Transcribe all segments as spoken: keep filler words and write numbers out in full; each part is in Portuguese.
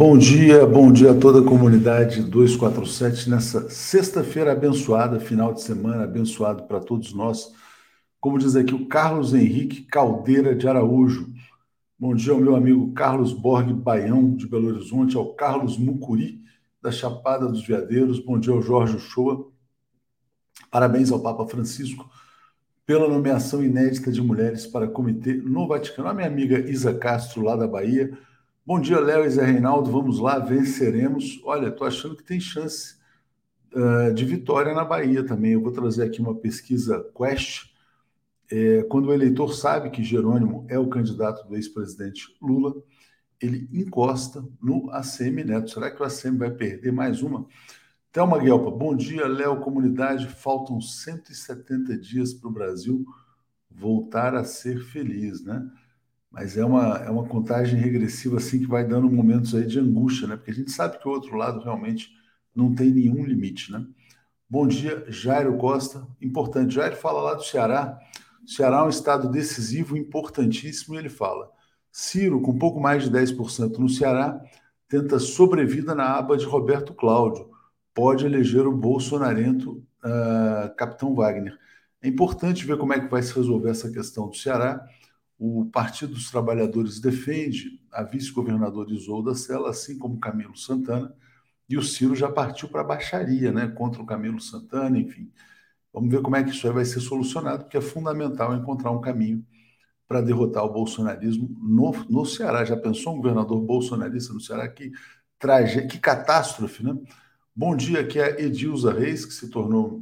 Bom dia, bom dia a toda a comunidade duzentos e quarenta e sete nessa sexta-feira abençoada, final de semana abençoado para todos nós. Como diz aqui o Carlos Henrique Caldeira de Araújo. Bom dia ao meu amigo Carlos Borg Baião de Belo Horizonte, ao Carlos Mucuri da Chapada dos Veadeiros. Bom dia ao Jorge Uchoa. Parabéns ao Papa Francisco pela nomeação inédita de mulheres para comitê no Vaticano. A minha amiga Isa Castro, lá da Bahia. Bom dia, Léo e Zé Reinaldo. Vamos lá, venceremos. Olha, estou achando que tem chance uh, de vitória na Bahia também. Eu vou trazer aqui uma pesquisa Quest. É, quando o eleitor sabe que Jerônimo é o candidato do ex-presidente Lula, ele encosta no A C M Neto. Será que o A C M vai perder mais uma? Thelma Guelpa, bom dia, Léo, comunidade. Faltam cento e setenta dias para o Brasil voltar a ser feliz, né? Mas é uma, é uma contagem regressiva assim que vai dando momentos aí de angústia, né? Porque a gente sabe que o outro lado realmente não tem nenhum limite, né? Bom dia, Jairo Costa. Importante, Jairo fala lá do Ceará. O Ceará é um estado decisivo, importantíssimo, e ele fala: Ciro, com pouco mais de dez por cento no Ceará, tenta sobrevida na aba de Roberto Cláudio. Pode eleger o bolsonarento uh, Capitão Wagner. É importante ver como é que vai se resolver essa questão do Ceará. O Partido dos Trabalhadores defende a vice-governadora Isolda Sela, assim como Camilo Santana, e o Ciro já partiu para a baixaria, né, contra o Camilo Santana, enfim. Vamos ver como é que isso aí vai ser solucionado, porque é fundamental encontrar um caminho para derrotar o bolsonarismo no, no Ceará. Já pensou um governador bolsonarista no Ceará? Que, trage... que catástrofe, né? Bom dia, aqui é a Edilza Reis, que se tornou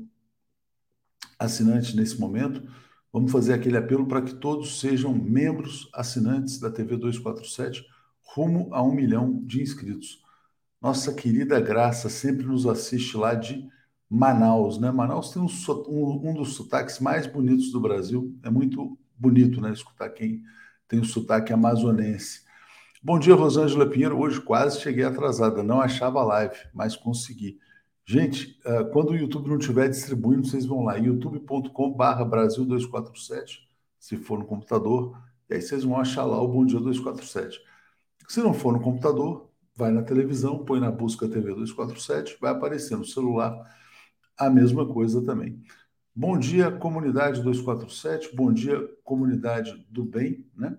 assinante nesse momento. Vamos fazer aquele apelo para que todos sejam membros assinantes da T V duzentos e quarenta e sete, rumo a um milhão de inscritos. Nossa querida Graça sempre nos assiste lá de Manaus, né? Manaus tem um, um, um dos sotaques mais bonitos do Brasil. É muito bonito, né? Escutar quem tem o sotaque amazonense. Bom dia, Rosângela Pinheiro. Hoje quase cheguei atrasada, não achava a live, mas consegui. Gente, uh, quando o YouTube não estiver distribuindo, vocês vão lá, youtube ponto com barra Brasil duzentos e quarenta e sete, se for no computador, e aí vocês vão achar lá o Bom Dia duzentos e quarenta e sete. Se não for no computador, vai na televisão, põe na busca T V duzentos e quarenta e sete, vai aparecer no celular a mesma coisa também. Bom dia, comunidade duzentos e quarenta e sete, bom dia, comunidade do bem, né?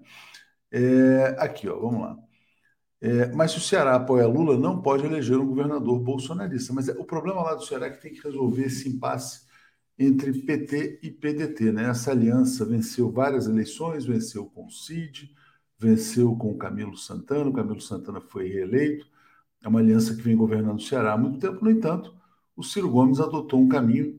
É, aqui, ó, vamos lá. É, mas se o Ceará apoia Lula, não pode eleger um governador bolsonarista. Mas é, o problema lá do Ceará é que tem que resolver esse impasse entre P T e P D T, né? Essa aliança venceu várias eleições, venceu com o Cid, venceu com o Camilo Santana, o Camilo Santana foi reeleito, é uma aliança que vem governando o Ceará há muito tempo. No entanto, o Ciro Gomes adotou um caminho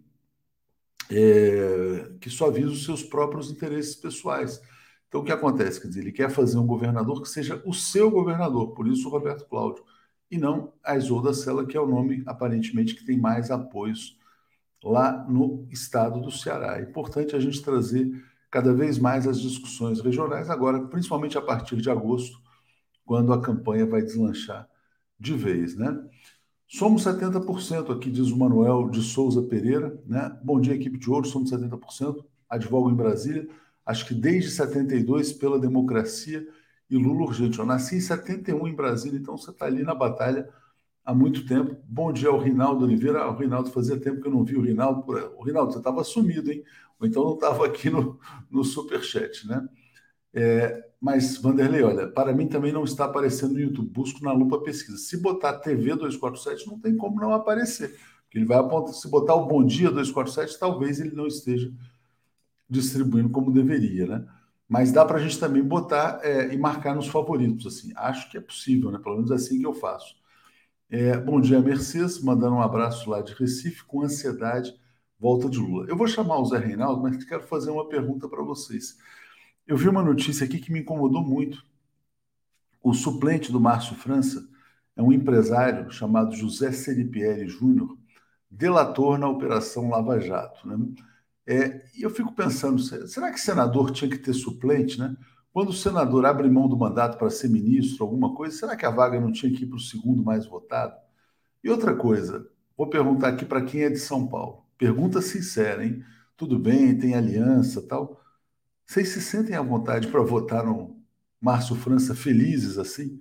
é, que só visa os seus próprios interesses pessoais. Então, o que acontece? Quer dizer, ele quer fazer um governador que seja o seu governador, por isso o Roberto Cláudio, e não a Isolda Sela, que é o nome, aparentemente, que tem mais apoios lá no estado do Ceará. É importante a gente trazer cada vez mais as discussões regionais, agora, principalmente a partir de agosto, quando a campanha vai deslanchar de vez, né? Somos setenta por cento aqui, diz o Manuel de Souza Pereira, né? Bom dia, equipe de ouro, somos setenta por cento. Advogo em Brasília, acho que desde setenta e dois pela democracia e Lula urgente. Eu nasci em setenta e um em Brasília, então você está ali na batalha há muito tempo. Bom dia ao Rinaldo Oliveira. Ah, o Rinaldo, fazia tempo que eu não vi o Rinaldo. Por... O Rinaldo, você estava sumido, hein? Ou então não estava aqui no, no Superchat, né? É, mas, Vanderlei, olha, para mim também não está aparecendo no YouTube. Busco na lupa pesquisa. Se botar T V duzentos e quarenta e sete, não tem como não aparecer. Porque ele vai apontar. Se botar o Bom Dia duzentos e quarenta e sete, talvez ele não esteja distribuindo como deveria, né? Mas dá para a gente também botar é, e marcar nos favoritos, assim. Acho que é possível, né? Pelo menos é assim que eu faço. É, bom dia, Mercedes, mandando um abraço lá de Recife, com ansiedade, volta de Lula. Eu vou chamar o Zé Reinaldo, mas quero fazer uma pergunta para vocês. Eu vi uma notícia aqui que me incomodou muito. O suplente do Márcio França é um empresário chamado José Seripieri Júnior, delator na Operação Lava Jato, né? É, e eu fico pensando, será que senador tinha que ter suplente, né? Quando o senador abre mão do mandato para ser ministro, alguma coisa, será que a vaga não tinha que ir para o segundo mais votado? E outra coisa, vou perguntar aqui para quem é de São Paulo. Pergunta sincera, hein? Tudo bem, tem aliança, tal. Vocês se sentem à vontade para votar no Márcio França felizes assim?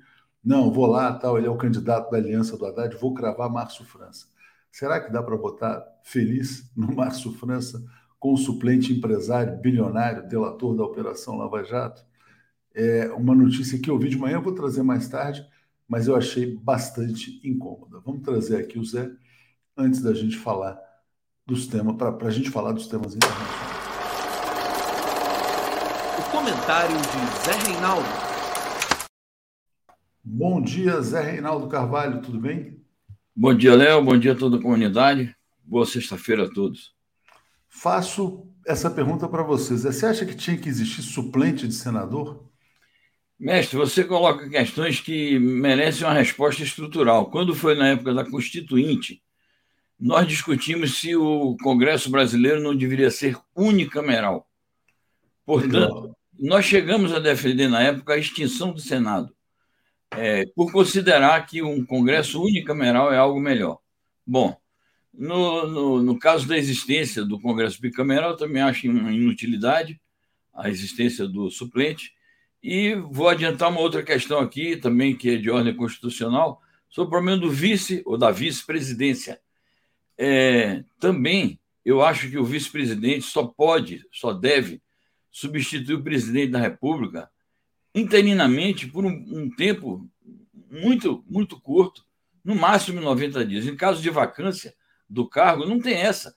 Não, vou lá, tal, ele é o candidato da aliança do Haddad, vou cravar Márcio França. Será que dá para votar feliz no Márcio França com o suplente empresário, bilionário, delator da Operação Lava Jato? É uma notícia que eu vi de manhã, eu vou trazer mais tarde, mas eu achei bastante incômoda. Vamos trazer aqui o Zé, antes da gente falar dos temas, para a gente falar dos temas internacionais. O comentário de Zé Reinaldo. Bom dia, Zé Reinaldo Carvalho, tudo bem? Bom dia, Léo. Bom dia a toda a comunidade. Boa sexta-feira a todos. Faço essa pergunta para vocês. Você acha que tinha que existir suplente de senador? Mestre, você coloca questões que merecem uma resposta estrutural. Quando foi na época da Constituinte, nós discutimos se o Congresso brasileiro não deveria ser unicameral. Portanto, Melhor. Nós chegamos a defender na época a extinção do Senado, é, por considerar que um Congresso unicameral é algo melhor. Bom, no, no, no caso da existência do Congresso bicameral, eu também acho uma inutilidade a existência do suplente. E vou adiantar uma outra questão aqui, também que é de ordem constitucional, sobre o problema do vice ou da vice-presidência. É, também eu acho que o vice-presidente só pode, só deve substituir o presidente da República interinamente por um, um tempo muito, muito curto, no máximo noventa dias. Em caso de vacância do cargo, não tem essa,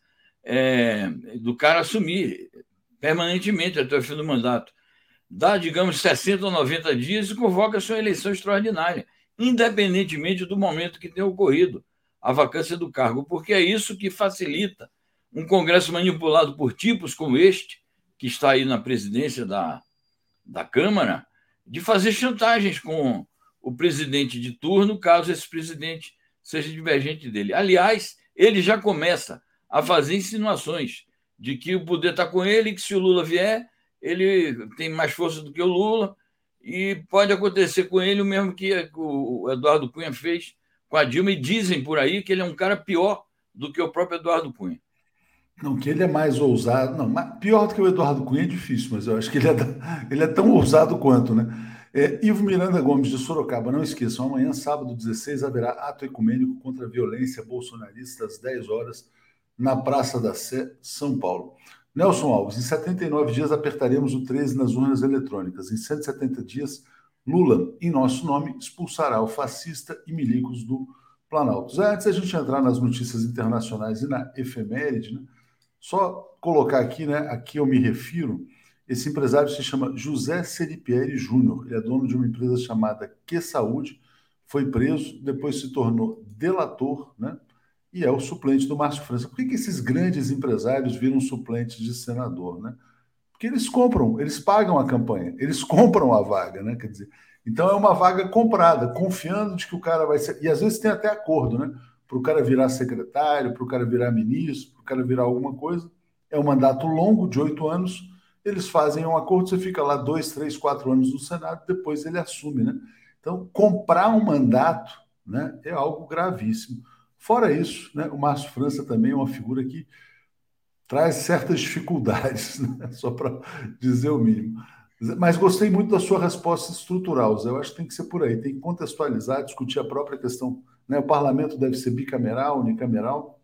é, do cara assumir permanentemente até o fim do mandato. Dá, digamos, sessenta ou noventa dias e convoca a sua eleição extraordinária, independentemente do momento que tenha ocorrido a vacância do cargo, porque é isso que facilita um Congresso manipulado por tipos como este, que está aí na presidência da, da Câmara, de fazer chantagens com o presidente de turno, caso esse presidente seja divergente dele. Aliás, ele já começa a fazer insinuações de que o poder está com ele, que se o Lula vier, ele tem mais força do que o Lula, e pode acontecer com ele o mesmo que o Eduardo Cunha fez com a Dilma, e dizem por aí que ele é um cara pior do que o próprio Eduardo Cunha. Não, que ele é mais ousado. Não, pior do que o Eduardo Cunha é difícil, mas eu acho que ele é, ele é tão ousado quanto, né? É, Ivo Miranda Gomes, de Sorocaba, não esqueçam, amanhã, sábado dezesseis, haverá ato ecumênico contra a violência bolsonarista às dez horas, na Praça da Sé, São Paulo. Nelson Alves, em setenta e nove dias apertaremos o treze nas urnas eletrônicas. Em cento e setenta dias, Lula, em nosso nome, expulsará o fascista e milicos do Planalto. Já antes a gente entrar nas notícias internacionais e na efeméride, né? Só colocar aqui, né? Aqui eu me refiro. Esse empresário se chama José Seripieri Júnior. Ele é dono de uma empresa chamada Que Saúde. Foi preso, depois se tornou delator, né? E é o suplente do Márcio França. Por que, que esses grandes empresários viram suplentes de senador, né? Porque eles compram, eles pagam a campanha, eles compram a vaga, né? Quer dizer, então é uma vaga comprada, confiando de que o cara vai ser. E às vezes tem até acordo, né? Para o cara virar secretário, para o cara virar ministro, para o cara virar alguma coisa. É um mandato longo, de oito anos. Eles fazem um acordo, você fica lá dois, três, quatro anos no Senado, depois ele assume, né? Então, comprar um mandato, né, é algo gravíssimo. Fora isso, né, o Márcio França também é uma figura que traz certas dificuldades, né? Só para dizer o mínimo. Mas gostei muito da sua resposta estrutural, Zé. Eu acho que tem que ser por aí, tem que contextualizar, discutir a própria questão. Né? O parlamento deve ser bicameral, unicameral,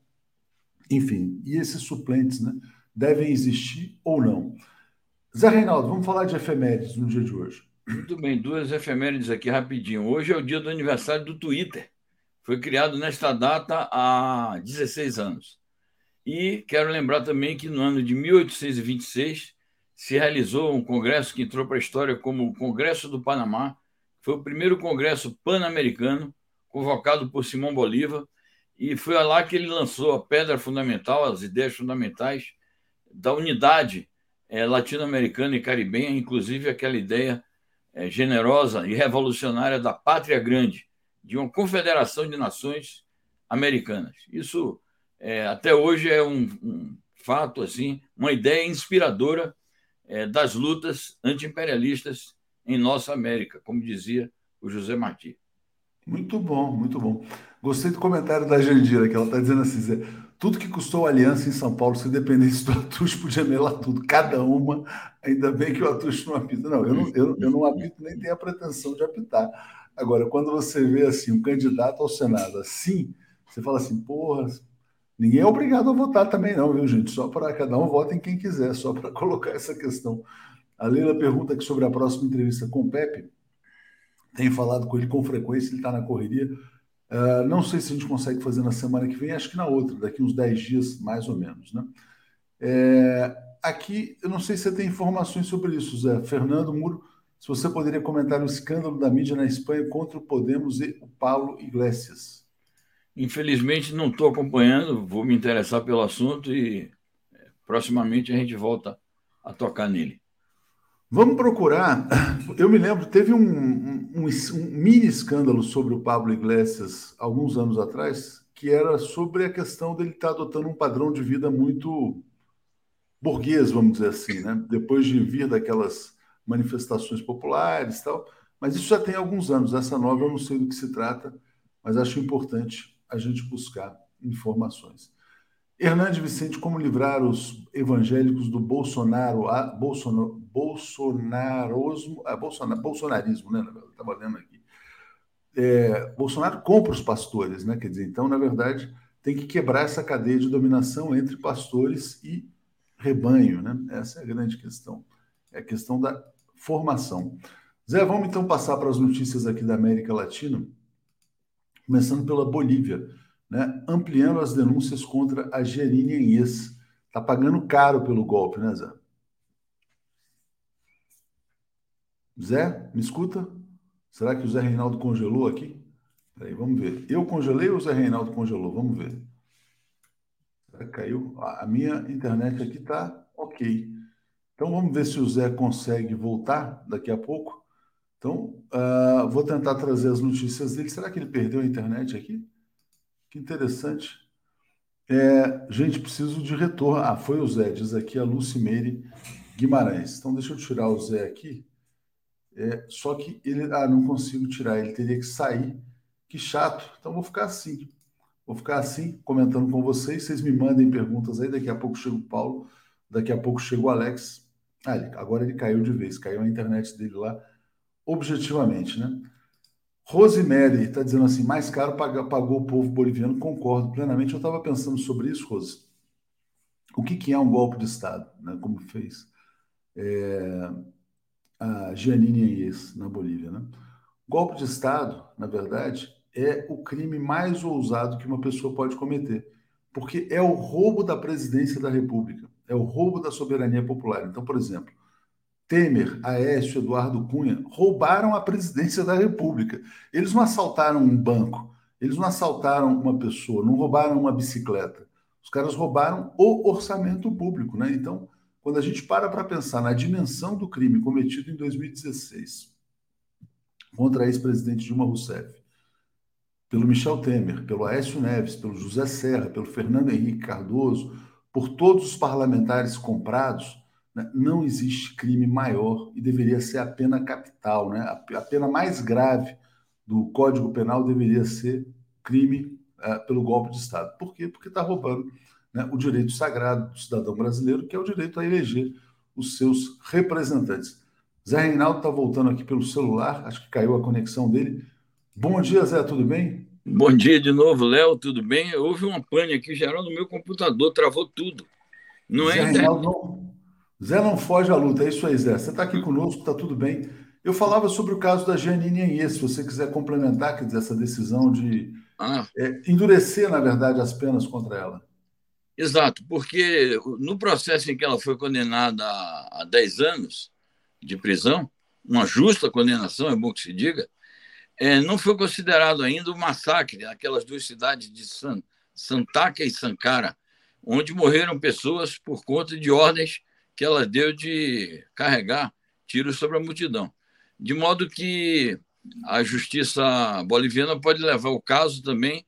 enfim, e esses suplentes, né, devem existir ou não. Zé Reinaldo, vamos falar de efemérides no dia de hoje. Muito bem, duas efemérides aqui rapidinho. Hoje é o dia do aniversário do Twitter. Foi criado nesta data há dezesseis anos. E quero lembrar também que no ano de mil oitocentos e vinte e seis se realizou um congresso que entrou para a história como o Congresso do Panamá. Foi o primeiro congresso pan-americano convocado por Simão Bolívar, e foi lá que ele lançou a pedra fundamental, as ideias fundamentais da unidade é, latino-americana e caribenha, inclusive aquela ideia é, generosa e revolucionária da pátria grande, de uma confederação de nações americanas. Isso é, até hoje é um, um fato, assim, uma ideia inspiradora é, das lutas anti-imperialistas em nossa América, como dizia o José Martí. Muito bom, muito bom. Gostei do comentário da Jandira, que ela está dizendo assim, Zé, tudo que custou aliança em São Paulo, se dependesse do Atucho, podia melar tudo, cada uma, ainda bem que o Atucho não apita. Não, eu não, eu, eu não apito nem tenho a pretensão de apitar. Agora, quando você vê assim um candidato ao Senado assim, você fala assim, porra, ninguém é obrigado a votar também não, viu, gente? Só para cada um vota em quem quiser, só para colocar essa questão. A Leila pergunta aqui sobre a próxima entrevista com o Pepe. Tenho falado com ele com frequência, ele está na correria. Uh, não sei se a gente consegue fazer na semana que vem, acho que na outra, daqui uns dez dias, mais ou menos, né? É, aqui, eu não sei se você tem informações sobre isso, Zé. Fernando Muro, se você poderia comentar o escândalo da mídia na Espanha contra o Podemos e o Paulo Iglesias. Infelizmente, não estou acompanhando, vou me interessar pelo assunto e proximamente a gente volta a tocar nele. Vamos procurar. Eu me lembro, teve um, um, um, um mini escândalo sobre o Pablo Iglesias alguns anos atrás, que era sobre a questão dele estar adotando um padrão de vida muito burguês, vamos dizer assim, né? Depois de vir daquelas manifestações populares e tal. Mas isso já tem alguns anos. Essa nova eu não sei do que se trata, mas acho importante a gente buscar informações. Hernande Vicente, como livrar os evangélicos do Bolsonaro, a, Bolsonaro, bolsonarosmo, a, Bolsonaro, bolsonarismo, né? Estava lendo aqui. É, Bolsonaro compra os pastores, né? Quer dizer, então, na verdade, tem que quebrar essa cadeia de dominação entre pastores e rebanho, né? Essa é a grande questão. É a questão da formação. Zé, vamos então passar para as notícias aqui da América Latina, começando pela Bolívia, né? Ampliando as denúncias contra a Jeanine Áñez. Está pagando caro pelo golpe, né, Zé? Zé, me escuta? Será que o Zé Reinaldo congelou aqui? Peraí, vamos ver. Eu congelei ou o Zé Reinaldo congelou? Vamos ver. Será que caiu? A minha internet aqui está ok. Então vamos ver se o Zé consegue voltar daqui a pouco. Então, uh, vou tentar trazer as notícias dele. Será que ele perdeu a internet aqui? Que interessante. É, gente, preciso de retorno. Ah, foi o Zé, diz aqui a Lucimeire Guimarães. Então, deixa eu tirar o Zé aqui. É, só que ele. Ah, não consigo tirar, ele teria que sair. Que chato. Então, vou ficar assim. Vou ficar assim, comentando com vocês. Vocês me mandem perguntas aí. Daqui a pouco chega o Paulo. Daqui a pouco chega o Alex. Ah, ele, agora ele caiu de vez. Caiu a internet dele lá, objetivamente, né? Rosemary está dizendo assim, mais caro paga, pagou o povo boliviano. Concordo plenamente. Eu estava pensando sobre isso, Rose. O que, que é um golpe de Estado, né? Como fez é, a Jeanine Áñez na Bolívia, né? Golpe de Estado, na verdade, é o crime mais ousado que uma pessoa pode cometer, porque é o roubo da presidência da República, é o roubo da soberania popular. Então, por exemplo, Temer, Aécio, Eduardo Cunha roubaram a presidência da República. Eles não assaltaram um banco, eles não assaltaram uma pessoa, não roubaram uma bicicleta. Os caras roubaram o orçamento público, né? Então, quando a gente para para pensar na dimensão do crime cometido em dois mil e dezesseis contra a ex-presidente Dilma Rousseff, pelo Michel Temer, pelo Aécio Neves, pelo José Serra, pelo Fernando Henrique Cardoso, por todos os parlamentares comprados, né, não existe crime maior e deveria ser a pena capital, né? A, a pena mais grave do Código Penal deveria ser crime uh, pelo golpe de Estado. Por quê? Porque está roubando, né, o direito sagrado do cidadão brasileiro, que é o direito a eleger os seus representantes. Zé Reinaldo está voltando aqui pelo celular, acho que caiu a conexão dele. Bom dia, Zé, tudo bem? Bom dia de novo, Léo, tudo bem? Houve uma pane aqui geral no meu computador, travou tudo. Não é Zé internet. Reinaldo, não, Zé não foge à luta, é isso aí, Zé. Você está aqui conosco, está tudo bem. Eu falava sobre o caso da Jeanine Áñez, se você quiser complementar, quer dizer, essa decisão de Ah, é, endurecer, na verdade, as penas contra ela. exato, porque no processo em que ela foi condenada a, a dez anos de prisão, uma justa condenação, é bom que se diga, é, não foi considerado ainda o massacre naquelas duas cidades de San, Santaca e Sankara, onde morreram pessoas por conta de ordens que ela deu de carregar tiros sobre a multidão. De modo que a justiça boliviana pode levar o caso também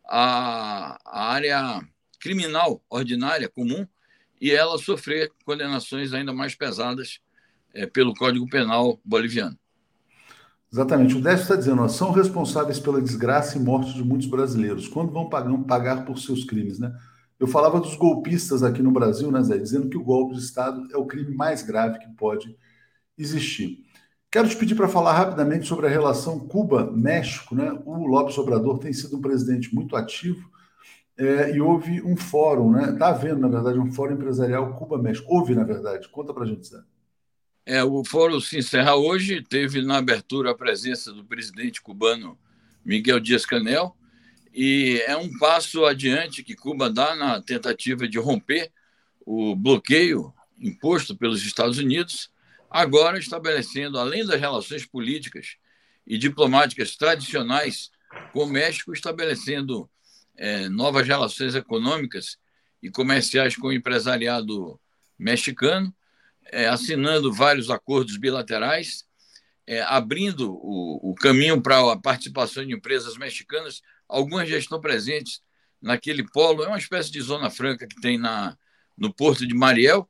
à, à área criminal ordinária, comum, e ela sofrer condenações ainda mais pesadas é, pelo Código Penal boliviano. Exatamente. O Décio está dizendo, ó, são responsáveis pela desgraça e morte de muitos brasileiros. Quando vão pagar, pagar por seus crimes, né? Eu falava dos golpistas aqui no Brasil, né, Zé? Dizendo que o golpe de Estado é o crime mais grave que pode existir. Quero te pedir para falar rapidamente sobre a relação Cuba-México, né? O López Obrador tem sido um presidente muito ativo, é, e houve um fórum, né? Está havendo, na verdade, um fórum empresarial Cuba-México. Houve, na verdade. Conta para a gente, Zé. É, o fórum se encerra hoje, teve na abertura a presença do presidente cubano Miguel Díaz-Canel, e é um passo adiante que Cuba dá na tentativa de romper o bloqueio imposto pelos Estados Unidos, agora estabelecendo, além das relações políticas e diplomáticas tradicionais com o México, estabelecendo é, novas relações econômicas e comerciais com o empresariado mexicano, é, assinando vários acordos bilaterais, é, abrindo o, o caminho para a participação de empresas mexicanas. Algumas já estão presentes naquele polo, é uma espécie de zona franca que tem na, no Porto de Mariel,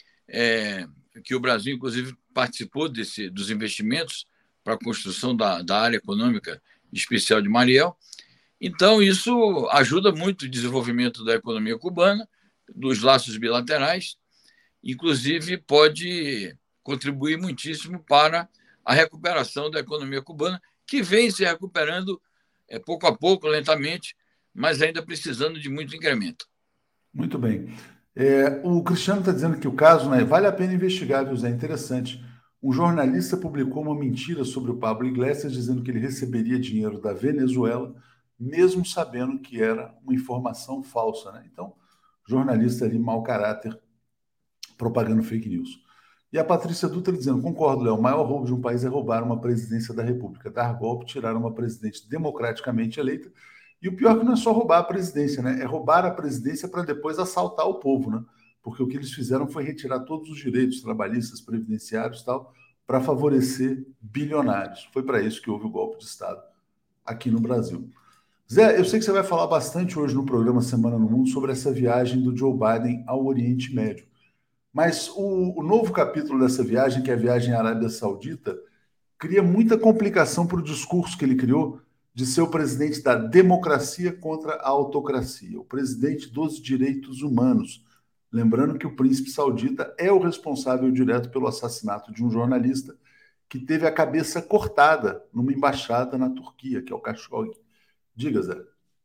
é, que o Brasil, inclusive, participou desse, dos investimentos para a construção da, da área econômica especial de Mariel. Então, isso ajuda muito o desenvolvimento da economia cubana, dos laços bilaterais, inclusive pode contribuir muitíssimo para a recuperação da economia cubana, que vem se recuperando é, pouco a pouco, lentamente, mas ainda precisando de muito incremento. Muito bem. É, o Cristiano está dizendo que o caso, né, vale a pena investigar, viu, Zé? É interessante. Um jornalista publicou uma mentira sobre o Pablo Iglesias, dizendo que ele receberia dinheiro da Venezuela, mesmo sabendo que era uma informação falsa, né? Então, jornalista ali, mau caráter, propagando fake news. E a Patrícia Dutra dizendo, concordo, Léo, o maior roubo de um país é roubar uma presidência da República, dar golpe, tirar uma presidente democraticamente eleita. E o pior é que não é só roubar a presidência, né? É roubar a presidência para depois assaltar o povo, né? Porque o que eles fizeram foi retirar todos os direitos trabalhistas, previdenciários e tal, para favorecer bilionários. Foi para isso que houve o golpe de Estado aqui no Brasil. Zé, eu sei que você vai falar bastante hoje no programa Semana no Mundo sobre essa viagem do Joe Biden ao Oriente Médio. Mas o, o novo capítulo dessa viagem, que é a viagem à Arábia Saudita, cria muita complicação para o discurso que ele criou de ser o presidente da democracia contra a autocracia, o presidente dos direitos humanos. Lembrando que o príncipe saudita é o responsável direto pelo assassinato de um jornalista que teve a cabeça cortada numa embaixada na Turquia, que é o Khashoggi. Diga, Zé.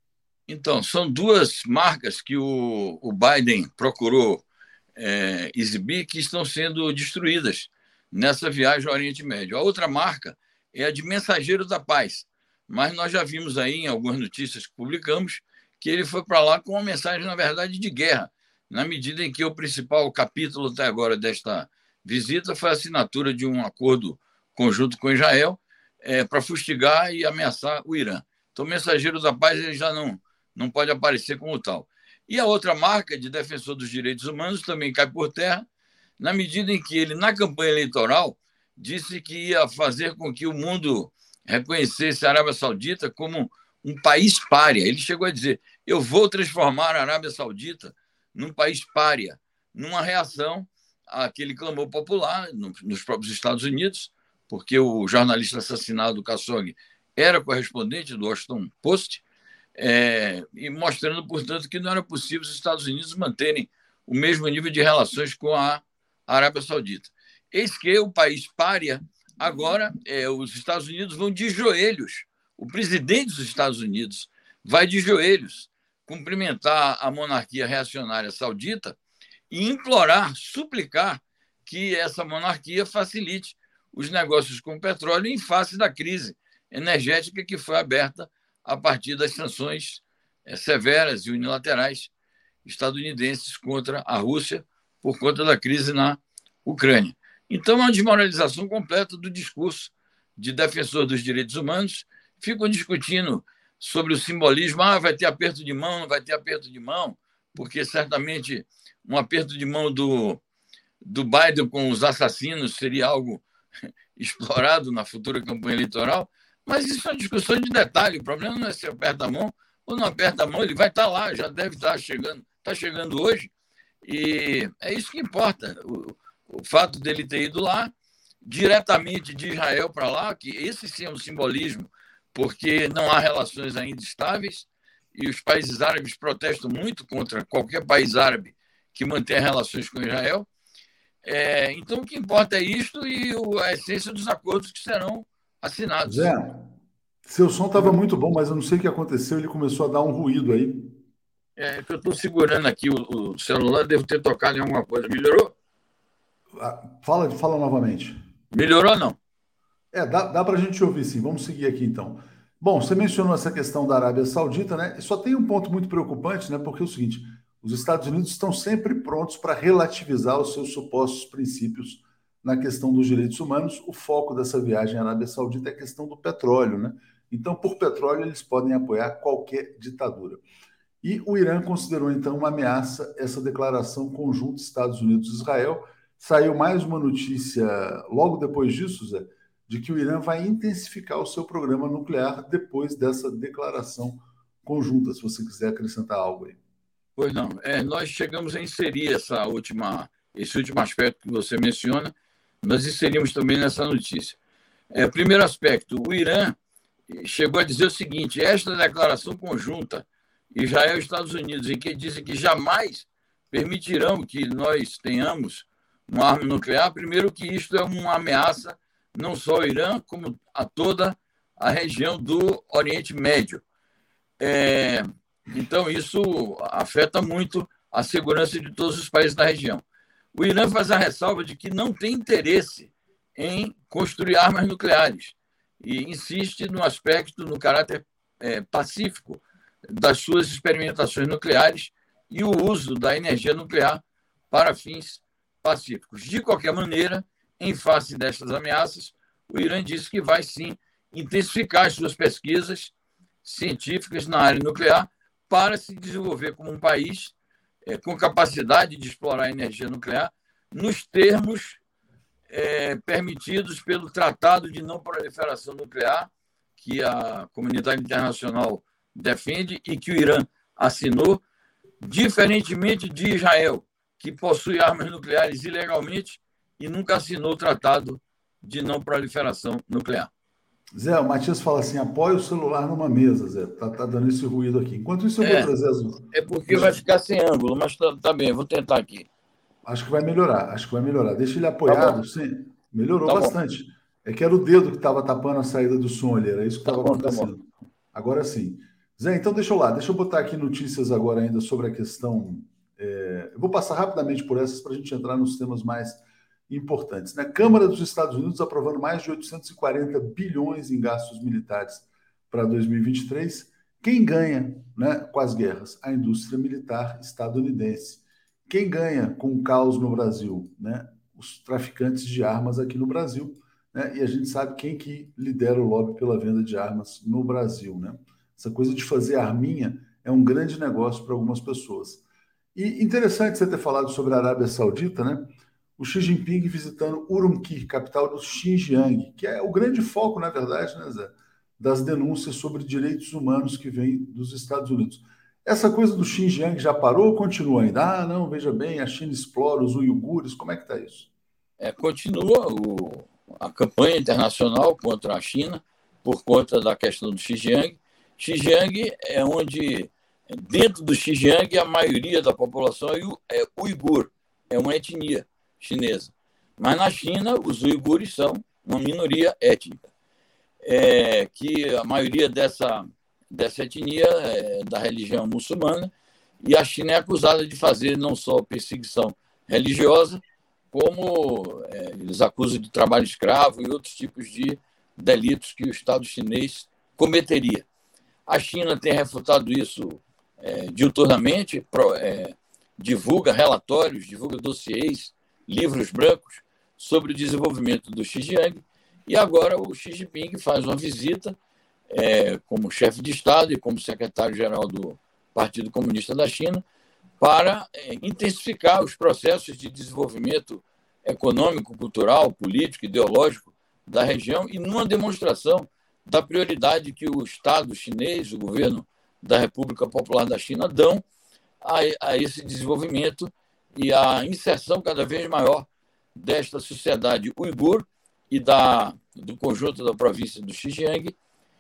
Então, são duas marcas que o, o Biden procurou é, exibir que estão sendo destruídas nessa viagem ao Oriente Médio. A outra marca é a de mensageiro da paz, mas nós já vimos aí em algumas notícias que publicamos que ele foi para lá com uma mensagem, na verdade, de guerra, na medida em que o principal capítulo até agora desta visita foi a assinatura de um acordo conjunto com Israel é, para fustigar e ameaçar o Irã. Então, o mensageiro da paz ele já não, não pode aparecer como tal. E a outra marca de defensor dos direitos humanos também cai por terra, na medida em que ele, na campanha eleitoral, disse que ia fazer com que o mundo reconhecesse a Arábia Saudita como um país pária. Ele chegou a dizer, eu vou transformar a Arábia Saudita num país pária, numa reação àquele clamor popular nos próprios Estados Unidos, porque o jornalista assassinado, Khashoggi, era correspondente do Washington Post, é, e mostrando, portanto, que não era possível os Estados Unidos manterem o mesmo nível de relações com a Arábia Saudita. Eis que o país pária, agora, é, os Estados Unidos vão de joelhos, o presidente dos Estados Unidos vai de joelhos cumprimentar a monarquia reacionária saudita e implorar, suplicar que essa monarquia facilite os negócios com o petróleo em face da crise energética que foi aberta a partir das sanções é, severas e unilaterais estadunidenses contra a Rússia por conta da crise na Ucrânia. Então, é uma desmoralização completa do discurso de defensor dos direitos humanos. Ficam discutindo sobre o simbolismo, ah, vai ter aperto de mão, não vai ter aperto de mão, porque certamente um aperto de mão do, do Biden com os assassinos seria algo explorado na futura campanha eleitoral, mas isso é uma discussão de detalhe. O problema não é se aperta a mão ou não aperta a mão, ele vai estar lá, já deve estar chegando, está chegando hoje, e é isso que importa. O, o fato dele ter ido lá, diretamente de Israel para lá, que esse sim é um simbolismo, porque não há relações ainda estáveis, e os países árabes protestam muito contra qualquer país árabe que mantenha relações com Israel. É, então, o que importa é isto e o, a essência dos acordos que serão assinados. Zé, seu som estava muito bom, mas eu não sei o que aconteceu, ele começou a dar um ruído aí. É que eu estou segurando aqui o, o celular, devo ter tocado em alguma coisa. Melhorou? Ah, Fala, fala novamente. Melhorou ou não? É, dá, dá para a gente ouvir sim. Vamos seguir aqui então. Bom, você mencionou essa questão da Arábia Saudita, né? E só tem um ponto muito preocupante, né? Porque é o seguinte: os Estados Unidos estão sempre prontos para relativizar os seus supostos princípios na questão dos direitos humanos. O foco dessa viagem à Arábia Saudita é a questão do petróleo, né? Então, por petróleo, eles podem apoiar qualquer ditadura. E o Irã considerou então uma ameaça essa declaração conjunta Estados Unidos-Israel. Saiu mais uma notícia logo depois disso, Zé, de que o Irã vai intensificar o seu programa nuclear depois dessa declaração conjunta, se você quiser acrescentar algo aí. Pois não. É, nós chegamos a inserir essa última, esse último aspecto que você menciona, nós inserimos também nessa notícia. É, primeiro aspecto, o Irã chegou a dizer o seguinte: esta declaração conjunta Israel e Estados Unidos, em que dizem que jamais permitirão que nós tenhamos uma arma nuclear, primeiro que isto é uma ameaça não só ao Irã, como a toda a região do Oriente Médio. É, então, isso afeta muito a segurança de todos os países da região. O Irã faz a ressalva de que não tem interesse em construir armas nucleares e insiste no aspecto, no caráter é, pacífico das suas experimentações nucleares e o uso da energia nuclear para fins pacíficos. De qualquer maneira, em face destas ameaças, o Irã disse que vai, sim, intensificar as suas pesquisas científicas na área nuclear para se desenvolver como um país é, com capacidade de explorar a energia nuclear nos termos é, permitidos pelo Tratado de Não Proliferação Nuclear, que a comunidade internacional defende e que o Irã assinou, diferentemente de Israel, que possui armas nucleares ilegalmente e nunca assinou o Tratado de Não Proliferação Nuclear. Zé, o Matias fala assim: apoia o celular numa mesa, Zé. Tá, tá dando esse ruído aqui. Enquanto isso, eu É, vou trazer as. é porque vai ficar sem ângulo, mas tá, tá bem, vou tentar aqui. Acho que vai melhorar, acho que vai melhorar. Deixa ele Tá apoiado, bom, sim. Melhorou tá bom, bastante. É que era o dedo que estava tapando a saída do som ali, era isso que tá estava bom, tá bom. acontecendo. Agora sim. Zé, então deixa eu lá, deixa eu botar aqui notícias agora ainda sobre a questão. É, eu vou passar rapidamente por essas para a gente entrar nos temas mais importantes, né? Câmara dos Estados Unidos aprovando mais de oitocentos e quarenta bilhões em gastos militares para dois mil e vinte e três. Quem ganha, né, com as guerras? A indústria militar estadunidense. Quem ganha com o caos no Brasil? Né? Os traficantes de armas aqui no Brasil. Né? E a gente sabe quem que lidera o lobby pela venda de armas no Brasil. Né? Essa coisa de fazer arminha é um grande negócio para algumas pessoas. E interessante você ter falado sobre a Arábia Saudita, né? O Xi Jinping visitando Urumqi, capital do Xinjiang, que é o grande foco, na verdade, né, Zé, das denúncias sobre direitos humanos que vêm dos Estados Unidos. Essa coisa do Xinjiang já parou ou continua ainda? Ah, não, veja bem, a China explora os uigures, como é que está isso? É, continua o, a campanha internacional contra a China por conta da questão do Xinjiang. Xinjiang é onde, dentro do Xinjiang, a maioria da população é uigur, é uma etnia chinesa. Mas na China, os uigures são uma minoria étnica, é, que a maioria dessa, dessa etnia é da religião muçulmana, e a China é acusada de fazer não só perseguição religiosa, como é, eles acusam de trabalho escravo e outros tipos de delitos que o Estado chinês cometeria. A China tem refutado isso é, diuturnamente, pro, é, divulga relatórios, divulga dossiês, livros brancos sobre o desenvolvimento do Xinjiang, e agora o Xi Jinping faz uma visita é, como chefe de Estado e como secretário-geral do Partido Comunista da China para é, intensificar os processos de desenvolvimento econômico, cultural, político, ideológico da região e numa demonstração da prioridade que o Estado chinês, o governo da República Popular da China, dão a, a esse desenvolvimento e a inserção cada vez maior desta sociedade uigur e da, do conjunto da província do Xinjiang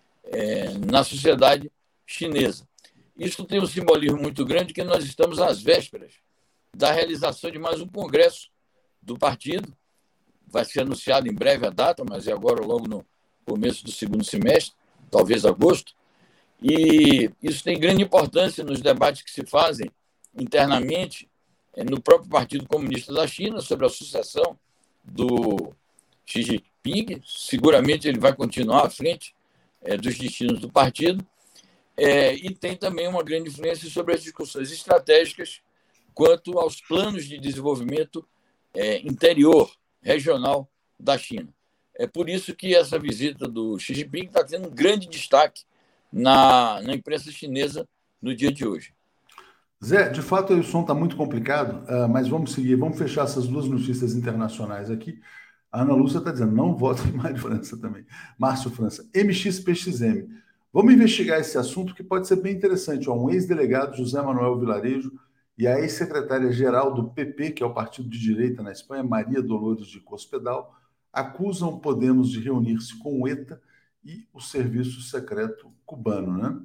é, na sociedade chinesa. Isso tem um simbolismo muito grande, que nós estamos às vésperas da realização de mais um congresso do partido. Vai ser anunciado em breve a data, mas é agora logo no começo do segundo semestre, talvez agosto. E isso tem grande importância nos debates que se fazem internamente no próprio Partido Comunista da China sobre a sucessão do Xi Jinping. Seguramente ele vai continuar à frente é, dos destinos do partido. É, e tem também uma grande influência sobre as discussões estratégicas quanto aos planos de desenvolvimento é, interior, regional da China. É por isso que essa visita do Xi Jinping está tendo um grande destaque na, na imprensa chinesa no dia de hoje. Zé, de fato o som está muito complicado, uh, mas vamos seguir, vamos fechar essas duas notícias internacionais aqui. A Ana Lúcia está dizendo, não voto em Mário França também. Márcio França, M X P X M. Vamos investigar esse assunto que pode ser bem interessante. Ó, um ex-delegado, José Manuel Vilarejo, e a ex-secretária-geral do P P, que é o partido de direita na Espanha, Maria Dolores de Cospedal, acusam Podemos de reunir-se com o ETA e o Serviço Secreto Cubano, né?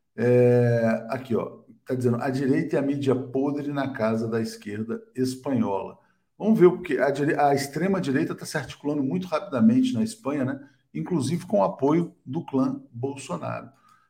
É, aqui, ó, está dizendo, a direita e a mídia podre na casa da esquerda espanhola. Vamos ver, porque a, a extrema-direita está se articulando muito rapidamente na Espanha, né? Inclusive com o apoio do clã Bolsonaro.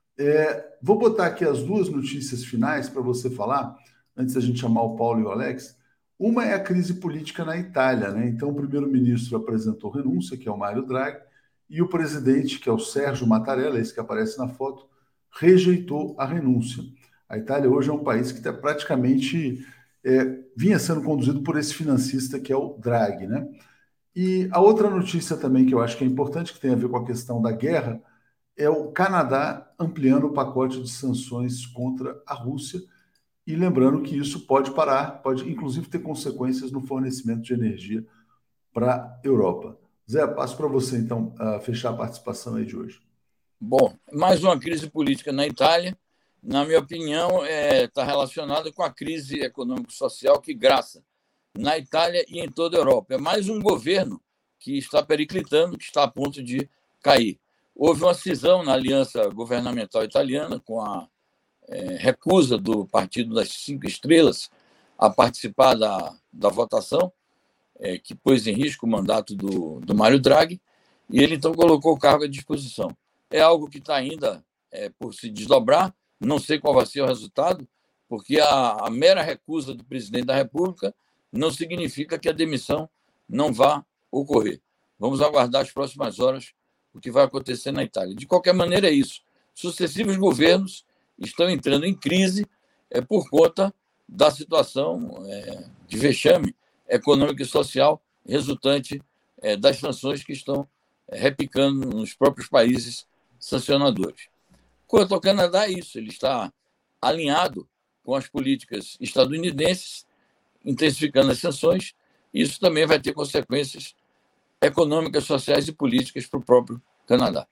É, vou botar aqui as duas notícias finais para você falar, antes da gente chamar o Paulo e o Alex. Uma é a crise política na Itália, né? Então, o primeiro-ministro apresentou renúncia, que é o Mário Draghi, e o presidente, que é o Sérgio Mattarella, esse que aparece na foto, rejeitou a renúncia. A Itália hoje é um país que está praticamente é, vinha sendo conduzido por esse financista que é o Draghi, né? E a outra notícia também que eu acho que é importante, que tem a ver com a questão da guerra, é o Canadá ampliando o pacote de sanções contra a Rússia, e lembrando que isso pode parar, pode inclusive ter consequências no fornecimento de energia para a Europa. Zé, passo para você então fechar a participação aí de hoje. Bom, mais uma crise política na Itália, na minha opinião, está é, relacionada com a crise econômico-social que graça na Itália e em toda a Europa. É mais um governo que está periclitando, que está a ponto de cair. Houve uma cisão na aliança governamental italiana com a é, recusa do Partido das Cinco Estrelas a participar da, da votação, é, que pôs em risco o mandato do, do Mário Draghi, e ele então colocou o cargo à disposição. É algo que está ainda é, por se desdobrar, não sei qual vai ser o resultado, porque a, a mera recusa do presidente da República não significa que a demissão não vá ocorrer. Vamos aguardar as próximas horas o que vai acontecer na Itália. De qualquer maneira, é isso. Sucessivos governos estão entrando em crise é, por conta da situação é, de vexame econômico e social resultante é, das sanções que estão é, repicando nos próprios países sancionadores. Quanto ao Canadá, é isso. Ele está alinhado com as políticas estadunidenses, intensificando as sanções. Isso também vai ter consequências econômicas, sociais e políticas para o próprio Canadá.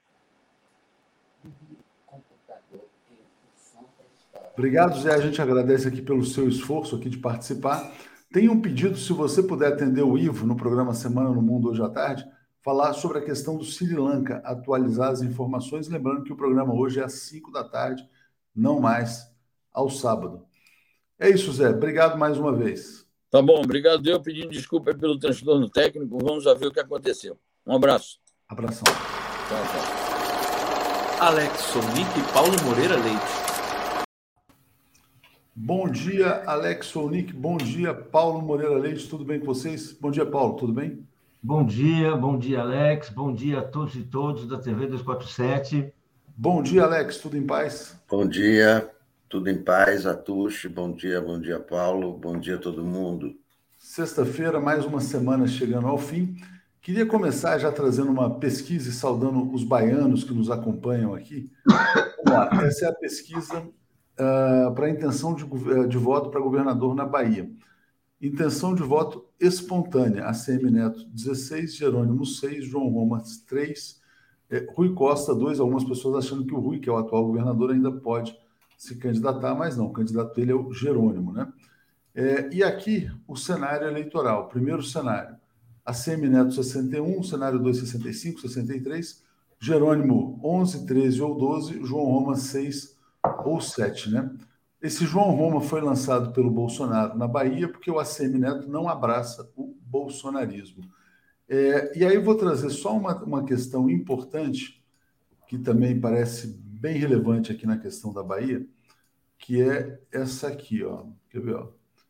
Obrigado, Zé. A gente agradece aqui pelo seu esforço aqui de participar. Tem um pedido, se você puder atender o Ivo no programa Semana no Mundo hoje à tarde, falar sobre a questão do Sri Lanka, atualizar as informações, lembrando que o programa hoje é às cinco da tarde, não mais ao sábado. É isso, Zé. Obrigado mais uma vez. Tá bom, obrigado eu, pedindo desculpa pelo transtorno técnico, vamos ver o que aconteceu. Um abraço. Abração. Tchau, tchau. Alex Sonic e Paulo Moreira Leite. Bom dia, Alex Sonic, bom dia, Paulo Moreira Leite, tudo bem com vocês? Bom dia, Paulo, tudo bem? Bom dia, bom dia, Alex, bom dia a todos e todos da T V duzentos e quarenta e sete. Bom dia, Alex, tudo em paz? Bom dia. Tudo em paz, Atush, bom dia, bom dia, Paulo, bom dia a todo mundo. Sexta-feira, mais uma semana chegando ao fim. Queria começar já trazendo uma pesquisa e saudando os baianos que nos acompanham aqui. Vamos lá, essa é a pesquisa uh, para a intenção de, de voto para governador na Bahia. Intenção de voto espontânea, A C M Neto dezesseis, Jerônimo seis, João Roma três, eh, Rui Costa dois, algumas pessoas achando que o Rui, que é o atual governador, ainda pode se candidatar, mas não, o candidato dele é o Jerônimo, né? É, e aqui o cenário eleitoral, primeiro cenário, A C M Neto sessenta e um, cenário dois, sessenta e cinco, sessenta e três, Jerônimo onze, treze ou doze, João Roma seis ou sete, né? Esse João Roma foi lançado pelo Bolsonaro na Bahia porque o A C M Neto não abraça o bolsonarismo. É, e aí eu vou trazer só uma, uma questão importante, que também parece bem relevante aqui na questão da Bahia, que é essa aqui, ó. Quer ver, ó?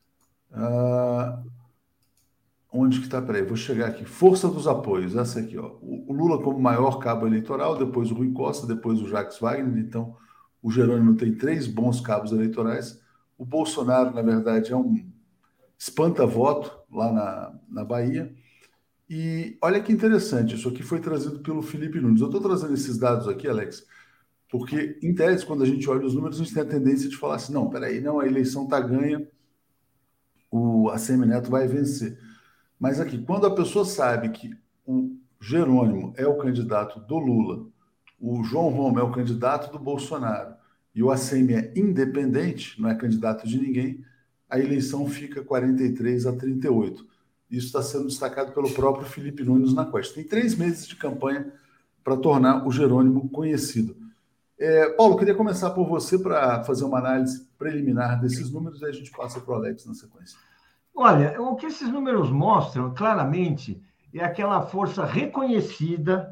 Ah, onde que está? Peraí, vou chegar aqui. Força dos apoios, essa aqui, ó. O, o Lula como maior cabo eleitoral, depois o Rui Costa, depois o Jacques Wagner. Então, o Jerônimo tem três bons cabos eleitorais. O Bolsonaro, na verdade, é um espanta-voto lá na, na Bahia. E olha que interessante, isso aqui foi trazido pelo Felipe Nunes. Eu estou trazendo esses dados aqui, Alex, porque, em tese, quando a gente olha os números, a gente tem a tendência de falar assim, não, peraí, não, a eleição está ganha, o A C M Neto vai vencer. Mas aqui, quando a pessoa sabe que o Jerônimo é o candidato do Lula, o João Roma é o candidato do Bolsonaro e o A C M é independente, não é candidato de ninguém, a eleição fica quarenta e três a trinta e oito. Isso está sendo destacado pelo próprio Felipe Nunes na Quest. Tem três meses de campanha para tornar o Jerônimo conhecido. É, Paulo, queria começar por você para fazer uma análise preliminar desses números e a gente passa para o Alex na sequência. Olha, o que esses números mostram claramente é aquela força reconhecida,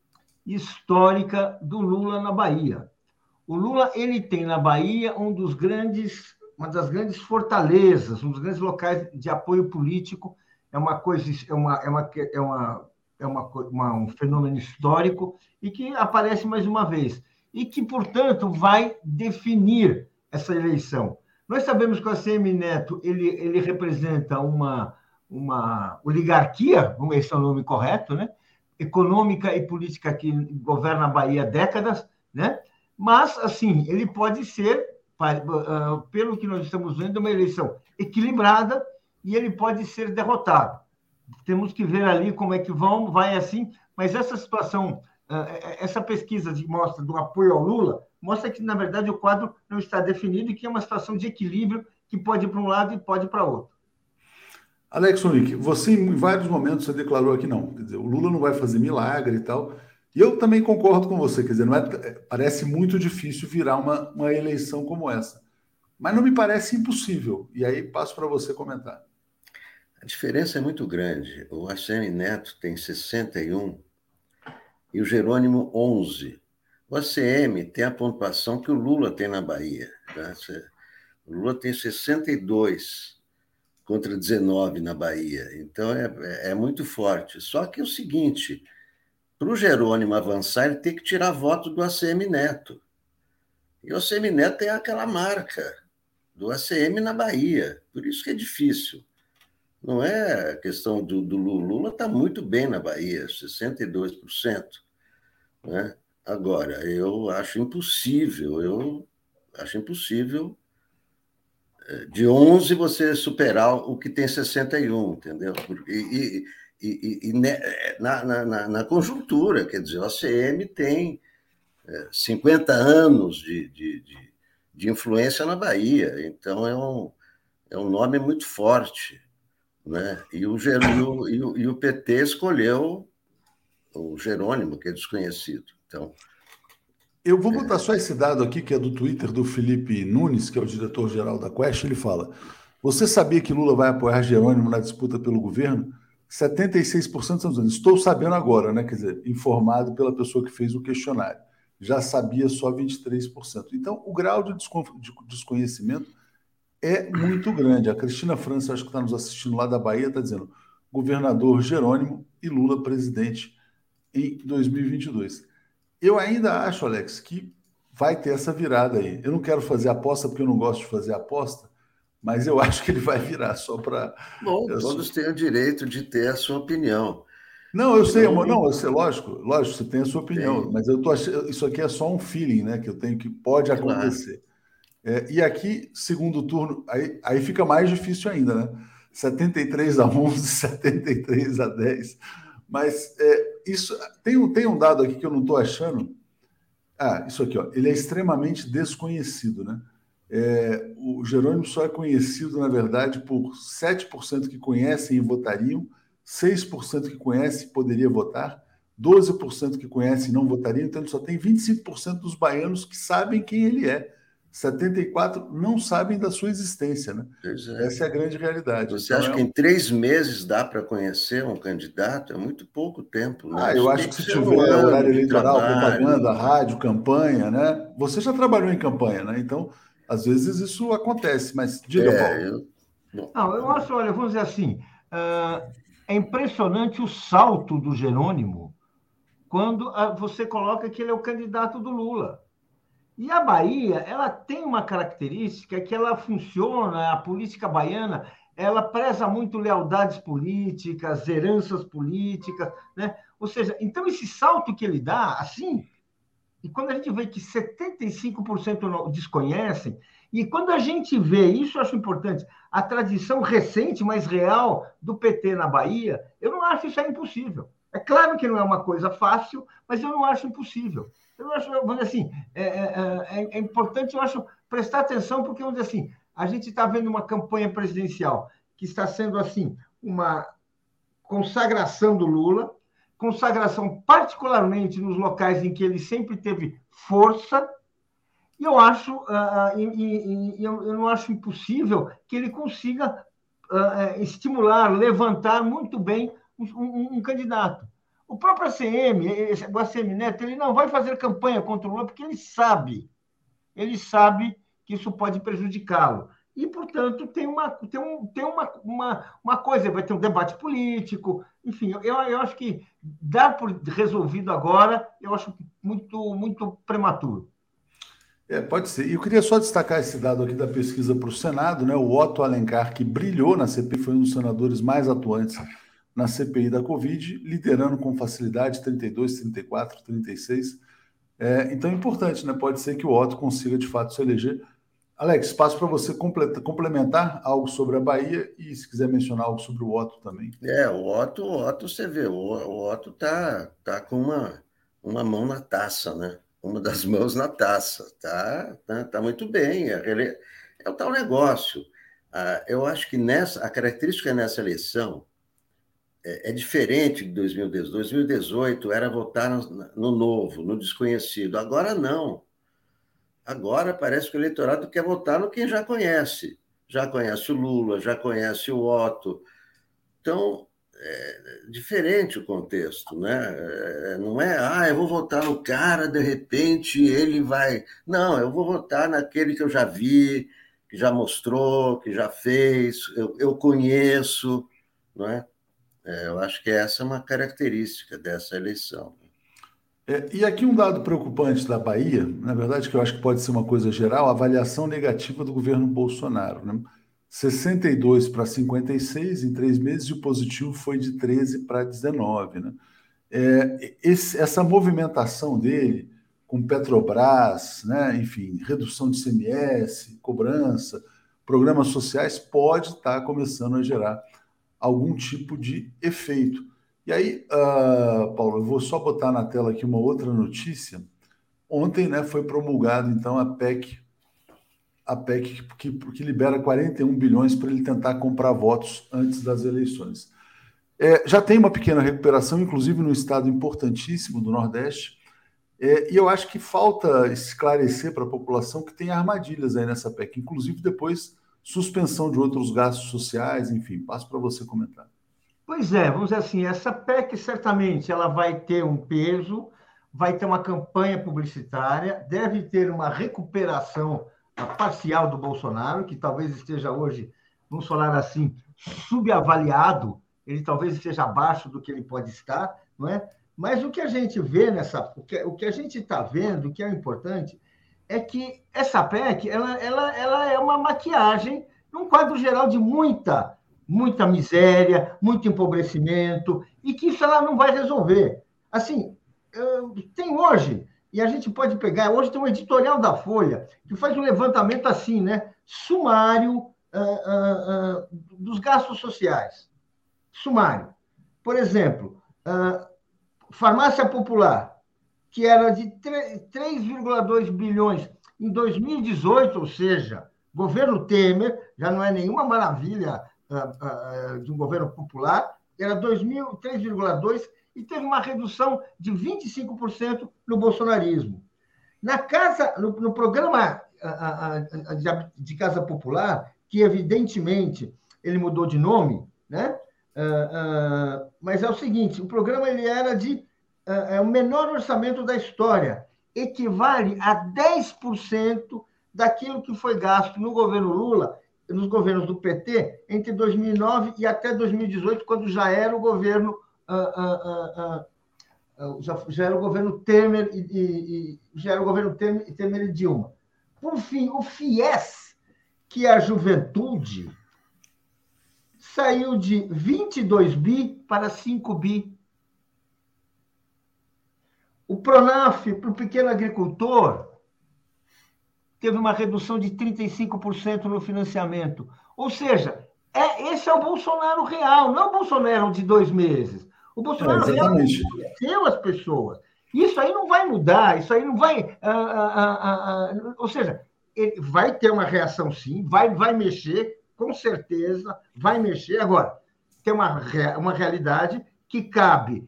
histórica do Lula na Bahia. O Lula ele tem na Bahia um dos grandes, uma das grandes fortalezas, um dos grandes locais de apoio político. É uma coisa, é uma, é uma, é uma, é uma, uma um fenômeno histórico e que aparece mais uma vez e que, portanto, vai definir essa eleição. Nós sabemos que o A C M Neto ele, ele representa uma, uma oligarquia, vamos ver se é o nome correto, né? Econômica e política que governa a Bahia há décadas, né? Mas, assim, ele pode ser, pelo que nós estamos vendo, uma eleição equilibrada e ele pode ser derrotado. Temos que ver ali como é que vão, vai assim, mas essa situação, essa pesquisa de mostra do apoio ao Lula, mostra que, na verdade, o quadro não está definido e que é uma situação de equilíbrio que pode ir para um lado e pode ir para outro. Alex Sonic, você em vários momentos você declarou aqui não, quer dizer, o Lula não vai fazer milagre e tal, e eu também concordo com você, quer dizer, não é, parece muito difícil virar uma, uma eleição como essa, mas não me parece impossível, e aí passo para você comentar. A diferença é muito grande, o A C M Neto tem sessenta e um e o Jerônimo onze. O A C M tem a pontuação que o Lula tem na Bahia, tá? O Lula tem sessenta e dois contra dezenove na Bahia. Então, é, é muito forte. Só que é o seguinte, para o Jerônimo avançar, ele tem que tirar voto do A C M Neto. E o A C M Neto tem aquela marca do A C M na Bahia. Por isso que é difícil. Não é a questão do, do Lula. Lula está muito bem na Bahia, sessenta e dois por cento. Né? Agora, eu acho impossível, eu acho impossível de onze você superar o que tem sessenta e um, entendeu? E, e, e, e na, na, na conjuntura, quer dizer, o A C M tem cinquenta anos de, de, de, de influência na Bahia, então é um, é um nome muito forte, né? E o, e, o, e o P T escolheu o Jerônimo, que é desconhecido. Então, eu vou botar só esse dado aqui, que é do Twitter do Felipe Nunes, que é o diretor-geral da Quest. Ele fala: você sabia que Lula vai apoiar Jerônimo na disputa pelo governo? setenta e seis por cento estão dizendo. Estou sabendo agora, né? Quer dizer, informado pela pessoa que fez o questionário. Já sabia só vinte e três por cento. Então, o grau de desconhecimento é muito grande. A Cristina França, acho que está nos assistindo lá da Bahia, está dizendo: governador Jerônimo e Lula presidente em dois mil e vinte e dois. Eu ainda acho, Alex, que vai ter essa virada aí. Eu não quero fazer aposta porque eu não gosto de fazer aposta, mas eu acho que ele vai virar só para... Bom, eu todos sou... têm o direito de ter a sua opinião. Não, eu sei, amor. Não, eu sei, lógico, lógico, você tem a sua opinião, tem. Mas eu tô achando, isso aqui é só um feeling, né? Que eu tenho que pode acontecer. Claro. É, e aqui, segundo turno, aí, aí fica mais difícil ainda, né? setenta e três a onze, setenta e três a dez. Mas é, isso tem um, tem um dado aqui que eu não estou achando. Ah, isso aqui, ó. Ele é extremamente desconhecido, né? É, o Jerônimo só é conhecido, na verdade, por sete por cento que conhecem e votariam, seis por cento que conhecem e poderia votar, doze por cento que conhecem e não votariam, então ele só tem vinte e cinco por cento dos baianos que sabem quem ele é. setenta e quatro não sabem da sua existência, né? É. Essa é a grande realidade. Você então, acha é... que em três meses dá para conhecer um candidato? É muito pouco tempo, né? Ah, eu Isso acho que se tiver um horário eleitoral, trabalho, propaganda, rádio, campanha, né? Você já trabalhou em campanha, né? Então, às vezes isso acontece, mas diga, é, Paulo. Eu... Não, não, eu acho, olha, vamos dizer assim, uh, é impressionante o salto do Jerônimo quando uh, você coloca que ele é o candidato do Lula. E a Bahia, ela tem uma característica que ela funciona, a política baiana, ela preza muito lealdades políticas, heranças políticas, né? Ou seja, então esse salto que ele dá, assim, e quando a gente vê que setenta e cinco por cento não desconhecem, e quando a gente vê, isso eu acho importante, a tradição recente, mas real, do P T na Bahia, eu não acho isso aí impossível. É claro que não é uma coisa fácil, mas eu não acho impossível. Eu acho, vamos dizer assim, é, é, é importante, eu acho, prestar atenção, porque, vamos dizer assim, a gente está vendo uma campanha presidencial que está sendo, assim, uma consagração do Lula, consagração particularmente nos locais em que ele sempre teve força, e eu acho, uh, e, e, e eu, eu não acho impossível que ele consiga uh, estimular, levantar muito bem um, um, um candidato. O próprio A C M, o A C M Neto, ele não vai fazer campanha contra o Lula porque ele sabe, ele sabe que isso pode prejudicá-lo. E, portanto, tem uma, tem um, tem uma, uma, uma coisa, vai ter um debate político, enfim, eu, eu acho que dar por resolvido agora, eu acho muito, muito prematuro. É, pode ser. E eu queria só destacar esse dado aqui da pesquisa para o Senado, né? O Otto Alencar, que brilhou na C P I, foi um dos senadores mais atuantes na C P I da Covid, liderando com facilidade trinta e dois, trinta e quatro, trinta e seis. É, então é importante, né? Pode ser que o Otto consiga de fato se eleger. Alex, passo para você complementar algo sobre a Bahia e se quiser mencionar algo sobre o Otto também. É, o Otto, o Otto você vê, o, o Otto tá, tá com uma, uma mão na taça, né? Uma das mãos na taça, tá, tá, tá muito bem. Ele, é o tal negócio. Ah, eu acho que nessa, a característica nessa eleição é, é diferente de dois mil e dezoito. dois mil e dezoito era votar no, no novo, no desconhecido. Agora não. Agora parece que o eleitorado quer votar no quem já conhece. Já conhece o Lula, já conhece o Otto. Então, é diferente o contexto, né? É, não é, ah, eu vou votar no cara, de repente ele vai... Não, eu vou votar naquele que eu já vi, que já mostrou, que já fez, eu, eu conheço, não é? É, eu acho que essa é uma característica dessa eleição. É, e aqui um dado preocupante da Bahia, na verdade, que eu acho que pode ser uma coisa geral, a avaliação negativa do governo Bolsonaro, né? sessenta e dois para cinquenta e seis em três meses, e o positivo foi de treze para dezenove, né? É, esse, essa movimentação dele com Petrobras, né? Enfim, redução de C M S, cobrança, programas sociais, pode estar começando a gerar algum tipo de efeito. E aí, uh, Paulo, eu vou só botar na tela aqui uma outra notícia. Ontem, né, foi promulgado, então, a PEC, a PEC que, que, que libera quarenta e um bilhões para ele tentar comprar votos antes das eleições. É, já tem uma pequena recuperação, inclusive no estado importantíssimo do Nordeste, é, e eu acho que falta esclarecer para a população que tem armadilhas aí nessa PEC, inclusive depois suspensão de outros gastos sociais, enfim, passo para você comentar. Pois é, vamos dizer assim, essa PEC certamente ela vai ter um peso, vai ter uma campanha publicitária, deve ter uma recuperação parcial do Bolsonaro, que talvez esteja hoje, vamos falar assim, subavaliado, ele talvez esteja abaixo do que ele pode estar, não é? Mas o que a gente vê nessa, o que, o que a gente está vendo, o que é importante, é que essa PEC ela, ela, ela é uma maquiagem num quadro geral de muita muita miséria, muito empobrecimento, e que isso ela não vai resolver. Assim, tem hoje, e a gente pode pegar, hoje tem um editorial da Folha, que faz um levantamento assim, né, sumário uh, uh, uh, dos gastos sociais. Sumário. Por exemplo, uh, farmácia popular, que era de três vírgula dois bilhões em dois mil e dezoito, ou seja, governo Temer, já não é nenhuma maravilha de um governo popular, era três vírgula dois e teve uma redução de vinte e cinco por cento no bolsonarismo. Na casa, no, no programa a, a, a, de Casa Popular, que evidentemente ele mudou de nome, né? Uh, uh, mas é o seguinte, o programa ele era de uh, é o menor orçamento da história, equivale a dez por cento daquilo que foi gasto no governo Lula, nos governos do P T, entre dois mil e nove e até dois mil e dezoito, quando já era o governo uh, uh, uh, uh, já, já era o governo Temer e, e, e já era o governo Temer, Temer e Dilma. Por fim, o FIES, que é a juventude, saiu de vinte e dois bi para cinco bi. O Pronaf, para o pequeno agricultor, teve uma redução de trinta e cinco por cento no financiamento. Ou seja, é, esse é o Bolsonaro real, não é o Bolsonaro de dois meses. O Bolsonaro é, real conheceu as pessoas. Isso aí não vai mudar, isso aí não vai... Ah, ah, ah, ah, ou seja, ele vai ter uma reação sim, vai, vai mexer, com certeza, vai mexer. Agora, tem uma, uma realidade que cabe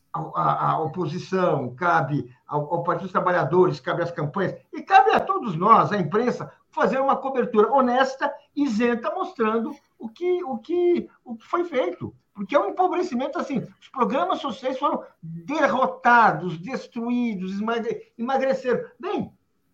à, à oposição, cabe ao, ao Partido dos Trabalhadores, cabe às campanhas, e cabe a todos nós, a imprensa, fazer uma cobertura honesta, isenta, mostrando o que, o que, o que foi feito. Porque é um empobrecimento assim. Os programas sociais foram derrotados, destruídos, emagreceram. Bem,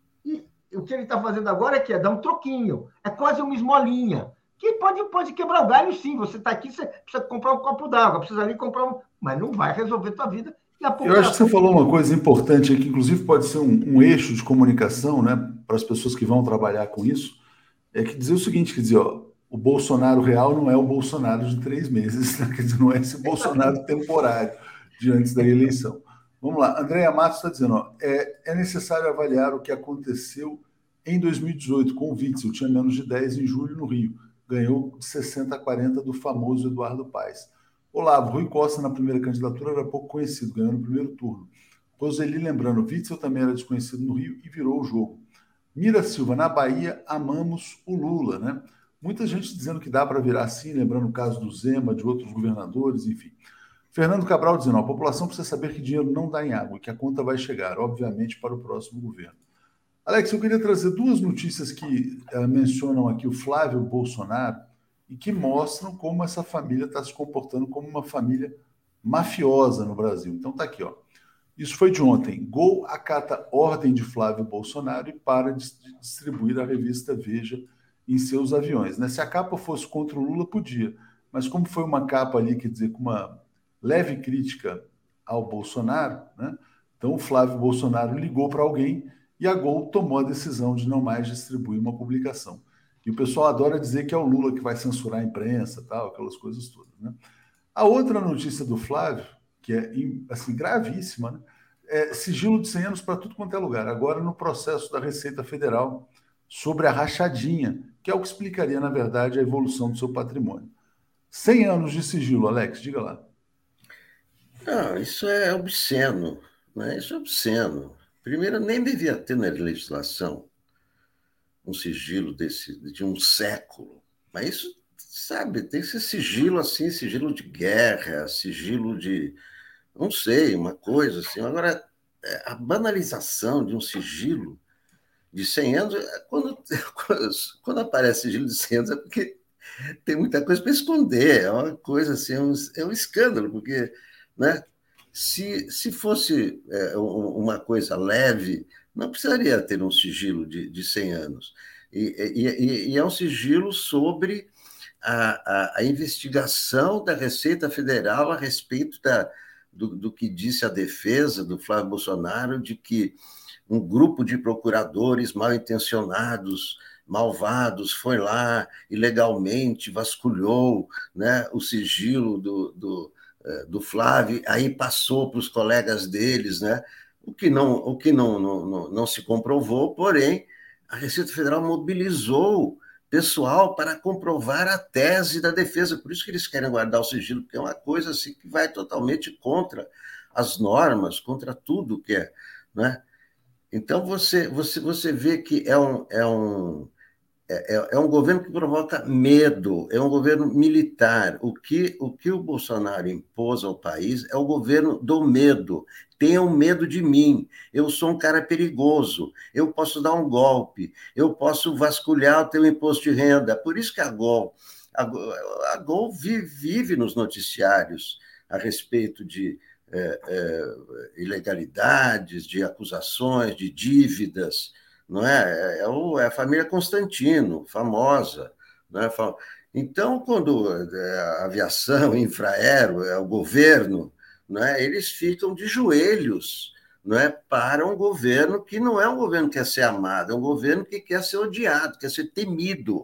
e o que ele está fazendo agora é que é dar um troquinho, é quase uma esmolinha. Que pode, pode quebrar o galho, sim. Você está aqui, você precisa comprar um copo d'água, precisa ali comprar um... Mas não vai resolver a tua vida. E a Eu acho que você falou uma coisa importante aqui, inclusive pode ser um, um eixo de comunicação, né, para as pessoas que vão trabalhar com isso, é que dizer o seguinte, quer dizer, ó, o Bolsonaro real não é o Bolsonaro de três meses, né? Quer dizer, não é esse Bolsonaro temporário de antes da eleição. Vamos lá, Andréia Matos está dizendo, ó, é, é necessário avaliar o que aconteceu em dois mil e dezoito com o Witzel, tinha menos de dez em julho no Rio, ganhou de sessenta a quarenta do famoso Eduardo Paes. Olavo, Rui Costa na primeira candidatura era pouco conhecido, ganhou no primeiro turno. Roseli lembrando, Witzel também era desconhecido no Rio e virou o jogo. Mira Silva, na Bahia, amamos o Lula, né? Muita gente dizendo que dá para virar assim, lembrando o caso do Zema, de outros governadores, enfim. Fernando Cabral dizendo, a população precisa saber que dinheiro não dá em água, que a conta vai chegar, obviamente, para o próximo governo. Alex, eu queria trazer duas notícias que uh, mencionam aqui o Flávio Bolsonaro e que mostram como essa família está se comportando como uma família mafiosa no Brasil. Então tá aqui, ó. Isso foi de ontem. Gol acata ordem de Flávio Bolsonaro e para de distribuir a revista Veja em seus aviões. Né? Se a capa fosse contra o Lula, podia. Mas como foi uma capa ali, quer dizer, com uma leve crítica ao Bolsonaro, né? Então o Flávio Bolsonaro ligou para alguém e a Gol tomou a decisão de não mais distribuir uma publicação. E o pessoal adora dizer que é o Lula que vai censurar a imprensa, tal, aquelas coisas todas. Né? A outra notícia do Flávio, que é assim, gravíssima, né? É sigilo de cem anos para tudo quanto é lugar. Agora no processo da Receita Federal sobre a rachadinha, que é o que explicaria, na verdade, a evolução do seu patrimônio. cem anos de sigilo, Alex, diga lá. Não, isso é obsceno, né? Isso é obsceno. Primeiro, nem devia ter na legislação um sigilo desse, de um século. Mas isso, sabe, tem esse sigilo assim, sigilo de guerra, sigilo de, não sei, uma coisa assim. Agora, a banalização de um sigilo de cem anos, quando, quando aparece sigilo de cem anos, é porque tem muita coisa para esconder, é uma coisa assim, é um, é um escândalo, porque, né, se, se fosse é, uma coisa leve, não precisaria ter um sigilo de, de cem anos. E, e, e é um sigilo sobre a, a, a investigação da Receita Federal a respeito da, do, do que disse a defesa do Flávio Bolsonaro, de que um grupo de procuradores mal intencionados, malvados, foi lá ilegalmente, vasculhou, né, o sigilo do, do, do Flávio, aí passou para os colegas deles, né, o que, não, o que não, não, não, não se comprovou, porém, a Receita Federal mobilizou pessoal para comprovar a tese da defesa, por isso que eles querem guardar o sigilo, porque é uma coisa assim que vai totalmente contra as normas, contra tudo que é, né? Então, você, você, você vê que é um, é, um, é, é um governo que provoca medo, é um governo militar. O que, o que o Bolsonaro impôs ao país é o governo do medo. tenham medo de mim. Eu sou um cara perigoso, eu posso dar um golpe, eu posso vasculhar o teu imposto de renda. Por isso que a Gol, a Gol, a Gol vive, vive nos noticiários a respeito de é, é, ilegalidades, de acusações, de dívidas, não é? É, o, é a família Constantino, famosa, não é? Então, quando a aviação, infraero, é o governo, não é? Eles ficam de joelhos, não é? Para um governo que não é um governo que quer ser amado, é um governo que quer ser odiado, quer ser temido.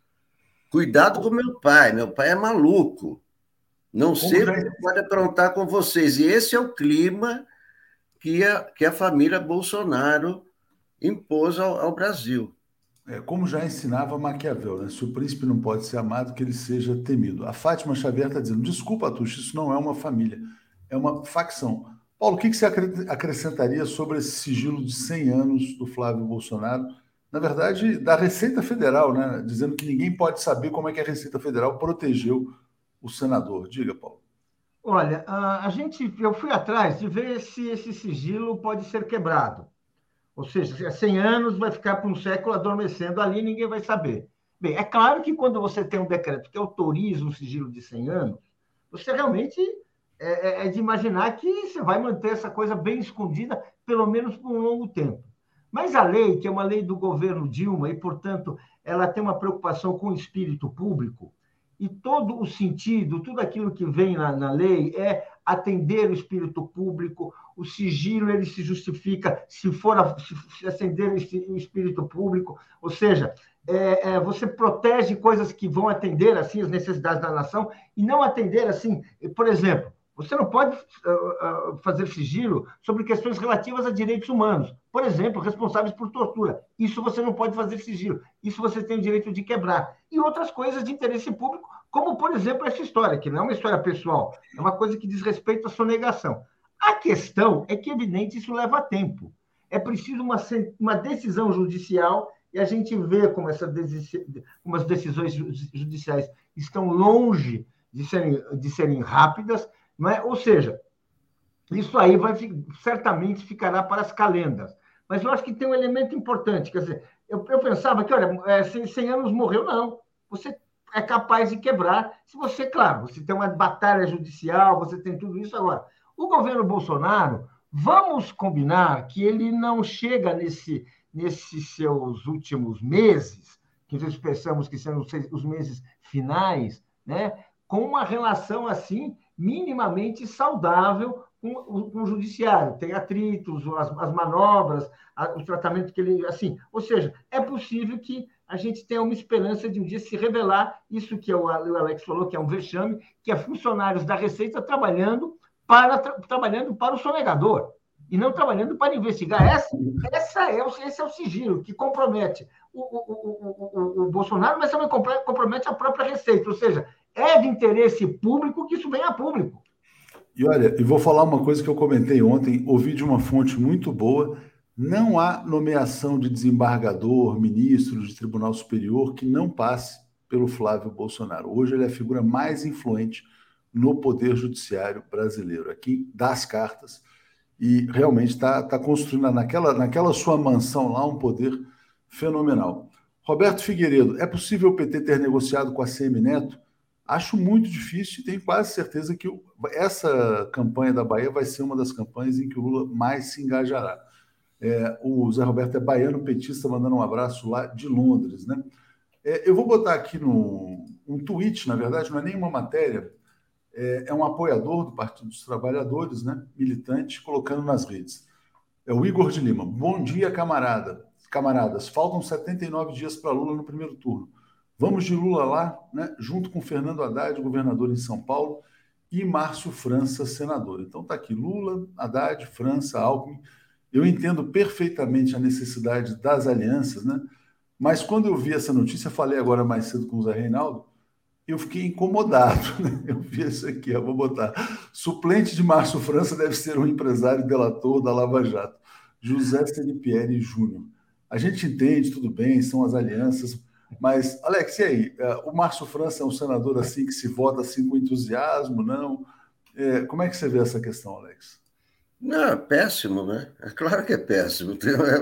Cuidado com meu pai, meu pai é maluco. Não sei o que pode aprontar com vocês. E esse é o clima que a, que a família Bolsonaro impôs ao, ao Brasil. É, como já ensinava Maquiavel, né? Se o príncipe não pode ser amado, que ele seja temido. A Fátima Xavier está dizendo, desculpa, Tuxa, isso não é uma família, é uma facção. Paulo, o que você acrescentaria sobre esse sigilo de cem anos do Flávio Bolsonaro? Na verdade, da Receita Federal, né? Dizendo que ninguém pode saber como é que a Receita Federal protegeu o senador. Diga, Paulo. Olha, a gente, eu fui atrás de ver se esse sigilo pode ser quebrado. Ou seja, cem anos vai ficar por um século adormecendo ali, ninguém vai saber. Bem, é claro que quando você tem um decreto que autoriza um sigilo de cem anos, você realmente é, é de imaginar que você vai manter essa coisa bem escondida, pelo menos por um longo tempo. Mas a lei, que é uma lei do governo Dilma, e, portanto, ela tem uma preocupação com o espírito público, e todo o sentido, tudo aquilo que vem na, na lei é atender o espírito público, o sigilo ele se justifica se for a, se acender o espírito público, ou seja, é, é, você protege coisas que vão atender assim as necessidades da nação e não atender assim, por exemplo, você não pode uh, uh, fazer sigilo sobre questões relativas a direitos humanos, por exemplo, responsáveis por tortura. Isso você não pode fazer sigilo. Isso você tem o direito de quebrar. E outras coisas de interesse público, como, por exemplo, essa história, que não é uma história pessoal, é uma coisa que diz respeito à sonegação. A questão é que, evidente, isso leva tempo. É preciso uma, uma decisão judicial, e a gente vê como, essa, como as decisões judiciais estão longe de serem, de serem rápidas, não é? Ou seja, isso aí vai, certamente ficará para as calendas. Mas eu acho que tem um elemento importante. Quer dizer, eu, eu pensava que, olha, é, cem anos morreu, não. Você é capaz de quebrar, se você, claro, você tem uma batalha judicial, você tem tudo isso. Agora, o governo Bolsonaro, vamos combinar que ele não chega nesse, nesses seus últimos meses, que nós pensamos que são os meses finais, né, com uma relação assim minimamente saudável com, com o judiciário. Tem atritos, as, as manobras, a, o tratamento que ele... assim, ou seja, é possível que a gente tenha uma esperança de um dia se revelar isso que o Alex falou, que é um vexame, que é funcionários da Receita trabalhando para, tra, trabalhando para o sonegador e não trabalhando para investigar. Essa, essa é, o, esse é o sigilo que compromete o, o, o, o, o Bolsonaro, mas também compromete a própria Receita. Ou seja, é de interesse público que isso venha a público. E olha, e vou falar uma coisa que eu comentei ontem, ouvi de uma fonte muito boa, não há nomeação de desembargador, ministro de Tribunal Superior que não passe pelo Flávio Bolsonaro. Hoje ele é a figura mais influente no Poder Judiciário brasileiro, aqui dá as cartas e realmente está tá construindo naquela, naquela sua mansão lá um poder fenomenal. Roberto Figueiredo, é possível o P T ter negociado com a C M Neto? Acho muito difícil e tenho quase certeza que essa campanha da Bahia vai ser uma das campanhas em que o Lula mais se engajará. É, o Zé Roberto é baiano, petista, mandando um abraço lá de Londres, né? É, eu vou botar aqui no, um tweet, na verdade, não é nenhuma matéria, é, é um apoiador do Partido dos Trabalhadores, né? Militante, colocando nas redes. É o Igor de Lima. Bom dia, camarada. Camaradas, faltam setenta e nove dias para Lula no primeiro turno. Vamos de Lula lá, né, junto com Fernando Haddad, governador em São Paulo, e Márcio França, senador. Então está aqui Lula, Haddad, França, Alckmin. Eu entendo perfeitamente a necessidade das alianças, né? Mas quando eu vi essa notícia, falei agora mais cedo com o Zé Reinaldo, eu fiquei incomodado. Né? Eu vi isso aqui, eu vou botar. Suplente de Márcio França deve ser um empresário delator da Lava Jato, José Seripieri Júnior. A gente entende, tudo bem, são as alianças... Mas, Alex, e aí? O Márcio França é um senador assim que se vota assim com entusiasmo, não? É, como é que você vê essa questão, Alex? Não, é péssimo, né? É claro que é péssimo.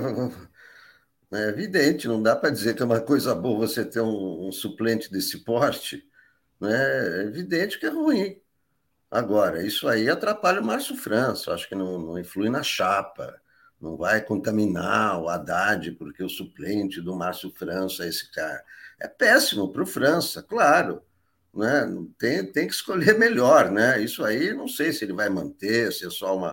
É evidente, não dá para dizer que é uma coisa boa você ter um, um suplente desse porte, né? É evidente que é ruim. Agora, isso aí atrapalha o Márcio França, acho que não, não influi na chapa, não vai contaminar o Haddad, porque o suplente do Márcio França é esse cara. É péssimo para o França, claro, né? Tem, tem que escolher melhor, né? Isso aí, não sei se ele vai manter, se é só uma,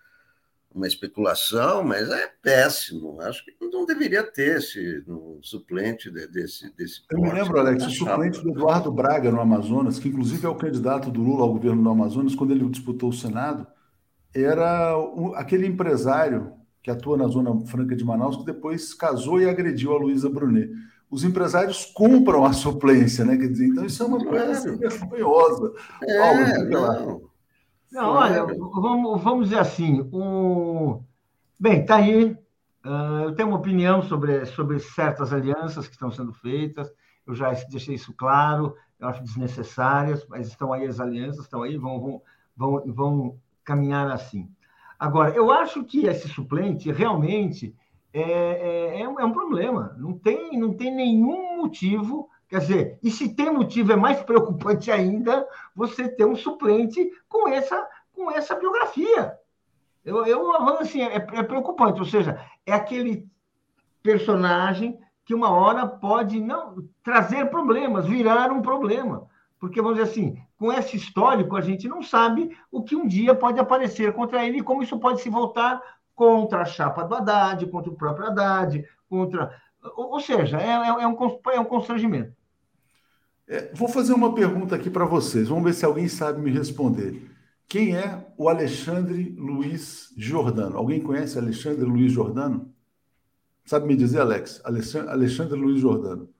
uma especulação, mas é péssimo. Acho que não deveria ter esse um suplente de, desse, desse Eu me porte lembro, Alex, na o suplente chapa. do Eduardo Braga no Amazonas, que inclusive é o candidato do Lula ao governo do Amazonas, quando ele disputou o Senado, era o- aquele empresário que atua na Zona Franca de Manaus, que depois casou e agrediu a Luísa Brunet. Os empresários compram a suplência, né? Quer dizer, então isso é uma coisa assim, Claro. vergonhosa. Paulo, É, diga lá. não, Não, olha, claro. vamos, vamos dizer assim, um... bem, tá aí. Ah, eu tenho uma opinião sobre, sobre certas alianças que estão sendo feitas, eu já deixei isso claro, eu acho desnecessárias, mas estão aí as alianças, estão aí, vão, vão, vão, vão caminhar assim. Agora, eu acho que esse suplente realmente é, é, é um é um problema, não tem, não tem nenhum motivo, quer dizer, e se tem motivo, é mais preocupante ainda você ter um suplente com essa, com essa biografia. Eu, eu assim, é, é preocupante, ou seja, é aquele personagem que uma hora pode não trazer problemas, virar um problema. Porque, vamos dizer assim, com esse histórico, a gente não sabe o que um dia pode aparecer contra ele e como isso pode se voltar contra a chapa do Haddad, contra o próprio Haddad, contra. Ou, ou seja, é, é, um, é um constrangimento. É, vou fazer uma pergunta aqui para vocês. Vamos ver se alguém sabe me responder. Quem é o Alexandre Luiz Giordano? Alguém conhece Alexandre Luiz Giordano? Sabe me dizer, Alex? Alexandre, Alexandre Luiz Giordano.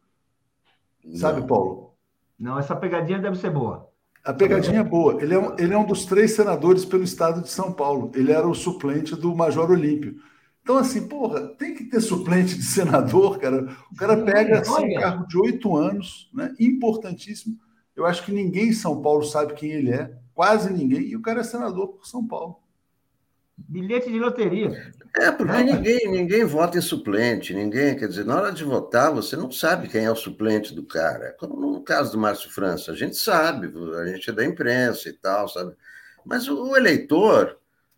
Sabe, Não, Paulo? Não, essa pegadinha deve ser boa. A pegadinha é não, boa. Ele é, um, ele é não. um dos três senadores pelo estado de São Paulo. Ele era o suplente do Major Olímpio. Então, assim, porra, tem que ter suplente de senador, cara. O cara pega, Sim, assim, um olha, cargo de oito anos, né? Importantíssimo. Eu acho que ninguém em São Paulo sabe quem ele é. Quase ninguém. E o cara é senador por São Paulo. bilhete de loteria. É, porque Né? ninguém, ninguém vota em suplente, ninguém, quer dizer, na hora de votar, você não sabe quem é o suplente do cara. Como no caso do Márcio França, a gente sabe, a gente é da imprensa e tal, sabe? Mas o, o eleitor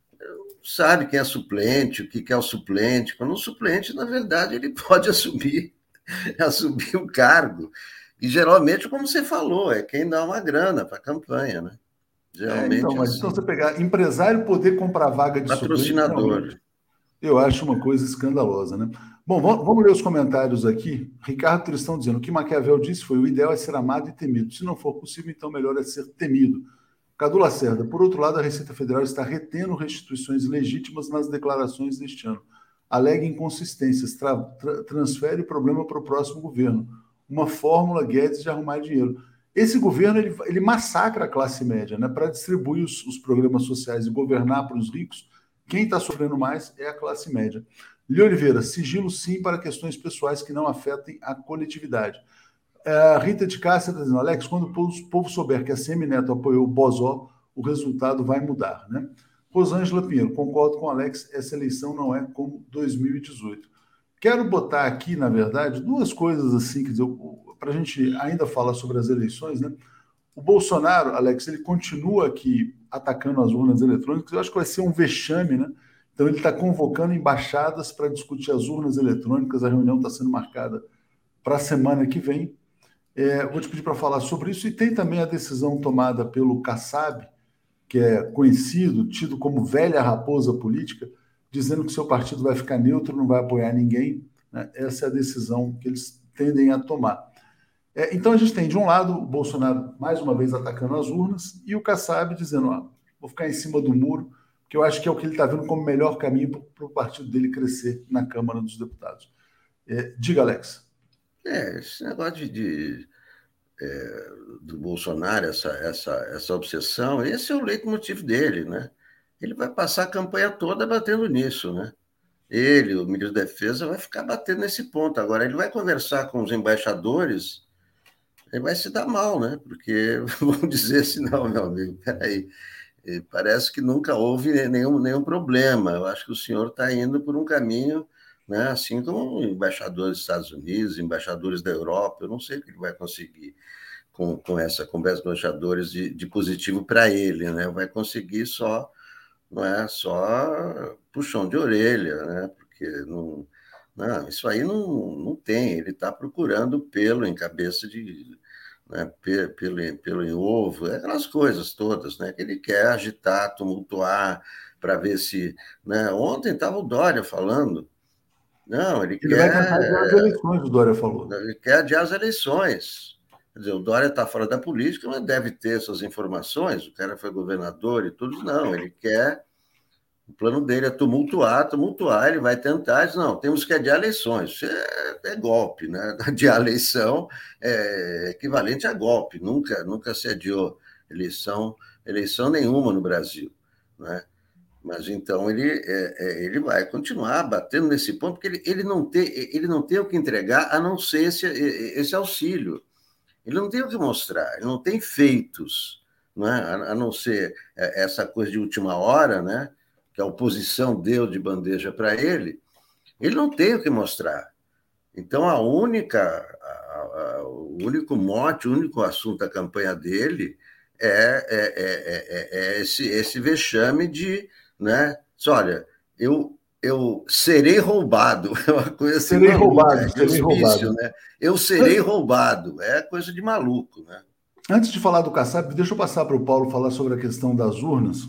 sabe quem é suplente, o que que é o suplente. Quando o suplente, na verdade, ele pode assumir, assumir o cargo. E geralmente, como você falou, é quem dá uma grana para a campanha, né? É, então, Geralmente é mas então assim. você pegar empresário poder comprar vaga de suplente, Patrocinador. realmente, eu acho uma coisa escandalosa, né? Bom, vamos, vamos ler os comentários aqui. Ricardo Tristão dizendo: o que Maquiavel disse foi: o ideal é ser amado e temido. Se não for possível, então melhor é ser temido. Cadu Lacerda, por outro lado, a Receita Federal está retendo restituições legítimas nas declarações deste ano. Alega inconsistências, tra tra transfere o problema para o próximo governo. Uma fórmula Guedes de arrumar dinheiro. Esse governo ele, ele massacra a classe média, né? Para distribuir os, os programas sociais e governar para os ricos. Quem está sofrendo mais é a classe média. Lio Oliveira, sigilo sim para questões pessoais que não afetem a coletividade. A Rita de Cássia está dizendo: Alex, quando o povo, povo souber que a Semineto apoiou o Bozó, o resultado vai mudar, né? Rosângela Pinheiro, concordo com o Alex, essa eleição não é como dois mil e dezoito. Quero botar aqui, na verdade, duas coisas assim, quer dizer, para a gente ainda falar sobre as eleições, né? O Bolsonaro, Alex, ele continua aqui atacando as urnas eletrônicas. Eu acho que vai ser um vexame, né? Então ele está convocando embaixadas para discutir as urnas eletrônicas. A reunião está sendo marcada para a semana que vem. É, vou te pedir para falar sobre isso. E tem também a decisão tomada pelo Kassab, que é conhecido, tido como velha raposa política, dizendo que seu partido vai ficar neutro, não vai apoiar ninguém, né? Essa é a decisão que eles tendem a tomar. É, então a gente tem, de um lado, o Bolsonaro mais uma vez atacando as urnas e o Kassab dizendo: ó, vou ficar em cima do muro, que eu acho que é o que ele está vendo como melhor caminho para o partido dele crescer na Câmara dos Deputados. É, diga, Alex. É, esse negócio de, de é, do Bolsonaro, essa, essa, essa obsessão, esse é o leitmotiv dele, né? Ele vai passar a campanha toda batendo nisso, né? Ele, o ministro da Defesa, vai ficar batendo nesse ponto. Agora, ele vai conversar com os embaixadores, ele vai se dar mal, né? Porque vão dizer assim: não, meu amigo, peraí, E parece que nunca houve nenhum, nenhum problema. Eu acho que o senhor está indo por um caminho, né, assim como embaixadores dos Estados Unidos, embaixadores da Europa, eu não sei o que ele vai conseguir com, com essa conversa com embaixadores de, de positivo para ele, né? Vai conseguir só, não é só puxão de orelha, né? Porque não, não, isso aí não, não tem. Ele está procurando pelo em cabeça de, né, pelo, pelo em ovo, aquelas coisas todas, né? Que ele quer agitar, tumultuar para ver se, né? Ontem estava o Dória falando. Não, ele, ele quer. Vai tentar adiar as eleições, o Dória falou. Ele quer adiar as eleições. Quer dizer, o Dória está fora da política, mas deve ter essas informações. O cara foi governador e tudo. Não, ele quer. O plano dele é tumultuar, tumultuar. Ele vai tentar. Diz, não, temos que adiar eleições. Isso é, é golpe, né? Adiar a eleição é equivalente a golpe. Nunca, nunca se adiou eleição, eleição nenhuma no Brasil, né? Mas então ele, é, ele vai continuar batendo nesse ponto, porque ele, ele, não tem, ele não tem o que entregar a não ser esse, esse auxílio. Ele não tem o que mostrar, ele não tem feitos, né? a, a não ser essa coisa de última hora, né? Que a oposição deu de bandeja para ele. Ele não tem o que mostrar. Então, a única, a, a, o único mote, o único assunto da campanha dele é, é, é, é, é esse, esse vexame de... Né? Olha, eu, eu serei roubado, é uma coisa assim, serei maluca, roubado, é serei roubado. Né? Eu serei roubado, é coisa de maluco, né? Antes de falar do Kassab, deixa eu passar para o Paulo falar sobre a questão das urnas.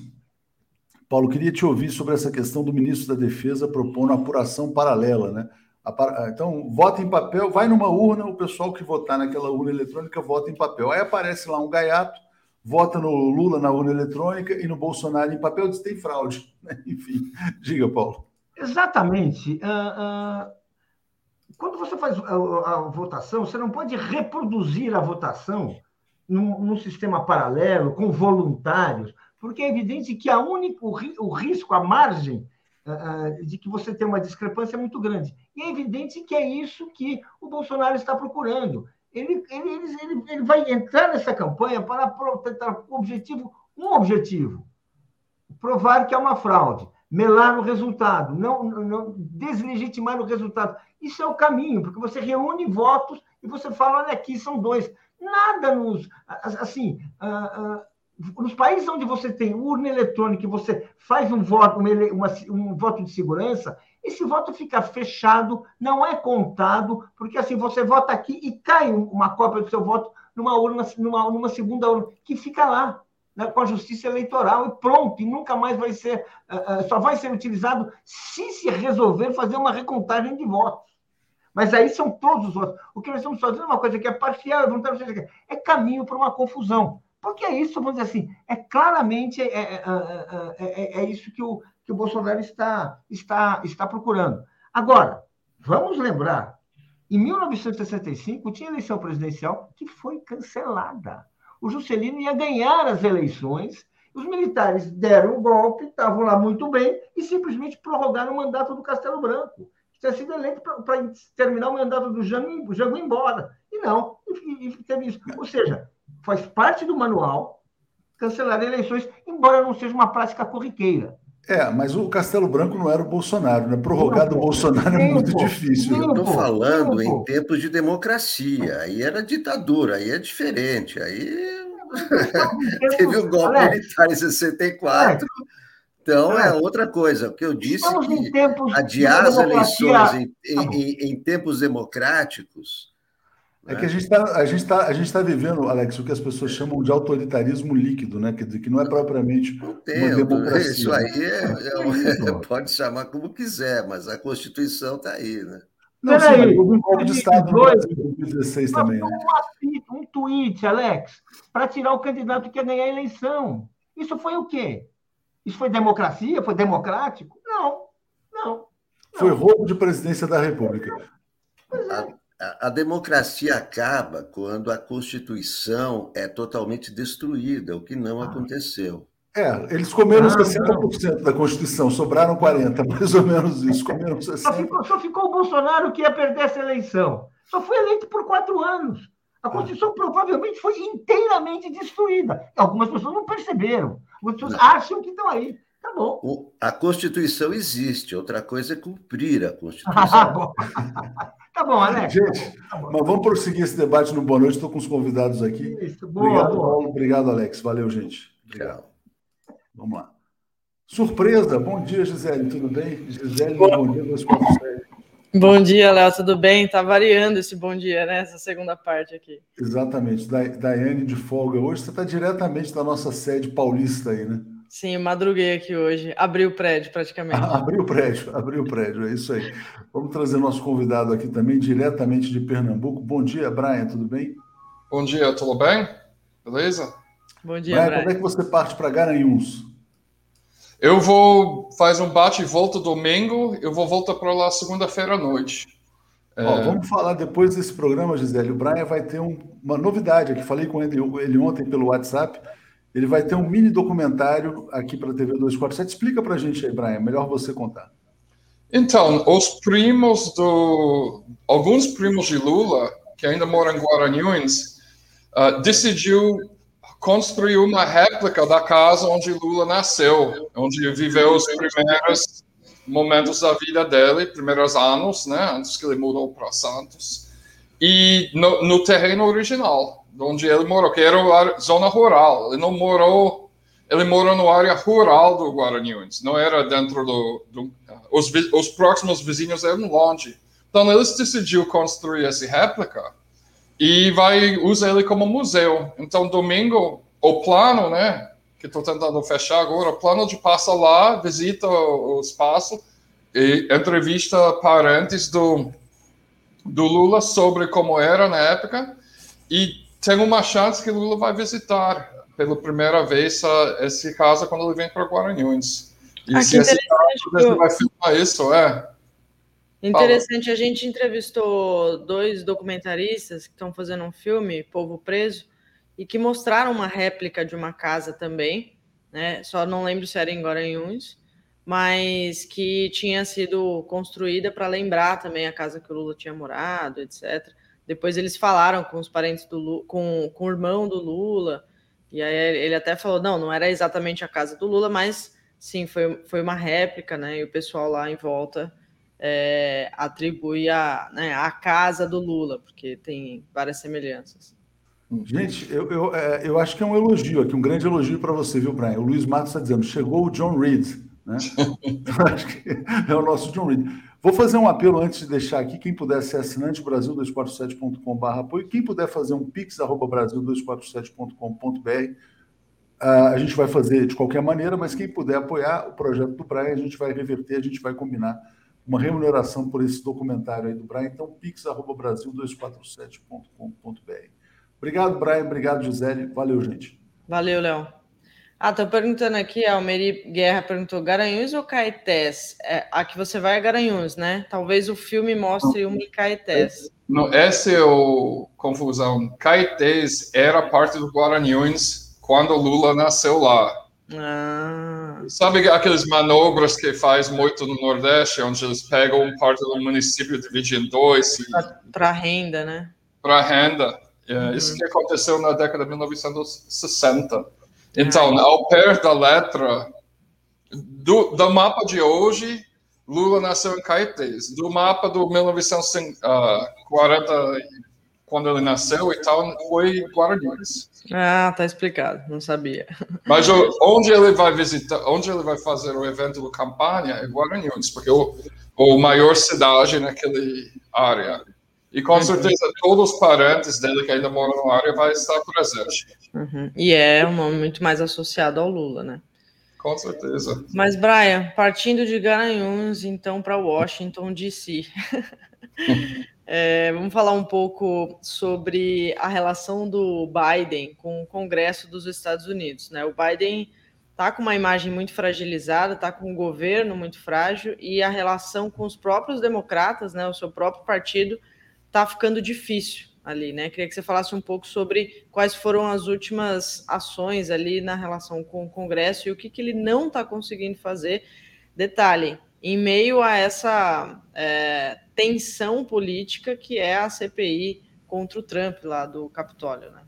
Paulo, queria te ouvir sobre essa questão do ministro da Defesa propondo apuração paralela, né? Então, vota em papel, vai numa urna, o pessoal que votar naquela urna eletrônica vota em papel. Aí aparece lá um gaiato, vota no Lula na urna eletrônica e no Bolsonaro em papel, diz que tem fraude. Enfim, diga, Paulo. Exatamente. Uh, uh, quando você faz a, a votação, você não pode reproduzir a votação num, num sistema paralelo, com voluntários, porque é evidente que a única, o, o risco, a margem uh, de que você tenha uma discrepância é muito grande. E é evidente que é isso que o Bolsonaro está procurando. Ele, ele, ele, ele vai entrar nessa campanha para tentar um objetivo, um objetivo, provar que é uma fraude, melar o resultado, não, não deslegitimar o resultado. Isso é o caminho, porque você reúne votos e você fala, olha aqui, são dois. Nada nos... Assim, uh, uh, nos países onde você tem urna eletrônica e você faz um voto, uma, uma, um voto de segurança, esse voto fica fechado, não é contado, porque assim você vota aqui e cai uma cópia do seu voto numa urna, numa, numa segunda urna, que fica lá, né, com a justiça eleitoral, e pronto, e nunca mais vai ser, uh, uh, só vai ser utilizado se se resolver fazer uma recontagem de votos. Mas aí são todos os votos. O que nós estamos fazendo é uma coisa que é parcial, é caminho para uma confusão. Porque é isso, vamos dizer assim, é claramente é, é, é, é, é isso que o, que o Bolsonaro está, está, está procurando. Agora, vamos lembrar, em mil novecentos e sessenta e cinco tinha eleição presidencial que foi cancelada. O Juscelino ia ganhar as eleições, os militares deram o golpe, estavam lá muito bem, e simplesmente prorrogaram o mandato do Castelo Branco, que tinha sido eleito para terminar o mandato do Jango, Jango embora. E não, e, e teve isso. Ou seja, faz parte do manual cancelar eleições, embora não seja uma prática corriqueira. É, mas o Castelo Branco não era o Bolsonaro, né? Prorrogar do Bolsonaro é muito difícil. Eu estou falando em tempos de democracia, aí era ditadura, aí é diferente, aí teve o golpe militar em sessenta e quatro, então é outra coisa. O que eu disse é que adiar as eleições em, em, em tempos democráticos... É que a gente está a gente tá, a gente tá vivendo, Alex, o que as pessoas chamam de autoritarismo líquido, né? Quer dizer, que não é propriamente não tem, uma democracia. Isso aí é, é, é, pode chamar como quiser, mas a Constituição está aí, né? Não, sim, mas houve um golpe de Estado no Brasil em dois mil e dezesseis também, né? Um, um tweet, Alex, para tirar o candidato que ia ganhar a eleição. Isso foi o quê? Isso foi democracia? Foi democrático? Não, não. não. Foi roubo de presidência da República. Pois é. A democracia acaba quando a Constituição é totalmente destruída, o que não aconteceu. É, eles comeram ah, sessenta por cento não. da Constituição, sobraram quarenta por cento, mais ou menos isso. Comeram sessenta por cento. Só ficou, só ficou o Bolsonaro que ia perder essa eleição. Só foi eleito por quatro anos. A Constituição ah. provavelmente foi inteiramente destruída. Algumas pessoas não perceberam. Algumas pessoas não. acham que estão aí. Tá bom. O, a Constituição existe. Outra coisa é cumprir a Constituição. Tá bom, Alex. Gente, tá bom. Mas vamos prosseguir esse debate no Boa Noite. Estou com os convidados aqui. Isso, boa, obrigado, boa. Paulo. Obrigado, Alex. Valeu, gente. Obrigado. Vamos lá. Surpresa. Bom dia, Gisele. Tudo bem? Gisele, bom, bom dia, dois quatro sete. Bom dia, Léo. Tudo bem? Tá variando esse bom dia, né? Essa segunda parte aqui. Exatamente. Da, Daiane de folga. Hoje você está diretamente da nossa sede paulista aí, né? Sim, eu madruguei aqui hoje. Abri o prédio, praticamente. Ah, abri o prédio, abri o prédio. É isso aí. Vamos trazer nosso convidado aqui também, diretamente de Pernambuco. Bom dia, Brian. Tudo bem? Bom dia, tudo bem? Beleza? Bom dia, Brian. Brian. Quando é que você parte para Garanhuns? Eu vou fazer um bate e volta domingo, eu vou voltar para lá segunda-feira à noite. É... Ó, vamos falar depois desse programa, Gisele. O Brian vai ter um, uma novidade aqui. Falei com ele, ele ontem pelo WhatsApp. Ele vai ter um mini documentário aqui para a T V duzentos e quarenta e sete. Explica para a gente aí, Brian. Melhor você contar. Então, os primos do... Alguns primos de Lula, que ainda moram em Guaranhuns, uh, decidiu construir uma réplica da casa onde Lula nasceu, onde viveu os primeiros momentos da vida dele, primeiros anos, né, antes que ele mudou para Santos, e no, no terreno original, onde ele morou, que era a zona rural. Ele não morou, ele morou na área rural do Guaranhuns, não era dentro do... do os, os próximos vizinhos eram longe. Então, eles decidiram construir essa réplica e vai usar ele como museu. Então, domingo, o plano, né, que estou tentando fechar agora, o plano de passar lá, visita o, o espaço e entrevista parentes do, do Lula sobre como era na época, e tem uma chance que Lula vai visitar pela primeira vez essa casa quando ele vem para Guaranhuns. E ah, se esse caso, ele vai filmar isso, é... Interessante, a gente entrevistou dois documentaristas que estão fazendo um filme, Povo Preso, e que mostraram uma réplica de uma casa também, né? Só não lembro se era em Guaranhuns, mas que tinha sido construída para lembrar também a casa que o Lula tinha morado, etcétera. Depois eles falaram com os parentes do Lula, com, com o irmão do Lula, e aí ele até falou, não, não era exatamente a casa do Lula, mas sim, foi, foi uma réplica, né? E o pessoal lá em volta... É, atribui a, né, a casa do Lula, porque tem várias semelhanças. Gente, eu, eu, é, eu acho que é um elogio aqui, um grande elogio para você, viu, Brian? O Luiz Matos está dizendo, chegou o John Reed, né? Acho que é o nosso John Reed. Vou fazer um apelo antes de deixar aqui, quem puder ser assinante brasil dois quatro sete ponto com barra apoio, quem puder fazer um pix arroba brasil dois quatro sete ponto com ponto br, uh, a gente vai fazer de qualquer maneira, mas quem puder apoiar o projeto do Brian, a gente vai reverter, a gente vai combinar uma remuneração por esse documentário aí do Brian. Então, pix arroba brasil dois quatro sete ponto com ponto br. Obrigado, Brian. Obrigado, Gisele. Valeu, gente. Valeu, Léo. Ah, tô perguntando aqui, a Almeri Guerra perguntou, Garanhuns ou Caetés? É, a que você vai é Garanhuns, né? Talvez o filme mostre uma em Caetés. Não, essa é a confusão. Caetés era parte do Guaranhuns quando Lula nasceu lá. Ah. Sabe aqueles manobras que faz muito no Nordeste, onde eles pegam parte do município, dividem em dois? Para renda, né? Para renda. É, uhum. Isso que aconteceu na década de mil novecentos e sessenta. Então, ah. ao pé da letra, do, do mapa de hoje, Lula nasceu em Caetés. Do mapa do mil novecentos e quarenta, quando ele nasceu e tal, foi Guaranhuns. Ah, tá explicado, não sabia. Mas onde ele vai visitar, onde ele vai fazer o evento de campanha é Guaranhuns, porque é o, o maior cidade naquela área. E com uhum. certeza todos os parentes dele que ainda moram na área vão estar presentes. Uhum. E é um nome muito mais associado ao Lula, né? Com certeza. Mas, Brian, partindo de Garanhuns, então, para Washington, D C É, vamos falar um pouco sobre a relação do Biden com o Congresso dos Estados Unidos, né? O Biden está com uma imagem muito fragilizada, está com um governo muito frágil e a relação com os próprios democratas, né, o seu próprio partido, está ficando difícil ali, né? Queria que você falasse um pouco sobre quais foram as últimas ações ali na relação com o Congresso e o que, que ele não está conseguindo fazer. Detalhe, em meio a essa é, tensão política que é a C P I contra o Trump lá do Capitólio, né?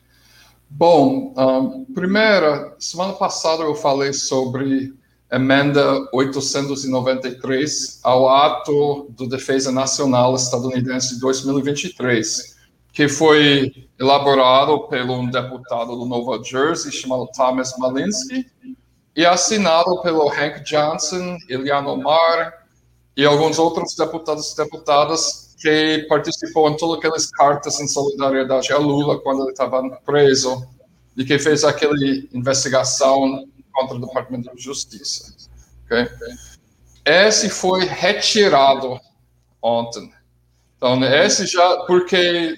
Bom, um, primeiro, semana passada eu falei sobre emenda oitocentos e noventa e três ao ato de defesa nacional estadunidense de dois mil e vinte e três, que foi elaborado por um deputado do Nova Jersey chamado Thomas Malinsky e assinado pelo Hank Johnson, Ilhan Omar e alguns outros deputados e deputadas que participou em todas aquelas cartas em solidariedade a Lula quando ele estava preso e que fez aquela investigação contra o Departamento de Justiça. Okay? Esse foi retirado ontem. Então, esse já, porque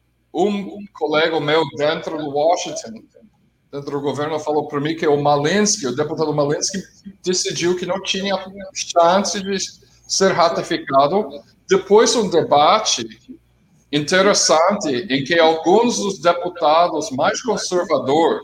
um colega meu dentro do Washington, dentro do governo, falou para mim que o Malinsky, o deputado Malinsky, decidiu que não tinha chance de ser ratificado depois de um debate interessante em que alguns dos deputados mais conservadores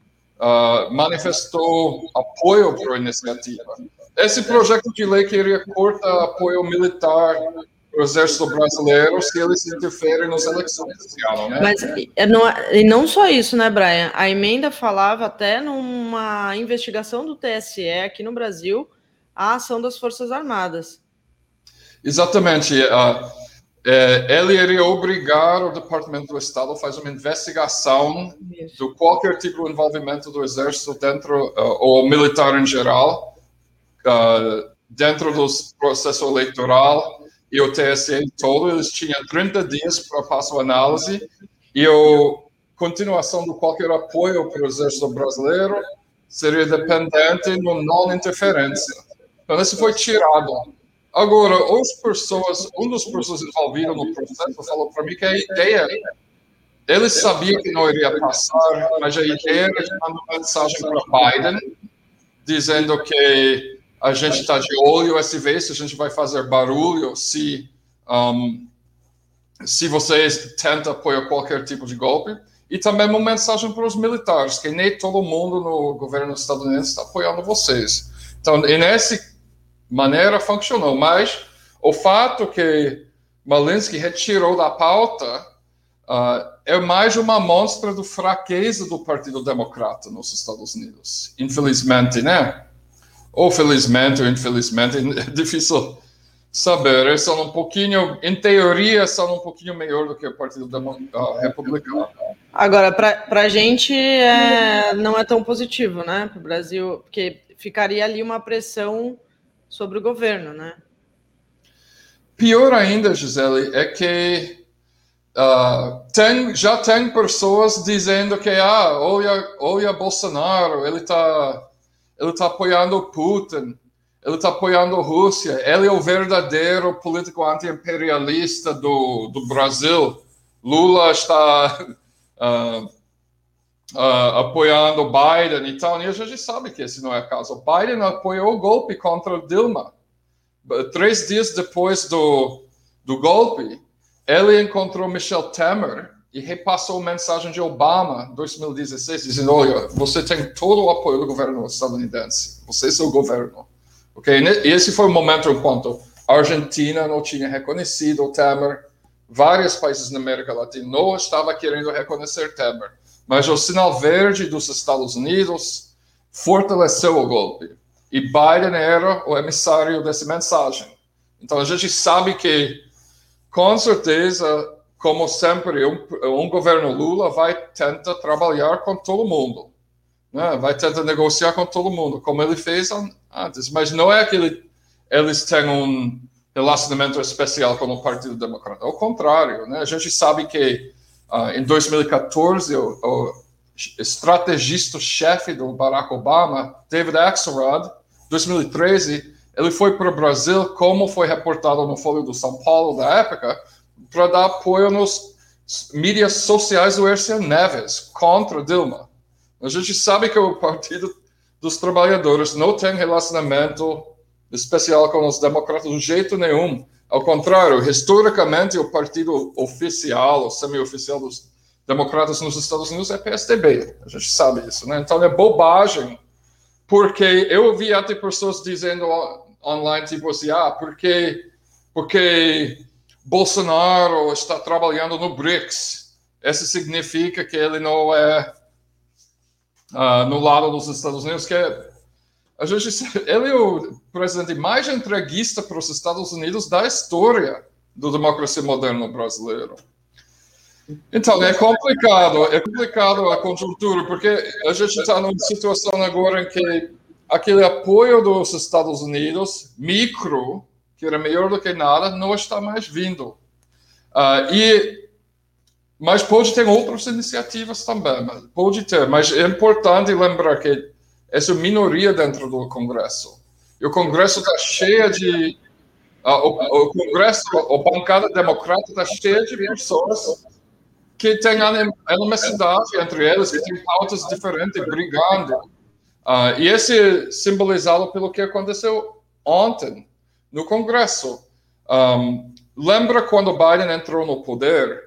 uh, manifestou apoio para a iniciativa. Esse projeto de lei queria cortar apoio militar para o exército brasileiro se eles interferem nas eleições esse ano, né? Mas não, e não só isso, né, Brian? A emenda falava até numa investigação do T S E aqui no Brasil a ação das Forças Armadas. Exatamente. Uh, é, ele iria obrigar o Departamento do Estado a fazer uma investigação Isso. de qualquer tipo de envolvimento do Exército dentro, uh, ou militar em geral, uh, dentro do processo eleitoral, e o T S E todo. Eles tinham trinta dias para passar a análise, e a continuação de qualquer apoio para o Exército brasileiro seria dependente de não interferência. Então, isso foi tirado. Agora, as pessoas, um dos pessoas envolvidas no processo falou para mim que a ideia, ele sabia que não iria passar, mas a ideia era de mandar uma mensagem para Biden, dizendo que a gente está de olho essa vez, a gente vai fazer barulho se, um, se vocês tentam apoiar qualquer tipo de golpe, e também uma mensagem para os militares, que nem todo mundo no governo estadunidense está apoiando vocês. Então, e nesse maneira funcionou, mas o fato que Malinsky retirou da pauta uh, é mais uma mostra da fraqueza do Partido Democrata nos Estados Unidos. Infelizmente, né? Ou felizmente ou infelizmente, é difícil saber. Eles são um pouquinho, em teoria, são um pouquinho melhor do que o Partido Demo- uh, Republicano. Agora, para a gente é, não é tão positivo, né? Para o Brasil, porque ficaria ali uma pressão sobre o governo, né? Pior ainda, Gisele, é que uh, tem, já tem pessoas dizendo que, ah, olha, olha Bolsonaro, ele está ele tá apoiando o Putin, ele está apoiando a Rússia, ele é o verdadeiro político anti-imperialista do, do Brasil. Lula está uh, uh, apoiando Biden e tal, e a gente sabe que esse não é o caso. O Biden apoiou o golpe contra Dilma. Três dias depois do, do golpe, ele encontrou Michel Temer e repassou a mensagem de Obama em dois mil e dezesseis, dizendo, olha, você tem todo o apoio do governo estadunidense, você é seu governo. Okay? E esse foi o momento enquanto a Argentina não tinha reconhecido o Temer, vários países na América Latina não estavam querendo reconhecer Temer, mas o sinal verde dos Estados Unidos fortaleceu o golpe. E Biden era o emissário dessa mensagem. Então, a gente sabe que, com certeza, como sempre, um, um governo Lula vai tentar trabalhar com todo mundo. Né? Vai tentar negociar com todo mundo, como ele fez antes. Mas não é que ele, eles têm um relacionamento especial com o Partido Democrata. Ao contrário, né? A gente sabe que, uh, em dois mil e quatorze, o, o estrategista-chefe do Barack Obama, David Axelrod, dois mil e treze, ele foi para o Brasil, como foi reportado no Folha do São Paulo da época, para dar apoio nos mídias sociais do Aécio Neves contra Dilma. A gente sabe que o Partido dos Trabalhadores não tem relacionamento especial com os democratas de jeito nenhum. Ao contrário, historicamente, o partido oficial, ou semi-oficial dos democratas nos Estados Unidos é P S D B. A gente sabe isso, né? Então é bobagem. Porque eu vi até pessoas dizendo online, tipo assim, ah, porque, porque Bolsonaro está trabalhando no BRICS. Isso significa que ele não é uh, no lado dos Estados Unidos, que é, a gente, ele é o presidente mais entreguista para os Estados Unidos da história da democracia moderna brasileira. Então, é complicado, é complicado a conjuntura, porque a gente está numa situação agora em que aquele apoio dos Estados Unidos, micro, que era melhor do que nada, não está mais vindo. Uh, e, mas pode ter outras iniciativas também, pode ter, mas é importante lembrar que essa minoria dentro do Congresso. E o Congresso está cheio de... Uh, o, o Congresso, a bancada democrata está cheia de pessoas que têm animosidade entre eles, que têm pautas diferentes, brigando. Uh, e esse é simbolizado pelo que aconteceu ontem no Congresso. Um, lembra quando Biden entrou no poder?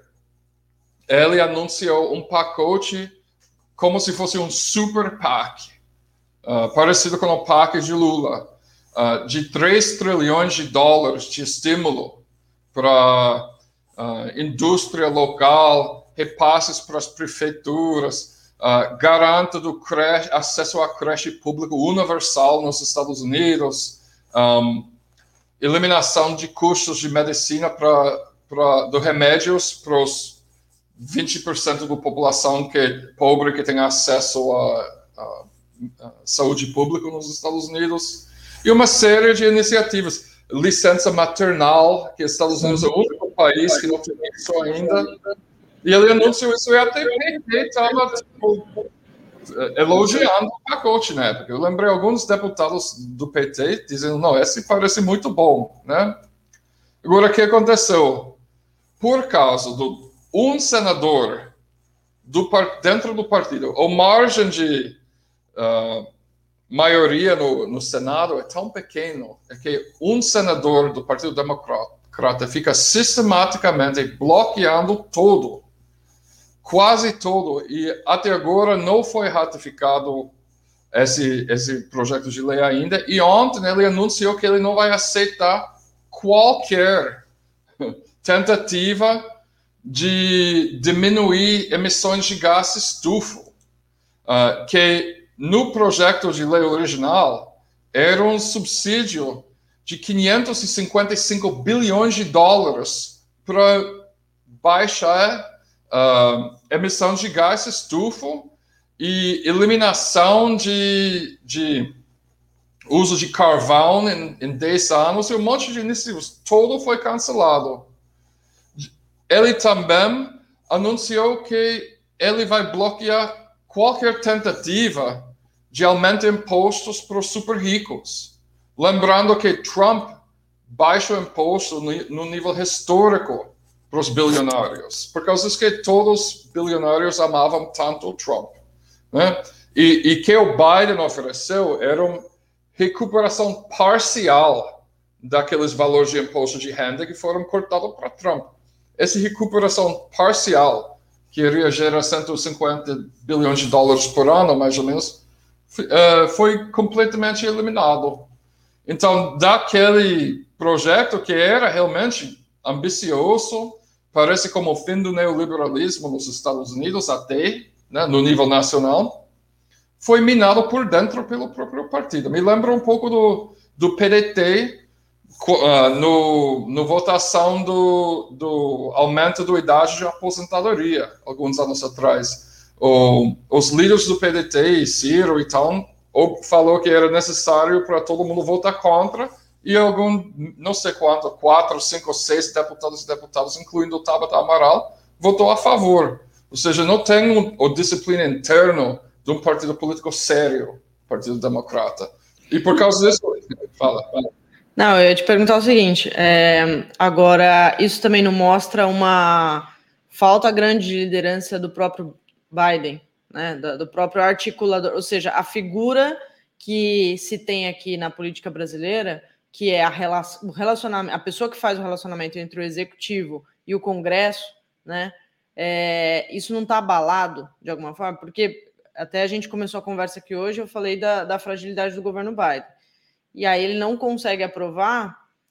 Ele anunciou um pacote como se fosse um super PAC, uh, parecido com o PAC de Lula, uh, de três trilhões de dólares de estímulo para uh, indústria local, repasses para as prefeituras, uh, garanta do creche, acesso à creche pública universal nos Estados Unidos, um, eliminação de custos de medicina para dos remédios para os vinte por cento da população que é pobre, que tem acesso à, à, à saúde pública nos Estados Unidos, e uma série de iniciativas. Licença maternal, que os Estados Unidos é o único país que não tem isso ainda. E ele anunciou isso e até o P T estava tipo, elogiando o pacote, né? Porque eu lembrei alguns deputados do P T dizendo, não, esse parece muito bom, né? Agora, o que aconteceu? Por causa do um senador do, dentro do partido, a margem de uh, maioria no, no Senado é tão pequeno, é que um senador do Partido Democrata fica sistematicamente bloqueando tudo, quase tudo, e até agora não foi ratificado esse, esse projeto de lei ainda, e ontem ele anunciou que ele não vai aceitar qualquer tentativa de diminuir emissões de gás estufa, uh, que no projeto de lei original era um subsídio de quinhentos e cinquenta e cinco bilhões de dólares para baixar uh, emissão de gás estufa e eliminação de, de uso de carvão em, em dez anos, e um monte de iniciativas. Tudo foi cancelado. Ele também anunciou que ele vai bloquear qualquer tentativa de aumento de impostos para os super ricos. Lembrando que Trump baixou o imposto no, no nível histórico para os bilionários, por causa que todos os bilionários amavam tanto o Trump, né? E, e que o Biden ofereceu era uma recuperação parcial daqueles valores de imposto de renda que foram cortados para Trump. Essa recuperação parcial, que iria gerar cento e cinquenta bilhões de dólares por ano, mais ou menos, uh, foi completamente eliminado. Então, daquele projeto que era realmente ambicioso, parece como o fim do neoliberalismo nos Estados Unidos, até, né, no nível nacional, foi minado por dentro pelo próprio partido. Me lembra um pouco do, do P D T, Uh, no, no votação do, do aumento da idade de aposentadoria, alguns anos atrás. O, os líderes do P D T, e Ciro e tal, falou que era necessário para todo mundo votar contra, e algum, não sei quanto, quatro, cinco, seis deputados e deputadas, incluindo o Tabata Amaral, votou a favor. Ou seja, não tem um, a disciplina interna de um partido político sério, Partido Democrata. E por causa disso... Fala, fala. Não, eu ia te perguntar o seguinte, é, agora, isso também não mostra uma falta grande de liderança do próprio Biden, né, do, do próprio articulador, ou seja, a figura que se tem aqui na política brasileira, que é a, relação, o relacionamento, a pessoa que faz o relacionamento entre o executivo e o Congresso, né, é, isso não está abalado de alguma forma, porque até a gente começou a conversa aqui hoje, eu falei da, da fragilidade do governo Biden. E aí ele não consegue aprovar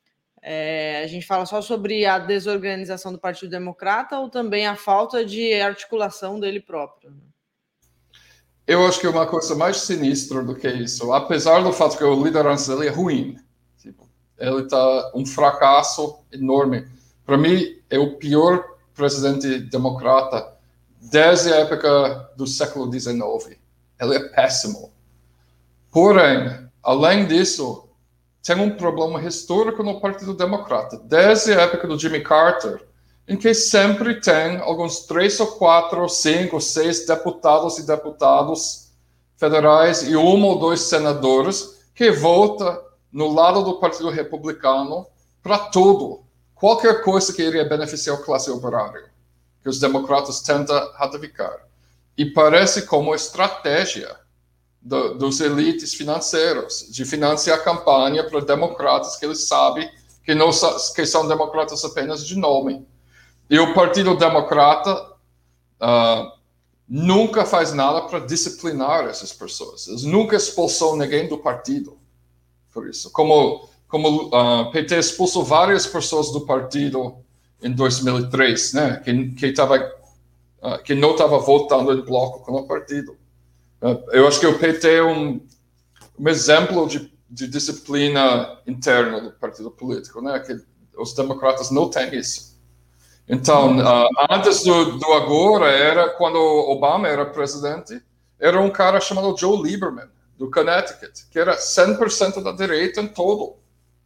É, a gente fala só sobre a desorganização do Partido Democrata ou também a falta de articulação dele próprio? Eu acho que é uma coisa mais sinistra do que isso, apesar do fato que a liderança dele é ruim. Tipo, ele está um fracasso enorme. Para mim, é o pior presidente democrata desde a época do século dezenove. Ele é péssimo. Porém, além disso, tem um problema histórico no Partido Democrata, desde a época do Jimmy Carter, em que sempre tem alguns três ou quatro, cinco, seis deputados e deputados federais e um ou dois senadores que votam no lado do Partido Republicano para tudo, qualquer coisa que iria beneficiar a classe operária, que os democratas tentam ratificar. E parece como estratégia do, dos elites financeiros de financiar a campanha para democratas que eles sabem que, não, que são democratas apenas de nome. E o Partido Democrata uh, nunca faz nada para disciplinar essas pessoas. Eles nunca expulsou ninguém do partido. Por isso, como como o uh, P T expulsou várias pessoas do partido em dois mil e três, né, que que tava uh, que não estava votando em bloco com o partido. Uh, eu acho que o P T é um, um exemplo de, de disciplina interna do partido político, né, que os democratas não têm isso. Então, uh, antes do, do agora, era quando Obama era presidente, era um cara chamado Joe Lieberman, do Connecticut, que era cem por cento da direita em todo.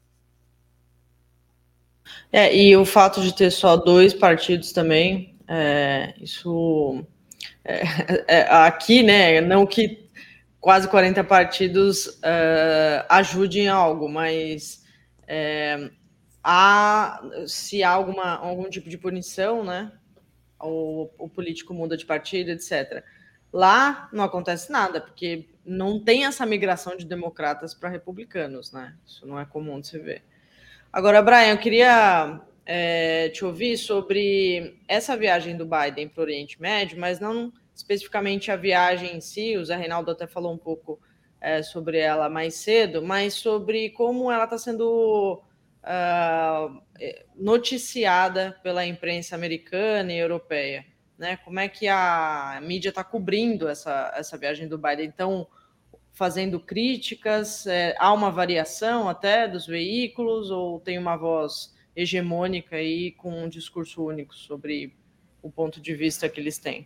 É, e o fato de ter só dois partidos também, é, isso é, é, aqui, né, não que quase quarenta partidos é, ajudem a algo, mas é, há, se há alguma, algum tipo de punição, né, o, o político muda de partido, etcétera. Lá não acontece nada, porque não tem essa migração de democratas para republicanos, né? Isso não é comum de se ver. Agora, Brian, eu queria é, te ouvir sobre essa viagem do Biden para o Oriente Médio, mas não especificamente a viagem em si, o Zé Reinaldo até falou um pouco é, sobre ela mais cedo, mas sobre como ela está sendo uh, noticiada pela imprensa americana e europeia. Né? Como é que a mídia está cobrindo essa, essa viagem do Biden? Então, fazendo críticas, é, há uma variação até dos veículos ou tem uma voz hegemônica aí com um discurso único sobre o ponto de vista que eles têm?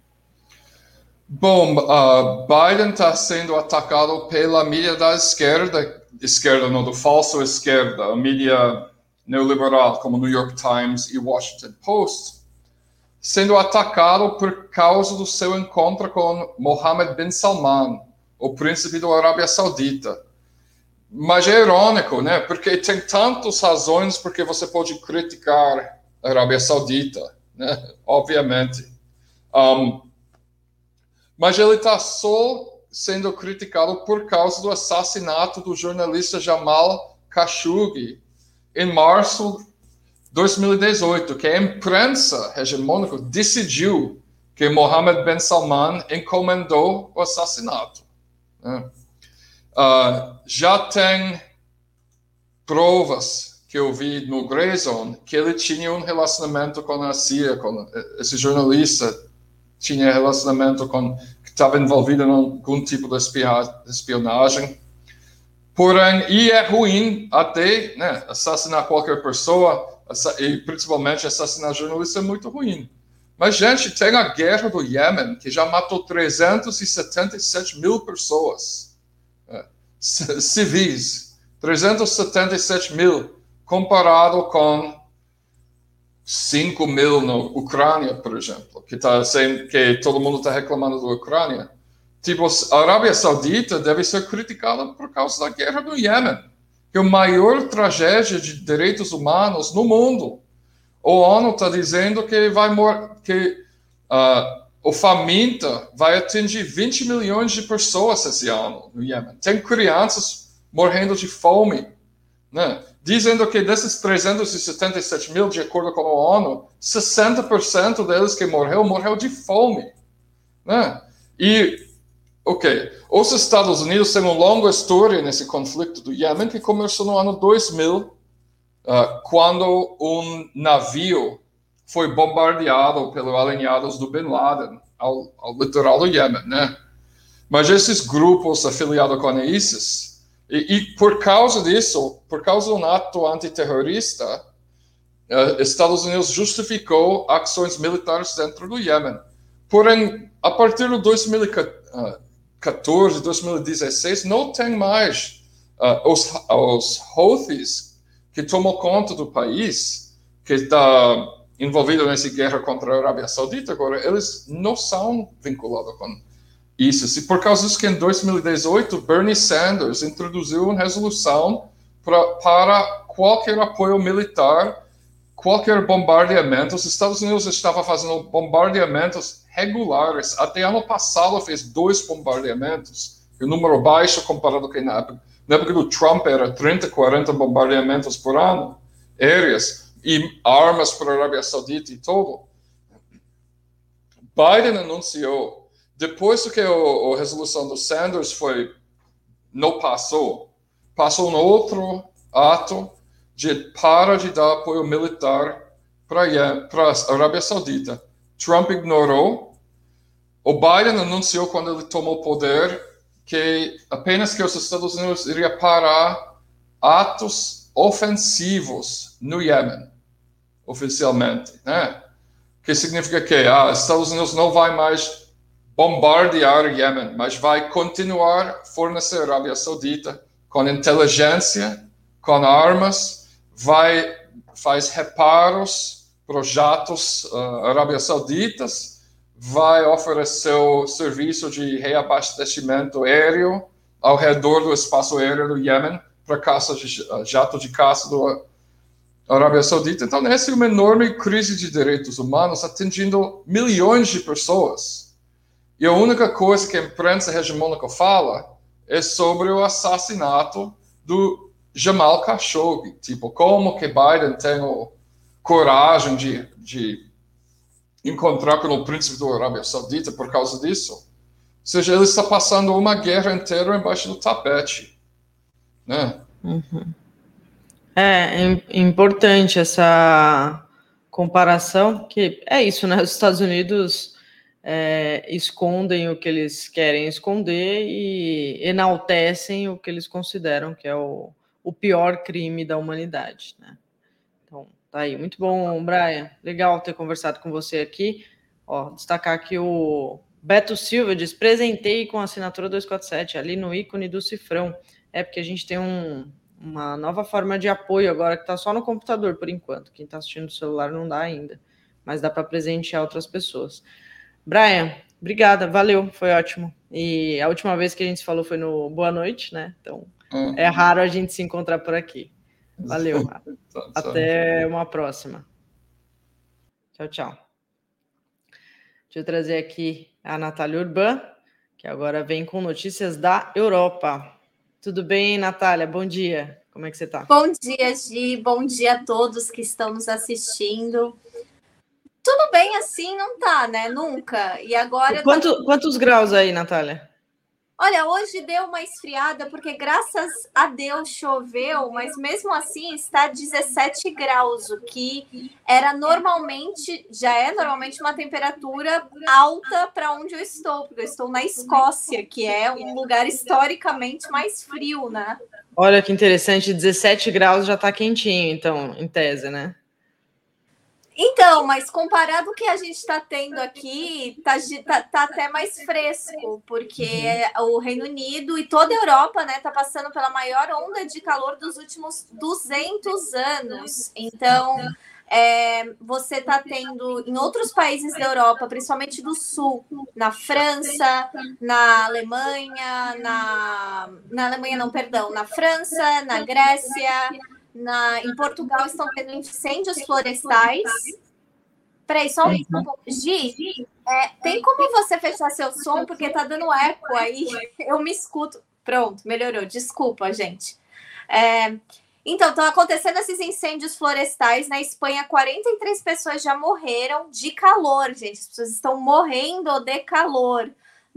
Bom, uh, Biden está sendo atacado pela mídia da esquerda, esquerda não, do falso esquerda, a mídia neoliberal, como New York Times e Washington Post, sendo atacado por causa do seu encontro com Mohammed bin Salman, o príncipe da Arábia Saudita. Mas é irônico, né? Porque tem tantas razões porque você pode criticar a Arábia Saudita, né? Obviamente. Um, mas ele está só sendo criticado por causa do assassinato do jornalista Jamal Khashoggi em março de dois mil e dezoito, que a imprensa hegemônica decidiu que Mohammed bin Salman encomendou o assassinato. Uh, já tem provas que eu vi no Grey Zone que ele tinha um relacionamento com a C I A, com esse jornalista tinha relacionamento com, que estava envolvido em algum tipo de espionagem. Porém, e é ruim até, né, assassinar qualquer pessoa, e principalmente assassinar jornalista é muito ruim. Mas, gente, tem a guerra do Iêmen, que já matou trezentos e setenta e sete mil pessoas, é, civis, trezentos e setenta e sete mil, comparado com cinco mil na Ucrânia, por exemplo, que, tá sem, que todo mundo está reclamando da Ucrânia. Tipo, a Arábia Saudita deve ser criticada por causa da guerra do Iêmen, que é a maior tragédia de direitos humanos no mundo. A ONU está dizendo que, vai mor- que uh, o faminta vai atingir vinte milhões de pessoas esse ano no Iêmen. Tem crianças morrendo de fome, né? Dizendo que desses trezentos e setenta e sete mil, de acordo com a ONU, sessenta por cento deles que morreu, morreu de fome, né? E, ok, os Estados Unidos têm uma longa história nesse conflito do Iêmen, que começou no ano dois mil, uh, quando um navio foi bombardeado pelos alinhados do Bin Laden ao, ao litoral do Iêmen, né? Mas esses grupos afiliados com a ISIS, e, e por causa disso, por causa do ato antiterrorista, uh, Estados Unidos justificou ações militares dentro do Iêmen. Porém, a partir de dois mil e quatorze, dois mil e dezesseis, não tem mais uh, os, os Houthis que tomam conta do país, que está envolvido nessa guerra contra a Arábia Saudita. Agora, eles não são vinculados com isso. E por causa disso que em dois mil e dezoito, Bernie Sanders introduziu uma resolução pra, para qualquer apoio militar, qualquer bombardeamento. Os Estados Unidos estavam fazendo bombardeamentos regulares. Até ano passado fez dois bombardeamentos, um número baixo comparado com na época, na época do Trump era trinta, quarenta bombardeamentos por ano, aéreas, e armas para a Arábia Saudita e tudo. Biden anunciou, depois que a, a resolução do Sanders foi, não passou, passou um outro ato de para de dar apoio militar para a Arábia Saudita. Trump ignorou. O Biden anunciou, quando ele tomou o poder, que apenas que os Estados Unidos iriam parar atos ofensivos no Iêmen, oficialmente, né? Que significa que ah, os Estados Unidos não vai mais bombardear o Iêmen, mas vai continuar a fornecer a Arábia Saudita com inteligência, com armas, vai faz reparos para os jatos uh, Arábia Sauditas, vai oferecer o serviço de reabastecimento aéreo ao redor do espaço aéreo do Iêmen para caça de, uh, jato de caça da Arábia Saudita. Então, essa é uma enorme crise de direitos humanos atingindo milhões de pessoas. E a única coisa que a imprensa hegemônica fala é sobre o assassinato do Jamal Khashoggi. Tipo, como que Biden tem a coragem de, de encontrar com o príncipe da Arábia Saudita por causa disso? Ou seja, ele está passando uma guerra inteira embaixo do tapete, né? Uhum. É, é importante essa comparação, que é isso, né? Os Estados Unidos é, escondem o que eles querem esconder e enaltecem o que eles consideram que é o, o pior crime da humanidade, né? Então, tá aí. Muito bom, Brian. Legal ter conversado com você aqui. Ó, destacar aqui o Beto Silva diz, presentei com a assinatura duzentos e quarenta e sete ali no ícone do cifrão. É porque a gente tem um, uma nova forma de apoio agora que está só no computador, por enquanto. Quem está assistindo no celular não dá ainda, mas dá para presentear outras pessoas. Brian, obrigada, valeu, foi ótimo. E a última vez que a gente se falou foi no Boa Noite, né? Então, hum. é raro a gente se encontrar por aqui. Valeu. Até uma próxima. Tchau, tchau. Deixa eu trazer aqui a Natália Urban, que agora vem com notícias da Europa. Tudo bem, Natália? Bom dia. Como é que você está? Bom dia, Gi. Bom dia a todos que estão nos assistindo. Tudo bem assim, não tá, né? Nunca. E agora... Quanto, tá... Quantos graus aí, Natália? Olha, hoje deu uma esfriada, porque graças a Deus choveu, mas mesmo assim está dezessete graus, o que era normalmente, já é normalmente uma temperatura alta para onde eu estou, porque eu estou na Escócia, que é um lugar historicamente mais frio, né? Olha que interessante, dezessete graus já está quentinho, então, em tese, né? Então, mas comparado ao que a gente está tendo aqui, tá, tá, tá até mais fresco, porque uhum. o Reino Unido e toda a Europa, né, tá passando pela maior onda de calor dos últimos duzentos anos. Então, é, você tá tendo em outros países da Europa, principalmente do Sul, na França, na Alemanha, na, na Alemanha não, perdão, na França, na Grécia... Na, em Portugal estão tendo incêndios florestais. Peraí, só um pouco. Gi, é, tem como você fechar seu som? Porque tá dando eco aí. Eu me escuto. Pronto, melhorou. Desculpa, gente. É, então, estão acontecendo esses incêndios florestais. Na Espanha, quarenta e três pessoas já morreram de calor, gente. As pessoas estão morrendo de calor, né?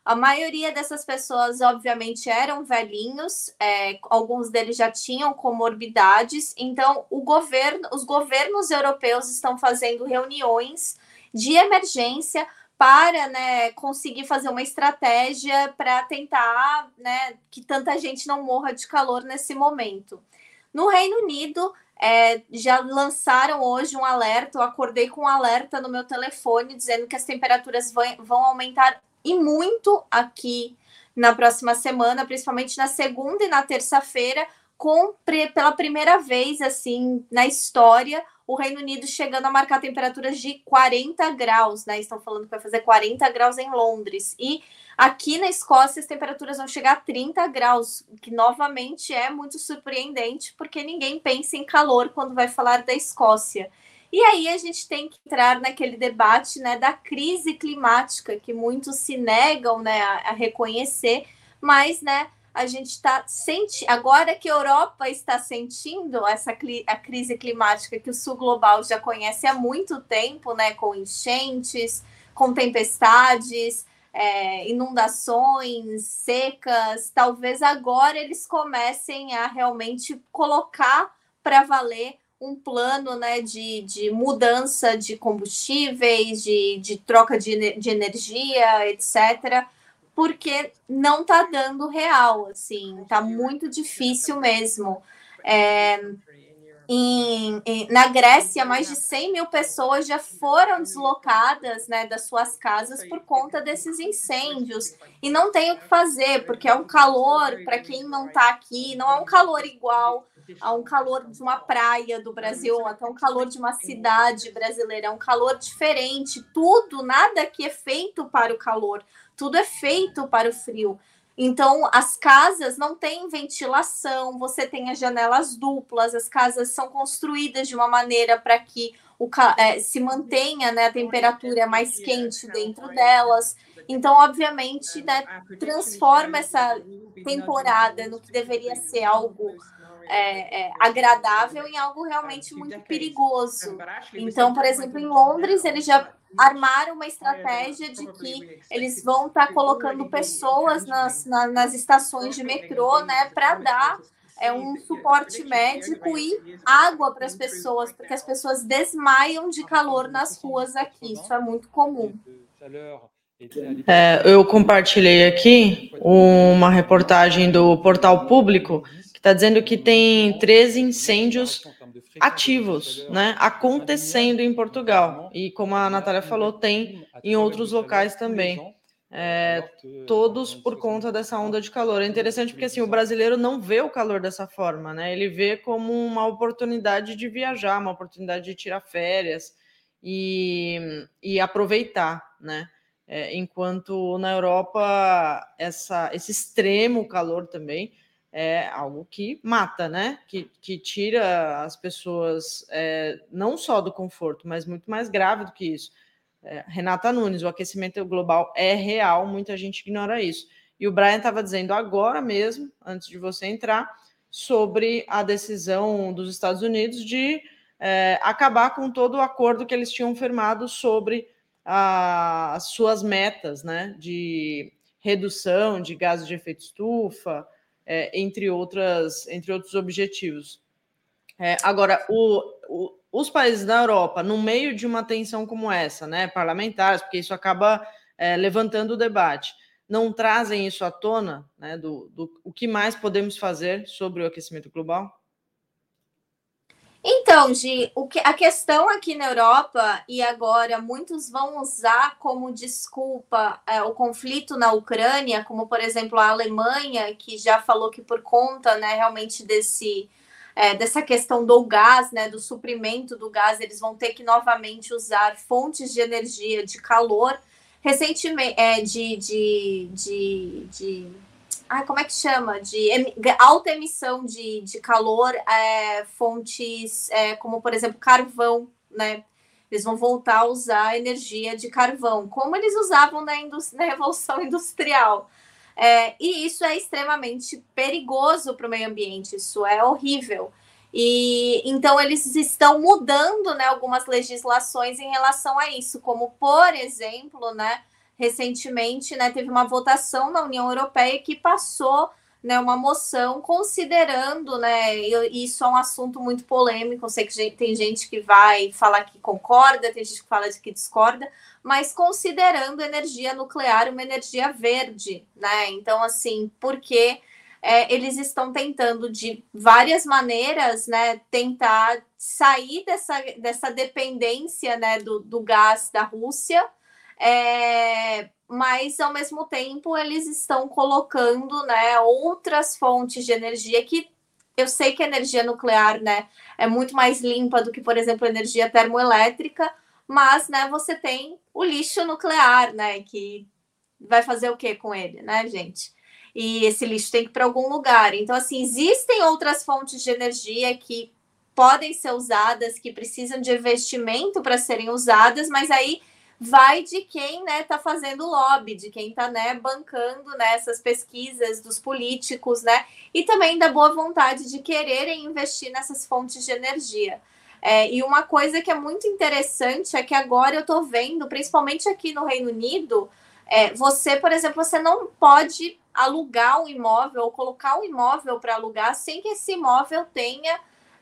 A maioria dessas pessoas, obviamente, eram velhinhos, é, alguns deles já tinham comorbidades, então o governo, os governos europeus estão fazendo reuniões de emergência para, né, conseguir fazer uma estratégia para tentar, né, que tanta gente não morra de calor nesse momento. No Reino Unido, é, já lançaram hoje um alerta, eu acordei com um alerta no meu telefone dizendo que as temperaturas vão, vão aumentar e muito aqui na próxima semana, principalmente na segunda e na terça-feira, com pela primeira vez assim na história, o Reino Unido chegando a marcar temperaturas de quarenta graus, né? Estão falando que vai fazer quarenta graus em Londres. E aqui na Escócia as temperaturas vão chegar a trinta graus, que novamente é muito surpreendente, porque ninguém pensa em calor quando vai falar da Escócia. E aí a gente tem que entrar naquele debate, né, da crise climática, que muitos se negam, né, a, a reconhecer, mas, né, a gente está sentindo, agora que a Europa está sentindo essa a crise climática que o sul global já conhece há muito tempo, né, com enchentes, com tempestades, é, inundações, secas, talvez agora eles comecem a realmente colocar para valer um plano, né, de, de mudança de combustíveis, de, de troca de, de energia, etcétera, porque não está dando real, assim, está muito difícil mesmo. É, em, em, na Grécia, mais de cem mil pessoas já foram deslocadas, né, das suas casas por conta desses incêndios, e não tem o que fazer, porque é um calor, para quem não está aqui, não é um calor igual a um calor de uma praia do Brasil, até um calor de uma cidade brasileira, é um calor diferente, tudo, nada aqui é feito para o calor, tudo é feito para o frio. Então, as casas não têm ventilação, você tem as janelas duplas, as casas são construídas de uma maneira para que o, é, se mantenha, né, a temperatura mais quente dentro delas. Então, obviamente, né, transforma essa temporada no que deveria ser algo é, é, agradável em algo realmente muito perigoso. Então, por exemplo, em Londres, eles já armaram uma estratégia de que eles vão estar tá colocando pessoas nas, na, nas estações de metrô, né, para dar é, um suporte médico e água para as pessoas, porque as pessoas desmaiam de calor nas ruas aqui. Isso é muito comum. É, eu compartilhei aqui uma reportagem do Portal Público que está dizendo que tem treze incêndios ativos, né, acontecendo em Portugal. E como a Natália falou, tem em outros locais também. É, todos por conta dessa onda de calor. É interessante porque assim, o brasileiro não vê o calor dessa forma, né? Ele vê como uma oportunidade de viajar, uma oportunidade de tirar férias e, e aproveitar, né? É, enquanto na Europa essa, esse extremo calor também é algo que mata, né? Que, que tira as pessoas é, não só do conforto, mas muito mais grave do que isso. É, Renata Nunes, o aquecimento global é real, muita gente ignora isso. E o Brian estava dizendo agora mesmo, antes de você entrar, sobre a decisão dos Estados Unidos de é, acabar com todo o acordo que eles tinham firmado sobre a, as suas metas, né, de redução de gases de efeito estufa, é, entre, outras, entre outros objetivos. É, agora, o, o, os países da Europa, no meio de uma tensão como essa, né, parlamentares, porque isso acaba é, levantando o debate, não trazem isso à tona, né, do, do o que mais podemos fazer sobre o aquecimento global? Então, Gi, o que, a questão aqui na Europa, e agora muitos vão usar como desculpa é, o conflito na Ucrânia, como, por exemplo, a Alemanha, que já falou que por conta, né, realmente desse, é, dessa questão do gás, né, do suprimento do gás, eles vão ter que novamente usar fontes de energia de calor, recentemente, é, de... de, de, de Ah, como é que chama? De alta emissão de, de calor, é, fontes é, como, por exemplo, carvão, né? Eles vão voltar a usar energia de carvão, como eles usavam na, na Revolução Industrial. É, e isso é extremamente perigoso para o meio ambiente, isso é horrível. E então eles estão mudando, né, algumas legislações em relação a isso, como, por exemplo, né, recentemente, né, teve uma votação na União Europeia que passou, né, uma moção considerando, né, e isso é um assunto muito polêmico, eu sei que tem gente que vai falar que concorda, tem gente que fala que discorda, mas considerando energia nuclear uma energia verde, né, então, assim, porque é, eles estão tentando de várias maneiras, né, tentar sair dessa, dessa dependência, né, do, do gás da Rússia, é, mas ao mesmo tempo eles estão colocando, né, outras fontes de energia que eu sei que a energia nuclear, né, é muito mais limpa do que, por exemplo, a energia termoelétrica, mas, né, você tem o lixo nuclear, né, que vai fazer o que com ele, né, gente? E esse lixo tem que ir para algum lugar. Então, assim, existem outras fontes de energia que podem ser usadas, que precisam de investimento para serem usadas, mas aí vai de quem, né, tá fazendo lobby, de quem tá, né, bancando, né, essas pesquisas dos políticos, né, e também da boa vontade de quererem investir nessas fontes de energia. É, e uma coisa que é muito interessante é que agora eu tô vendo, principalmente aqui no Reino Unido, é, você, por exemplo, você não pode alugar um imóvel ou colocar um imóvel para alugar sem que esse imóvel tenha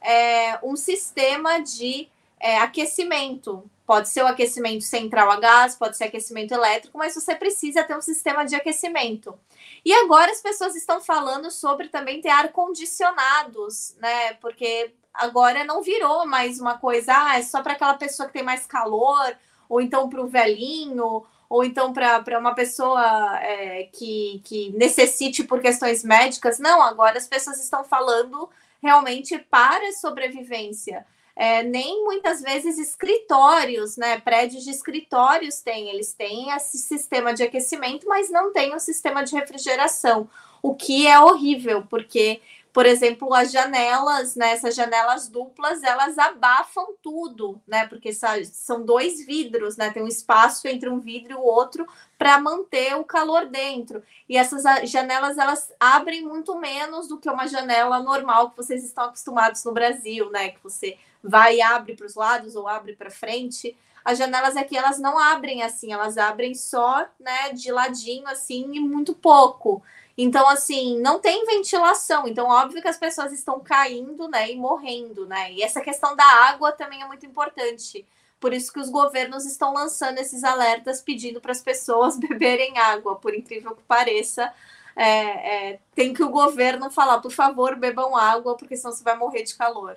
é, um sistema de é, aquecimento. Pode ser o aquecimento central a gás, pode ser aquecimento elétrico, mas você precisa ter um sistema de aquecimento. E agora as pessoas estão falando sobre também ter ar-condicionados, né? Porque agora não virou mais uma coisa, ah, é só para aquela pessoa que tem mais calor, ou então para o velhinho, ou então para uma pessoa é, que, que necessite por questões médicas. Não, agora as pessoas estão falando realmente para sobrevivência. É, nem muitas vezes escritórios, né, prédios de escritórios têm, eles têm esse sistema de aquecimento, mas não tem o sistema de refrigeração, o que é horrível, porque, por exemplo, as janelas, né, essas janelas duplas, elas abafam tudo, né, porque são dois vidros, né, tem um espaço entre um vidro e o outro para manter o calor dentro. E essas janelas, elas abrem muito menos do que uma janela normal que vocês estão acostumados no Brasil, né, que você vai e abre para os lados ou abre para frente. As janelas aqui, elas não abrem assim, elas abrem só, né, de ladinho, assim, e muito pouco. Então, assim, não tem ventilação. Então, óbvio que as pessoas estão caindo, né, e morrendo, né? E essa questão da água também é muito importante. Por isso que os governos estão lançando esses alertas pedindo para as pessoas beberem água, por incrível que pareça. É, é, tem que o governo falar, por favor, bebam água, porque senão você vai morrer de calor.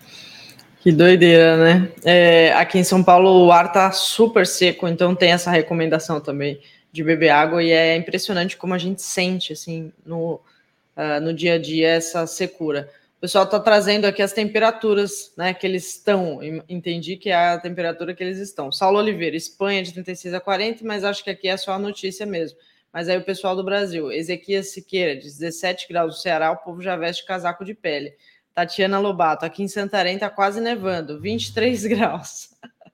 Que doideira, né? É, aqui em São Paulo o ar tá super seco, então tem essa recomendação também de beber água, e é impressionante como a gente sente, assim, no, uh, no dia a dia essa secura. O pessoal está trazendo aqui as temperaturas, né, que eles estão, entendi que é a temperatura que eles estão. Saulo Oliveira, Espanha de trinta e seis a quarenta, mas acho que aqui é só a notícia mesmo. Mas aí o pessoal do Brasil, Ezequias Siqueira, de dezessete graus no Ceará, o povo já veste casaco de pele. Tatiana Lobato, aqui em Santarém está quase nevando, vinte e três graus.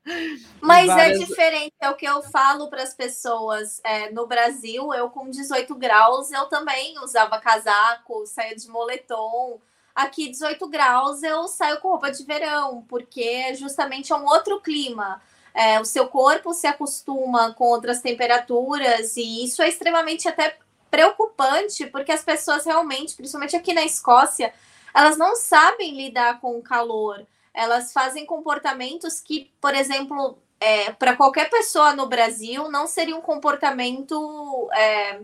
Mas várias... é diferente, é o que eu falo para as pessoas. É, no Brasil, eu com dezoito graus, eu também usava casaco, saía de moletom. Aqui, dezoito graus, eu saio com roupa de verão, porque justamente é um outro clima. É, o seu corpo se acostuma com outras temperaturas, e isso é extremamente até preocupante, porque as pessoas realmente, principalmente aqui na Escócia, elas não sabem lidar com o calor. Elas fazem comportamentos que, por exemplo, é, para qualquer pessoa no Brasil, não seria um comportamento é,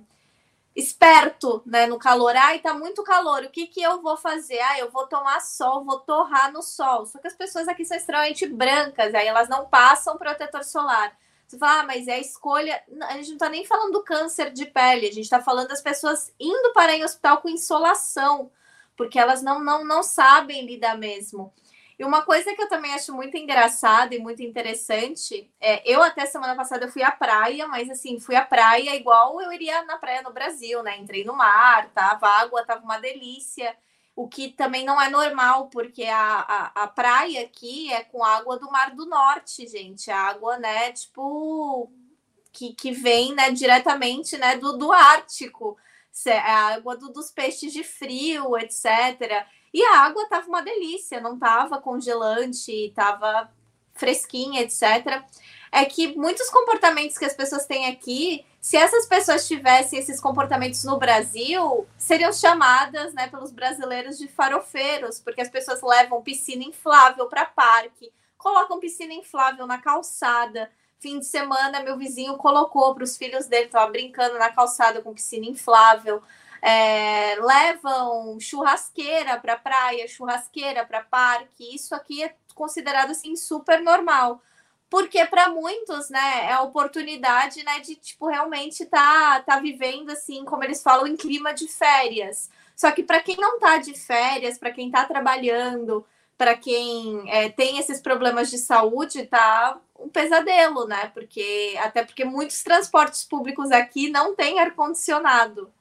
esperto, né, no calor. Ai, tá muito calor, o que, que eu vou fazer? Ah, eu vou tomar sol, vou torrar no sol. Só que as pessoas aqui são extremamente brancas, aí elas não passam protetor solar. Você fala, ah, mas é a escolha... A gente não tá nem falando do câncer de pele, a gente tá falando das pessoas indo para ir ao hospital com insolação, porque elas não, não, não sabem lidar mesmo. E uma coisa que eu também acho muito engraçada e muito interessante, é, eu até semana passada eu fui à praia, mas assim, fui à praia igual eu iria na praia no Brasil, né? Entrei no mar, tava água, tava uma delícia, o que também não é normal, porque a, a, a praia aqui é com água do Mar do Norte, gente, a água, né, tipo, que, que vem, né, diretamente, né, do, do Ártico, a água do, dos peixes de frio, etcétera. E a água estava uma delícia, não estava congelante, estava fresquinha, etcétera. é que muitos comportamentos que as pessoas têm aqui, se essas pessoas tivessem esses comportamentos no Brasil, seriam chamadas, né, pelos brasileiros de farofeiros, porque as pessoas levam piscina inflável para parque, colocam piscina inflável na calçada. Fim de semana, meu vizinho colocou para os filhos dele, estava brincando na calçada com piscina inflável. É, levam churrasqueira para praia, churrasqueira para parque. Isso aqui é considerado assim super normal, porque para muitos, né, é a oportunidade, né, de tipo realmente tá tá vivendo assim, como eles falam, em clima de férias. Só que para quem não tá de férias, para quem tá trabalhando, para quem é, tem esses problemas de saúde, tá um pesadelo, né? Porque até porque muitos transportes públicos aqui não têm ar-condicionado.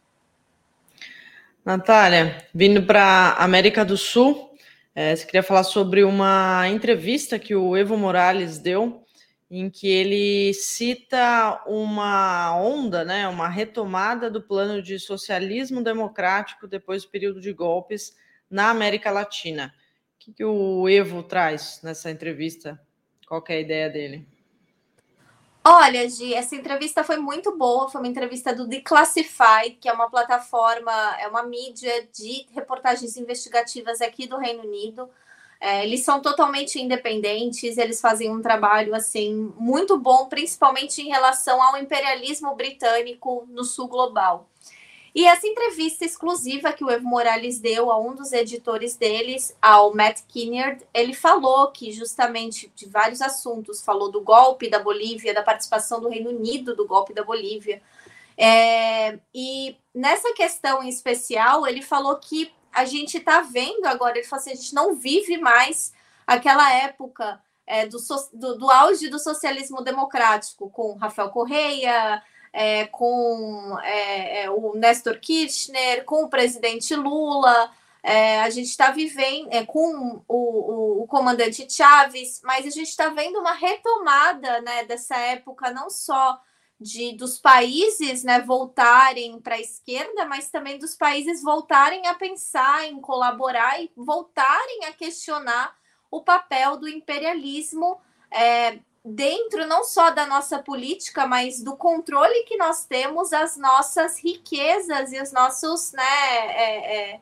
Natália, vindo para América do Sul, é, você queria falar sobre uma entrevista que o Evo Morales deu, em que ele cita uma onda, né, uma retomada do plano de socialismo democrático depois do período de golpes na América Latina. O que, que o Evo traz nessa entrevista? Qual que é a ideia dele? Olha, Gi, essa entrevista foi muito boa, foi uma entrevista do Declassified, que é uma plataforma, é uma mídia de reportagens investigativas aqui do Reino Unido. É, eles são totalmente independentes, eles fazem um trabalho assim muito bom, principalmente em relação ao imperialismo britânico no sul global. E essa entrevista exclusiva que o Evo Morales deu a um dos editores deles, ao Matt Kinneard, ele falou que justamente de vários assuntos, falou do golpe da Bolívia, da participação do Reino Unido do golpe da Bolívia. É, e nessa questão em especial, ele falou que a gente está vendo agora, ele falou assim, a gente não vive mais aquela época é, do, do, do auge do socialismo democrático, com Rafael Correia, É, com é, é, o Néstor Kirchner, com o presidente Lula, é, a gente está vivendo é, com o, o, o comandante Chávez, mas a gente está vendo uma retomada, né, dessa época, não só de, dos países, né, voltarem para a esquerda, mas também dos países voltarem a pensar em colaborar e voltarem a questionar o papel do imperialismo é, dentro não só da nossa política, mas do controle que nós temos às nossas riquezas e os nossos, né, é, é,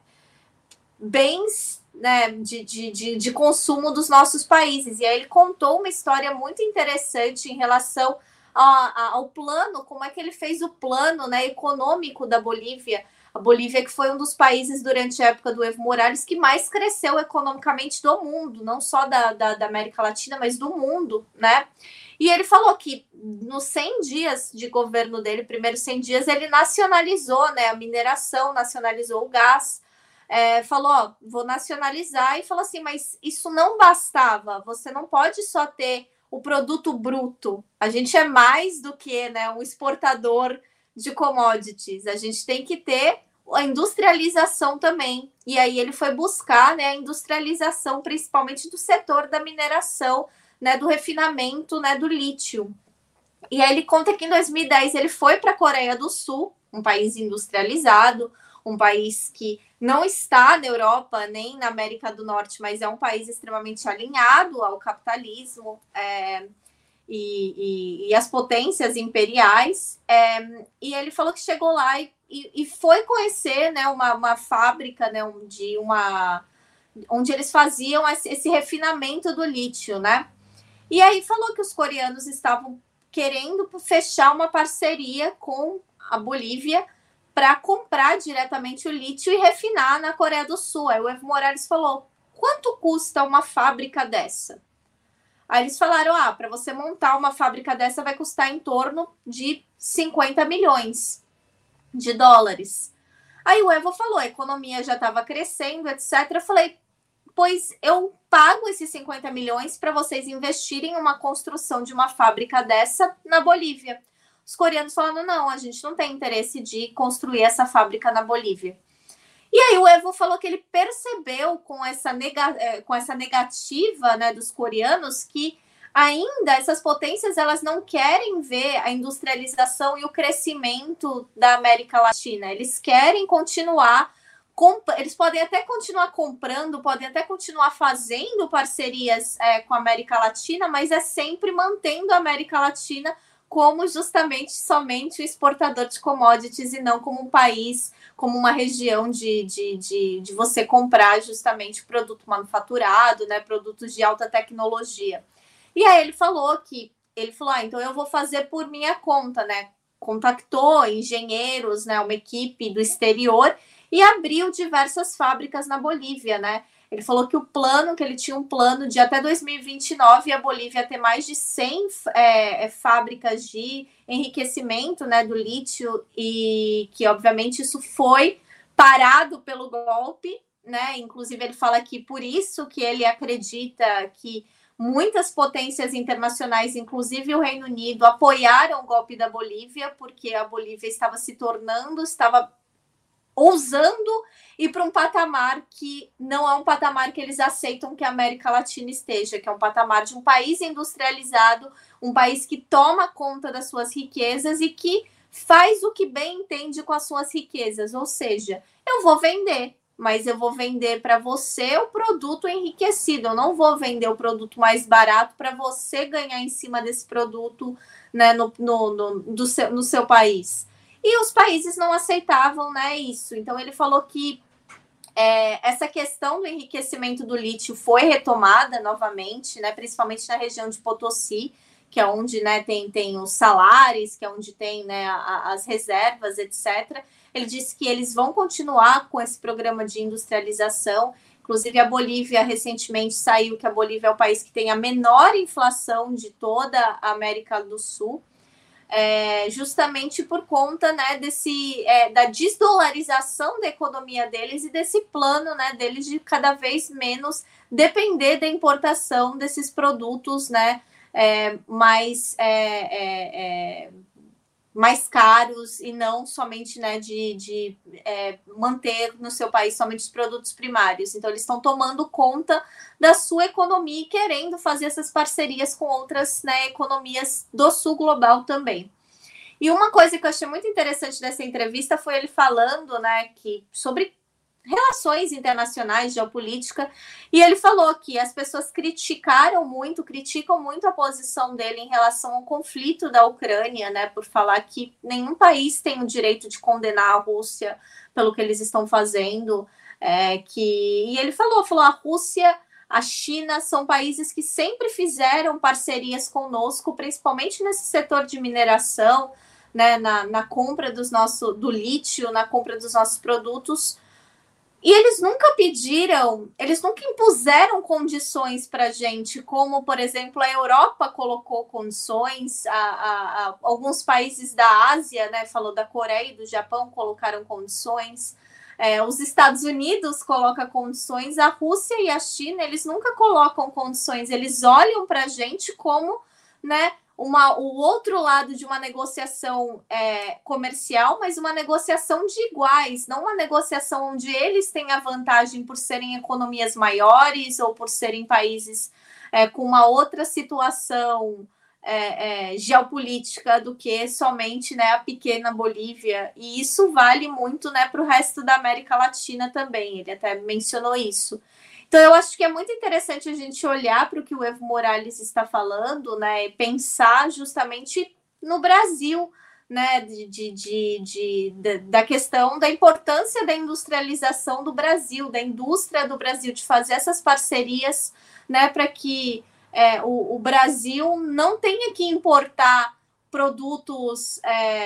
bens, né, de, de, de, de consumo dos nossos países. E aí ele contou uma história muito interessante em relação a, a, ao plano, como é que ele fez o plano, né, econômico da Bolívia. A Bolívia, que foi um dos países durante a época do Evo Morales que mais cresceu economicamente do mundo, não só da, da, da América Latina, mas do mundo, né? E ele falou que nos cem dias de governo dele, primeiros cem dias, ele nacionalizou, né, a mineração, nacionalizou o gás, é, falou, ó, vou nacionalizar, e falou assim, mas isso não bastava, você não pode só ter o produto bruto, a gente é mais do que, né, um exportador de commodities, a gente tem que ter a industrialização também. E aí ele foi buscar, né, a industrialização, principalmente do setor da mineração, né, do refinamento, né, do lítio. E aí ele conta que em dois mil e dez ele foi para a Coreia do Sul, um país industrializado, um país que não está na Europa nem na América do Norte, mas é um país extremamente alinhado ao capitalismo, é, E, e, e as potências imperiais, é, e ele falou que chegou lá e, e, e foi conhecer, né, uma, uma fábrica, né, de uma, onde eles faziam esse, esse refinamento do lítio, né? E aí falou que os coreanos estavam querendo fechar uma parceria com a Bolívia para comprar diretamente o lítio e refinar na Coreia do Sul. Aí o Evo Morales falou, quanto custa uma fábrica dessa? Aí eles falaram, ah, para você montar uma fábrica dessa vai custar em torno de cinquenta milhões de dólares. Aí o Evo falou, a economia já estava crescendo, etcétera. Eu falei, pois eu pago esses cinquenta milhões para vocês investirem em uma construção de uma fábrica dessa na Bolívia. Os coreanos falaram, não, a gente não tem interesse de construir essa fábrica na Bolívia. E aí o Evo falou que ele percebeu com essa, nega, com essa negativa, né, dos coreanos que ainda essas potências elas não querem ver a industrialização e o crescimento da América Latina. Eles querem continuar eles podem até continuar comprando, podem até continuar fazendo parcerias é, com a América Latina, mas é sempre mantendo a América Latina como justamente somente o exportador de commodities e não como um país, como uma região de, de, de, de você comprar justamente produto manufaturado, né, produtos de alta tecnologia. E aí ele falou que, ele falou, ah, então eu vou fazer por minha conta, né? Contactou engenheiros, né, uma equipe do exterior e abriu diversas fábricas na Bolívia, né? Ele falou que o plano, que ele tinha um plano de até dois mil e vinte e nove a Bolívia ter mais de cem é, fábricas de enriquecimento, né, do lítio, e que obviamente isso foi parado pelo golpe, né? Inclusive ele fala que por isso que ele acredita que muitas potências internacionais, inclusive o Reino Unido, apoiaram o golpe da Bolívia, porque a Bolívia estava se tornando, estava ousando ir para um patamar que não é um patamar que eles aceitam que a América Latina esteja, que é um patamar de um país industrializado, um país que toma conta das suas riquezas e que faz o que bem entende com as suas riquezas. Ou seja, eu vou vender, mas eu vou vender para você o produto enriquecido, eu não vou vender o produto mais barato para você ganhar em cima desse produto, né, no, no, no, do seu, no seu país. E os países não aceitavam, né, isso. Então, ele falou que é, essa questão do enriquecimento do lítio foi retomada novamente, né, principalmente na região de Potosí, que é onde, né, tem, tem os salares, que é onde tem, né, a, as reservas, etcétera. Ele disse que eles vão continuar com esse programa de industrialização. Inclusive, a Bolívia recentemente saiu que a Bolívia é o país que tem a menor inflação de toda a América do Sul. É, justamente por conta, né, desse, é, da desdolarização da economia deles e desse plano, né, deles de cada vez menos depender da importação desses produtos, né, é, mais, é, é, é, mais caros e não somente, né, de, de é, manter no seu país somente os produtos primários. Então, eles estão tomando conta da sua economia e querendo fazer essas parcerias com outras, né, economias do sul global também. E uma coisa que eu achei muito interessante dessa entrevista foi ele falando, né, que, sobre relações internacionais, geopolítica, e ele falou que as pessoas criticaram muito, criticam muito a posição dele em relação ao conflito da Ucrânia, né, por falar que nenhum país tem o direito de condenar a Rússia pelo que eles estão fazendo, é, que, e ele falou, falou, a Rússia, a China são países que sempre fizeram parcerias conosco, principalmente nesse setor de mineração, né, na, na compra dos nosso, do lítio, na compra dos nossos produtos. E eles nunca pediram, eles nunca impuseram condições para a gente, como, por exemplo, a Europa colocou condições, a, a, a, alguns países da Ásia, né, falou da Coreia e do Japão, colocaram condições, é, os Estados Unidos colocam condições, a Rússia e a China, eles nunca colocam condições, eles olham para a gente como, né, Uma, o outro lado de uma negociação é, comercial, mas uma negociação de iguais, não uma negociação onde eles têm a vantagem por serem economias maiores ou por serem países é, com uma outra situação é, é, geopolítica do que somente, né, a pequena Bolívia. E isso vale muito, né, para o resto da América Latina também, ele até mencionou isso. Então, eu acho que é muito interessante a gente olhar para o que o Evo Morales está falando, né, e pensar justamente no Brasil, né, de, de, de, de, de, da questão da importância da industrialização do Brasil, da indústria do Brasil, de fazer essas parcerias, né, para que é, o, o Brasil não tenha que importar produtos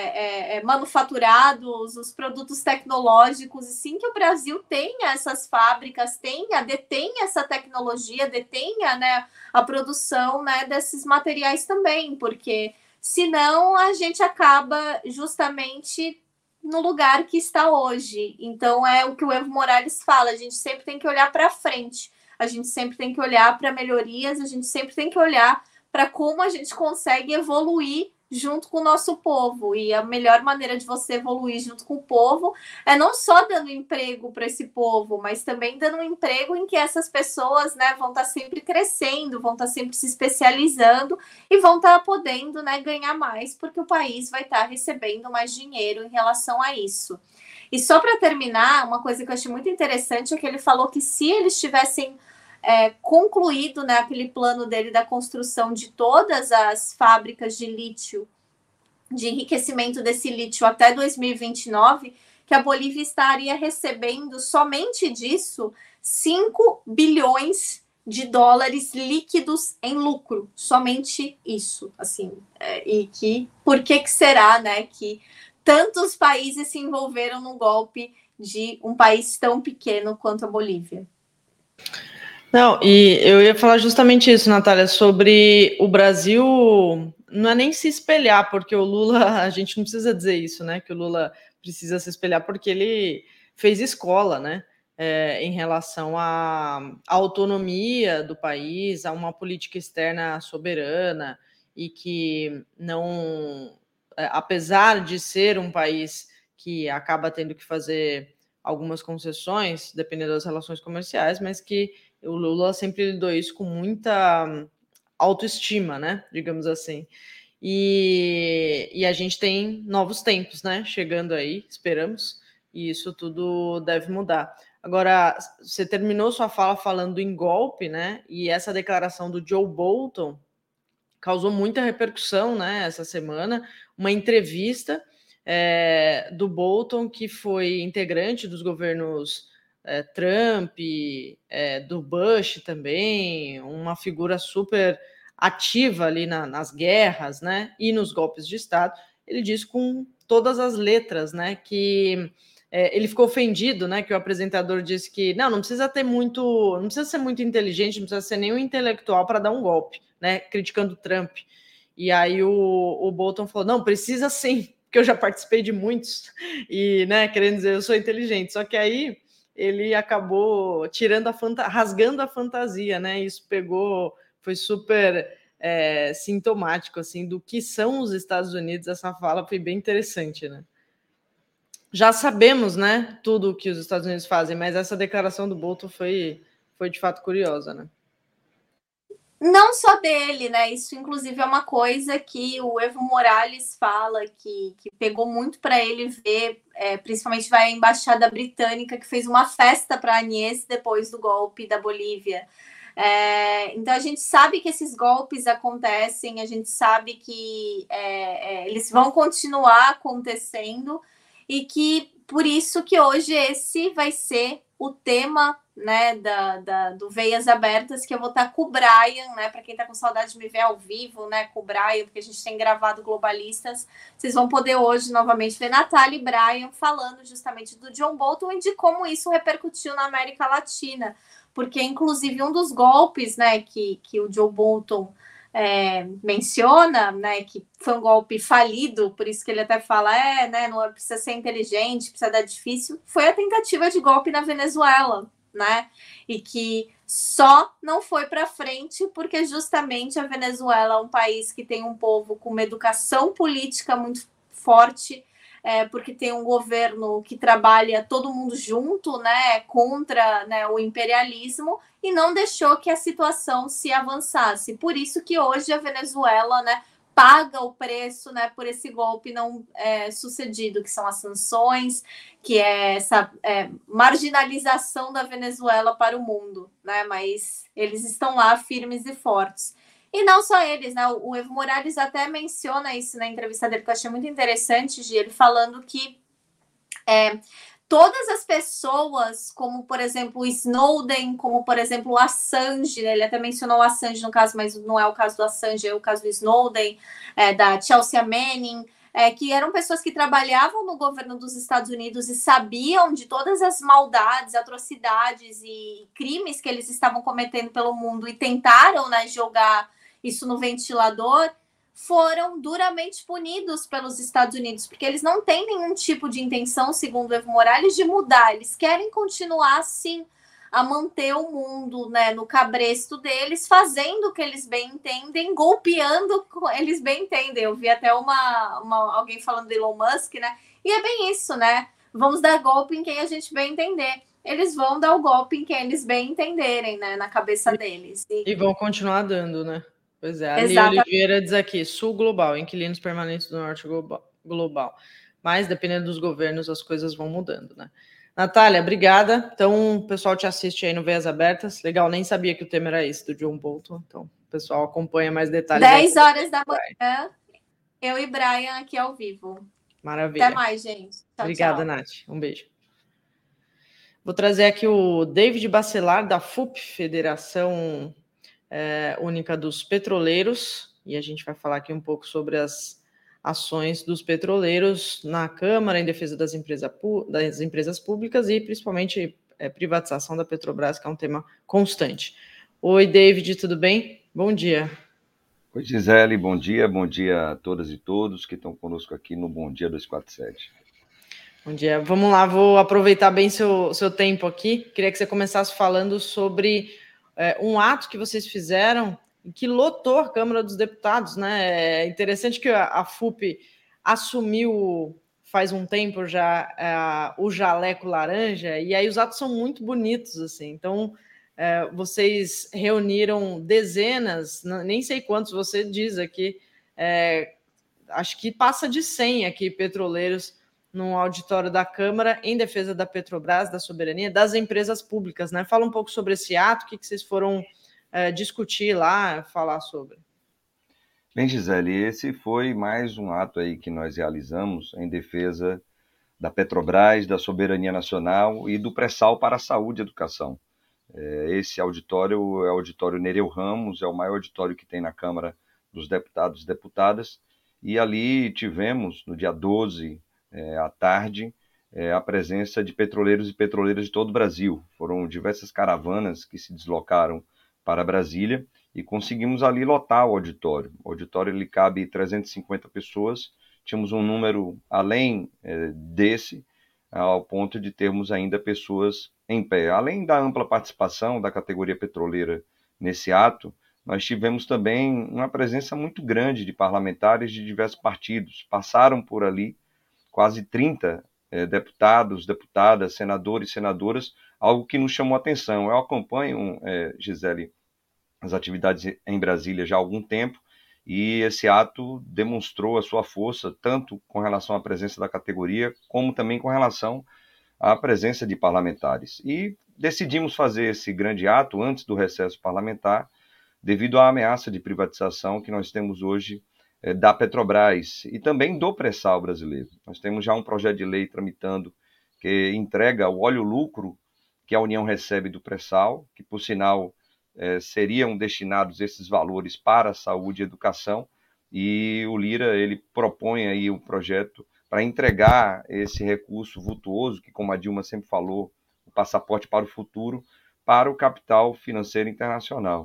é, é, manufaturados, os produtos tecnológicos, e sim que o Brasil tenha essas fábricas, tenha, detenha essa tecnologia, detenha, né, a produção, né, desses materiais também, porque senão a gente acaba justamente no lugar que está hoje. Então é o que o Evo Morales fala, a gente sempre tem que olhar para frente, a gente sempre tem que olhar para melhorias, a gente sempre tem que olhar para como a gente consegue evoluir, junto com o nosso povo. E a melhor maneira de você evoluir junto com o povo é não só dando emprego para esse povo, mas também dando um emprego em que essas pessoas, né, vão estar sempre crescendo, vão estar sempre se especializando e vão estar podendo, né, ganhar mais, porque o país vai estar recebendo mais dinheiro em relação a isso. E só para terminar, uma coisa que eu achei muito interessante é que ele falou que se eles tivessem É, concluído, né, aquele plano dele da construção de todas as fábricas de lítio, de enriquecimento desse lítio até dois mil e vinte e nove, que a Bolívia estaria recebendo somente disso cinco bilhões de dólares líquidos em lucro, somente isso, assim, é, e que, por que que será, né, que tantos países se envolveram no golpe de um país tão pequeno quanto a Bolívia? Não, e eu ia falar justamente isso, Natália, sobre o Brasil, não é nem se espelhar, porque o Lula, a gente não precisa dizer isso, né, que o Lula precisa se espelhar, porque ele fez escola, né, é, em relação à autonomia do país, a uma política externa soberana, e que não, apesar de ser um país que acaba tendo que fazer algumas concessões, dependendo das relações comerciais, mas que o Lula sempre lidou isso com muita autoestima, né? Digamos assim. E, e a gente tem novos tempos, né? Chegando aí, esperamos, e isso tudo deve mudar. Agora, você terminou sua fala falando em golpe, né? E essa declaração do Joe Bolton causou muita repercussão, né? Essa semana, uma entrevista é, do Bolton, que foi integrante dos governos É, Trump, é, do Bush também, uma figura super ativa ali na, nas guerras, né, e nos golpes de Estado. Ele diz com todas as letras, né, que é, ele ficou ofendido, né, que o apresentador disse que não, não precisa ter muito, não precisa ser muito inteligente, não precisa ser nenhum intelectual para dar um golpe, né, criticando Trump. E aí o, o Bolton falou, não, precisa sim, porque eu já participei de muitos, e, né, querendo dizer, eu sou inteligente, só que aí ele acabou tirando a fanta- rasgando a fantasia, né? Isso pegou, foi super é, sintomático, assim, do que são os Estados Unidos. Essa fala foi bem interessante, né? Já sabemos, né, tudo o que os Estados Unidos fazem, mas essa declaração do Bolton foi, foi de fato curiosa, né? Não só dele, né? Isso, inclusive, é uma coisa que o Evo Morales fala, que, que pegou muito para ele ver, é, principalmente vai a embaixada britânica, que fez uma festa para a Agnès depois do golpe da Bolívia. É, então, a gente sabe que esses golpes acontecem, a gente sabe que é, é, eles vão continuar acontecendo e que, por isso que hoje esse vai ser o tema, né, da, da, do Veias Abertas, que eu vou estar com o Brian, né, para quem está com saudade de me ver ao vivo, né, com o Brian, porque a gente tem gravado Globalistas, vocês vão poder hoje novamente ver Natália e Brian falando justamente do John Bolton e de como isso repercutiu na América Latina, porque inclusive um dos golpes, né, que, que o Joe Bolton é, menciona, né, que foi um golpe falido, por isso que ele até fala, é, né, não precisa ser inteligente, precisa dar difícil, foi a tentativa de golpe na Venezuela, né, e que só não foi para frente porque justamente a Venezuela é um país que tem um povo com uma educação política muito forte, é, porque tem um governo que trabalha todo mundo junto, né, contra, né, o imperialismo, e não deixou que a situação se avançasse. Por isso que hoje a Venezuela, né, paga o preço, né, por esse golpe não é, sucedido, que são as sanções, que é essa é, marginalização da Venezuela para o mundo, né, mas eles estão lá firmes e fortes. E não só eles, né? O Evo Morales até menciona isso na entrevista dele, que eu achei muito interessante, de ele falando que é, todas as pessoas, como, por exemplo, o Snowden, como, por exemplo, o Assange, né? Ele até mencionou o Assange no caso, mas não é o caso do Assange, é o caso do Snowden, é, da Chelsea Manning, é, que eram pessoas que trabalhavam no governo dos Estados Unidos e sabiam de todas as maldades, atrocidades e crimes que eles estavam cometendo pelo mundo e tentaram, né, jogar isso no ventilador, foram duramente punidos pelos Estados Unidos, porque eles não têm nenhum tipo de intenção, segundo o Evo Morales, de mudar. Eles querem continuar, sim, a manter o mundo, né, no cabresto deles, fazendo o que eles bem entendem, golpeando o que eles bem entendem. Eu vi até uma, uma, alguém falando do Elon Musk, né? E é bem isso, né? Vamos dar golpe em quem a gente bem entender. Eles vão dar o golpe em quem eles bem entenderem, né? Na cabeça deles. E, e vão continuar dando, né? Pois é. A Li Oliveira diz aqui, Sul Global, inquilinos permanentes do Norte Global. Mas, dependendo dos governos, as coisas vão mudando, né? Natália, obrigada. Então, o pessoal te assiste aí no Veias Abertas. Legal, nem sabia que o tema era esse, do John Bolton. Então, o pessoal acompanha mais detalhes. dez horas da manhã, eu e Brian aqui ao vivo. Maravilha. Até mais, gente. Tchau, obrigada, tchau. Nath. Um beijo. Vou trazer aqui o David Bacelar, da F U P, Federação é, Única dos Petroleiros, e a gente vai falar aqui um pouco sobre as ações dos petroleiros na Câmara em defesa das, empresa, das empresas públicas e principalmente é, privatização da Petrobras, que é um tema constante. Oi, David, tudo bem? Bom dia. Oi, Gisele, bom dia, bom dia a todas e todos que estão conosco aqui no Bom Dia duzentos e quarenta e sete. Bom dia, vamos lá, vou aproveitar bem seu, seu tempo aqui. Queria que você começasse falando sobre é, um ato que vocês fizeram que lotou a Câmara dos Deputados, né? É interessante que a, a F U P assumiu faz um tempo já é, o jaleco laranja, e aí os atos são muito bonitos, assim. Então, é, vocês reuniram dezenas, nem sei quantos você diz aqui, é, acho que passa de cem aqui petroleiros no auditório da Câmara em defesa da Petrobras, da soberania, das empresas públicas, né? Fala um pouco sobre esse ato, o que, que vocês foram é, discutir lá, falar sobre. Bem, Gisele, esse foi mais um ato aí que nós realizamos em defesa da Petrobras, da soberania nacional e do pré-sal para a saúde e educação. É, esse auditório é o auditório Nereu Ramos, é o maior auditório que tem na Câmara dos Deputados e Deputadas, e ali tivemos, no dia doze, É, à tarde, é, a presença de petroleiros e petroleiras de todo o Brasil. Foram diversas caravanas que se deslocaram para Brasília e conseguimos ali lotar o auditório. O auditório ele cabe trezentas e cinquenta pessoas, tínhamos um número além é, desse, ao ponto de termos ainda pessoas em pé. Além da ampla participação da categoria petroleira nesse ato, nós tivemos também uma presença muito grande de parlamentares de diversos partidos. Passaram por ali quase trinta eh, deputados, deputadas, senadores e senadoras, algo que nos chamou a atenção. Eu acompanho, eh, Gisele, as atividades em Brasília já há algum tempo, e esse ato demonstrou a sua força, tanto com relação à presença da categoria, como também com relação à presença de parlamentares. E decidimos fazer esse grande ato antes do recesso parlamentar, devido à ameaça de privatização que nós temos hoje da Petrobras e também do pré-sal brasileiro. Nós temos já um projeto de lei tramitando que entrega o óleo-lucro que a União recebe do pré-sal, que, por sinal, eh, seriam destinados esses valores para a saúde e educação, e o Lira ele propõe aí um projeto para entregar esse recurso vultuoso, que, como a Dilma sempre falou, o passaporte para o futuro, para o capital financeiro internacional.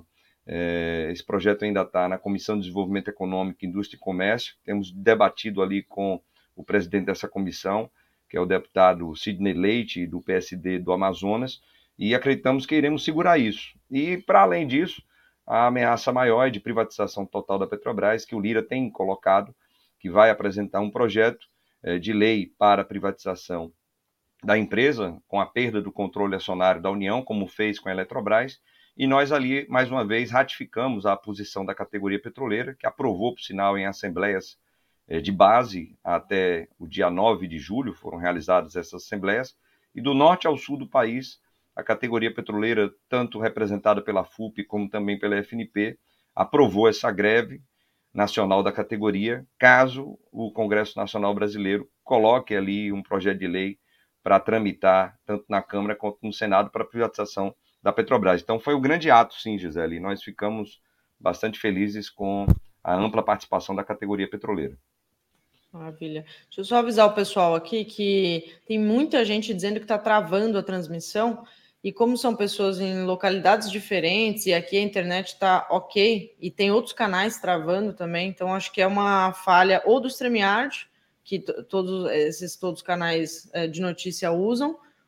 É, esse projeto ainda está na Comissão de Desenvolvimento Econômico, Indústria e Comércio. Temos debatido ali com o presidente dessa comissão, que é o deputado Sidney Leite, do P S D do Amazonas, e acreditamos que iremos segurar isso. E, para além disso, a ameaça maior é de privatização total da Petrobras, que o Lira tem colocado, que vai apresentar um projeto é, de lei para a privatização da empresa, com a perda do controle acionário da União, como fez com a Eletrobras. E nós ali, mais uma vez, ratificamos a posição da categoria petroleira, que aprovou, por sinal, em assembleias de base até o dia nove de julho, foram realizadas essas assembleias, e do norte ao sul do país, a categoria petroleira, tanto representada pela F U P como também pela F N P, aprovou essa greve nacional da categoria, caso o Congresso Nacional Brasileiro coloque ali um projeto de lei para tramitar, tanto na Câmara quanto no Senado, para a privatização da Petrobras. Então foi um grande ato, sim, Gisele, e nós ficamos bastante felizes com a ampla participação da categoria petroleira. Maravilha. Deixa eu só avisar o pessoal aqui que tem muita gente dizendo que está travando a transmissão, e como são pessoas em localidades diferentes, e aqui a internet está ok, e tem outros canais travando também, então acho que é uma falha ou do StreamYard, que todos esses todos os canais de notícia usam,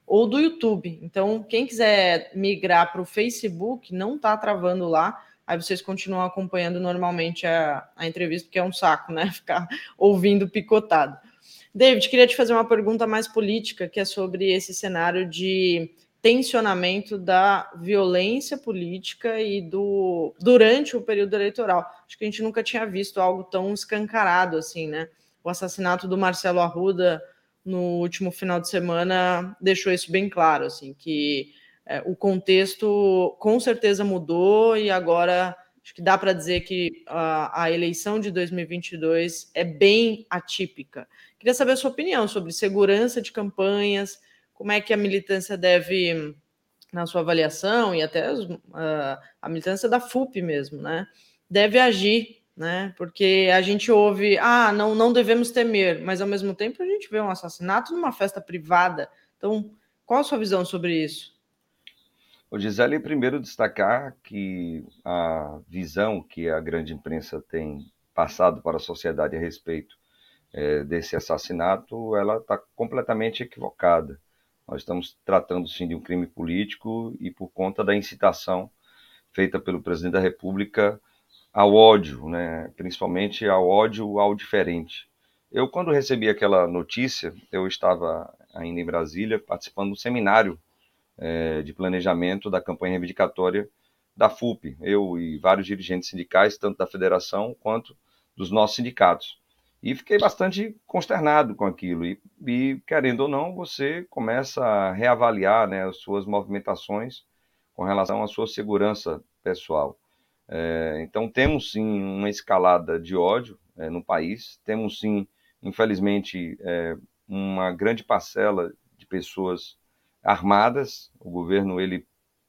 ou do YouTube. Então, quem quiser migrar para o Facebook, não está travando lá. Aí vocês continuam acompanhando normalmente a, a entrevista, porque é um saco, né? Ficar ouvindo picotado. David, queria te fazer uma pergunta mais política, que é sobre esse cenário de tensionamento da violência política e do durante o período eleitoral. Acho que a gente nunca tinha visto algo tão escancarado assim, né? O assassinato do Marcelo Arruda no último final de semana deixou isso bem claro, assim, que é, o contexto com certeza mudou e agora acho que dá para dizer que a, a eleição de dois mil e vinte e dois é bem atípica. Queria saber a sua opinião sobre segurança de campanhas, como é que a militância deve, na sua avaliação, e até as, a, a militância da F U P mesmo, né, deve agir, né, porque a gente ouve, ah, não, não devemos temer, mas ao mesmo tempo a gente vê um assassinato numa festa privada. Então, qual a sua visão sobre isso? O Gisele, primeiro destacar que a visão que a grande imprensa tem passado para a sociedade a respeito é, desse assassinato, ela está completamente equivocada. Nós estamos tratando, sim, de um crime político e por conta da incitação feita pelo presidente da República ao ódio, né? Principalmente ao ódio ao diferente. Eu, quando recebi aquela notícia, eu estava ainda em Brasília participando do seminário é, de planejamento da campanha reivindicatória da F U P, eu e vários dirigentes sindicais, tanto da federação quanto dos nossos sindicatos. E fiquei bastante consternado com aquilo. E, e querendo ou não, você começa a reavaliar, né, as suas movimentações com relação à sua segurança pessoal. É, então, temos sim uma escalada de ódio é, no país, temos sim, infelizmente, é, uma grande parcela de pessoas armadas. O governo ele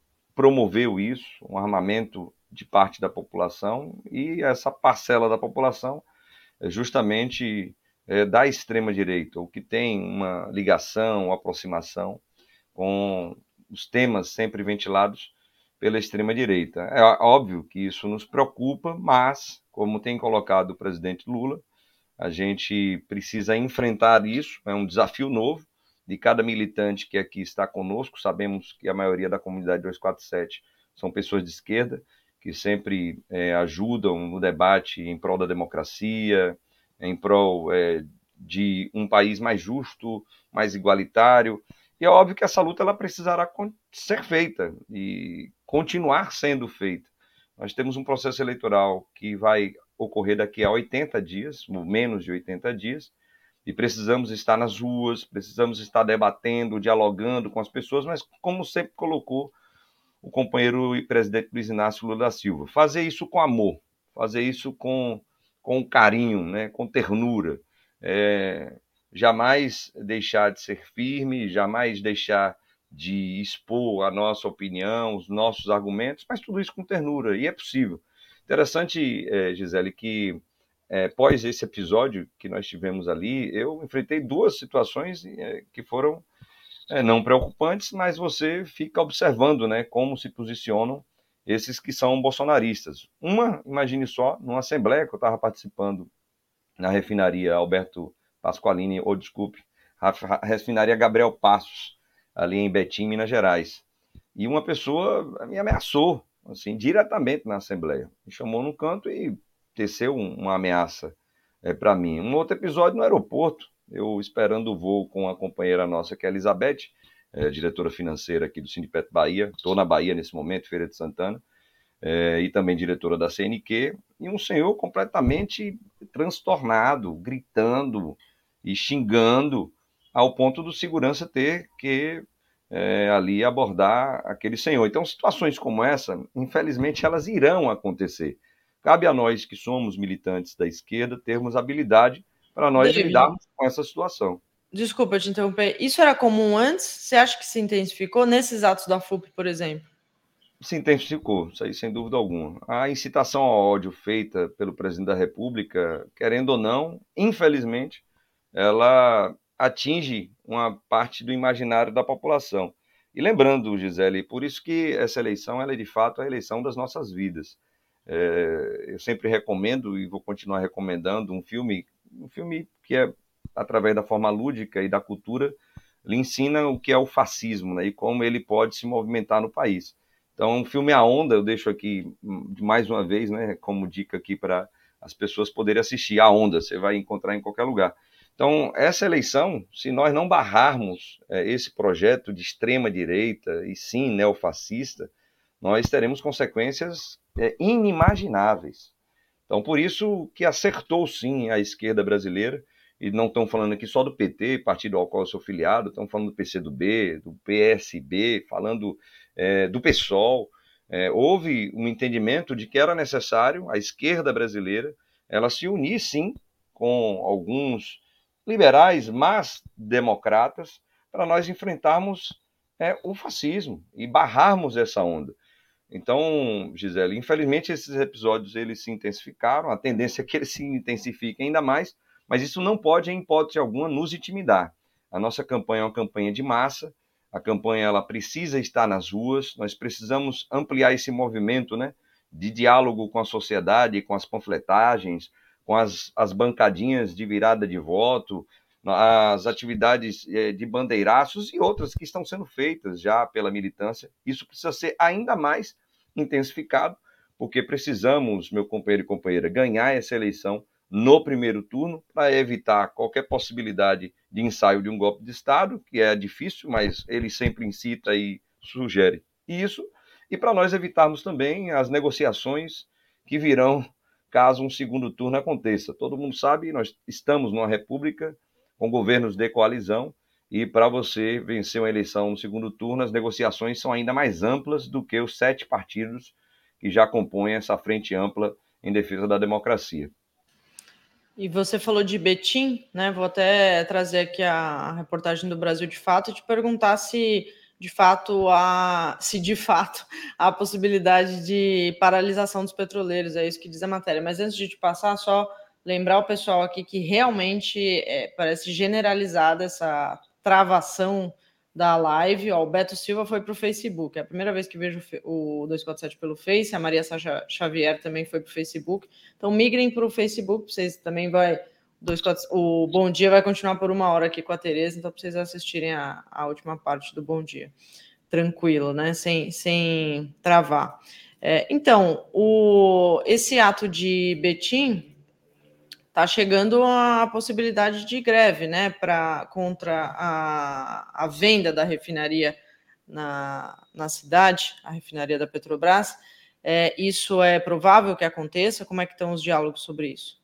promoveu isso, um armamento de parte da população, e essa parcela da população é justamente é, da extrema-direita, o que tem uma ligação, uma aproximação com os temas sempre ventilados pela extrema-direita. É óbvio que isso nos preocupa, mas, como tem colocado o presidente Lula, a gente precisa enfrentar isso, é um desafio novo, de cada militante que aqui está conosco. Sabemos que a maioria da comunidade duzentos e quarenta e sete são pessoas de esquerda, que sempre é, ajudam no debate em prol da democracia, em prol é, de um país mais justo, mais igualitário. E é óbvio que essa luta ela precisará ser feita e continuar sendo feita. Nós temos um processo eleitoral que vai ocorrer daqui a oitenta dias, menos de oitenta dias, e precisamos estar nas ruas, precisamos estar debatendo, dialogando com as pessoas, mas como sempre colocou o companheiro e presidente Luiz Inácio Lula da Silva, fazer isso com amor, fazer isso com, com carinho, né, com ternura, é, jamais deixar de ser firme, jamais deixar de expor a nossa opinião, os nossos argumentos, mas tudo isso com ternura, e é possível. Interessante, é, Gisele, que É, após esse episódio que nós tivemos ali, eu enfrentei duas situações é, que foram é, não preocupantes, mas você fica observando, né, como se posicionam esses que são bolsonaristas. Uma, imagine só, numa assembleia que eu estava participando na refinaria Alberto Pasqualini, ou desculpe, a refinaria Gabriel Passos, ali em Betim, Minas Gerais. E uma pessoa me ameaçou, assim, diretamente na assembleia. Me chamou num canto e teceu uma ameaça é, para mim. Um outro episódio no aeroporto, eu esperando o voo com a companheira nossa, que é a Elizabeth, é, diretora financeira aqui do Sindipet Bahia, estou na Bahia nesse momento, Feira de Santana, é, e também diretora da C N Q, e um senhor completamente transtornado, gritando e xingando, ao ponto do segurança ter que é, ali abordar aquele senhor. Então, situações como essa, infelizmente, elas irão acontecer. Cabe a nós, que somos militantes da esquerda, termos habilidade para nós David, lidarmos com essa situação. Desculpa te interromper. Isso era comum antes? Você acha que se intensificou nesses atos da F U P, por exemplo? Se intensificou, isso aí sem dúvida alguma. A incitação ao ódio feita pelo presidente da República, querendo ou não, infelizmente, ela atinge uma parte do imaginário da população. E lembrando, Gisele, por isso que essa eleição ela é de fato a eleição das nossas vidas. É, eu sempre recomendo e vou continuar recomendando um filme, um filme que é através da forma lúdica e da cultura Ele ensina o que é o fascismo, né, e como ele pode se movimentar no país. Então, o filme A Onda, eu deixo aqui mais uma vez, né, como dica aqui para as pessoas poderem assistir. A Onda, você vai encontrar em qualquer lugar. Então, essa eleição, se nós não barrarmos é, esse projeto de extrema-direita e sim neofascista, nós teremos consequências é, inimagináveis. Então, por isso que acertou sim a esquerda brasileira, e não estão falando aqui só do P T, partido ao qual eu sou filiado, estão falando do P C do B, do P S B, falando é, do PSOL. É, houve um entendimento de que era necessário a esquerda brasileira ela se unir, sim, com alguns liberais, mas democratas, para nós enfrentarmos é, o fascismo e barrarmos essa onda. Então, Gisele, infelizmente esses episódios eles se intensificaram, a tendência é que eles se intensifiquem ainda mais, mas isso não pode, em hipótese alguma, nos intimidar. A nossa campanha é uma campanha de massa, a campanha ela precisa estar nas ruas, nós precisamos ampliar esse movimento, né, de diálogo com a sociedade, com as panfletagens, com as, as bancadinhas de virada de voto, as atividades de bandeiraços e outras que estão sendo feitas já pela militância. Isso precisa ser ainda mais intensificado, porque precisamos, meu companheiro e companheira, ganhar essa eleição no primeiro turno para evitar qualquer possibilidade de ensaio de um golpe de Estado, que é difícil, mas ele sempre incita e sugere isso, e para nós evitarmos também as negociações que virão caso um segundo turno aconteça. Todo mundo sabe, nós estamos numa república com governos de coalizão, e para você vencer uma eleição no segundo turno, as negociações são ainda mais amplas do que os sete partidos que já compõem essa frente ampla em defesa da democracia. E você falou de Betim, né? Vou até trazer aqui a reportagem do Brasil de Fato e te perguntar se de fato há, se de fato há a possibilidade de paralisação dos petroleiros, é isso que diz a matéria. Mas antes de te passar, só lembrar o pessoal aqui que realmente é, parece generalizada essa travação da live. Ó, o Beto Silva foi para o Facebook, é a primeira vez que vejo o duzentos e quarenta e sete pelo Face, a Maria Sacha Xavier também foi para o Facebook. Então migrem para o Facebook, vocês também vai... O Bom Dia vai continuar por uma hora aqui com a Tereza, então para vocês assistirem a, a última parte do Bom Dia. Tranquilo, né? Sem, sem travar. É, então, o, esse ato de Betim está chegando a possibilidade de greve, né? Pra, contra a, a venda da refinaria na, na cidade, a refinaria da Petrobras. É, isso é provável que aconteça? Como é que estão os diálogos sobre isso?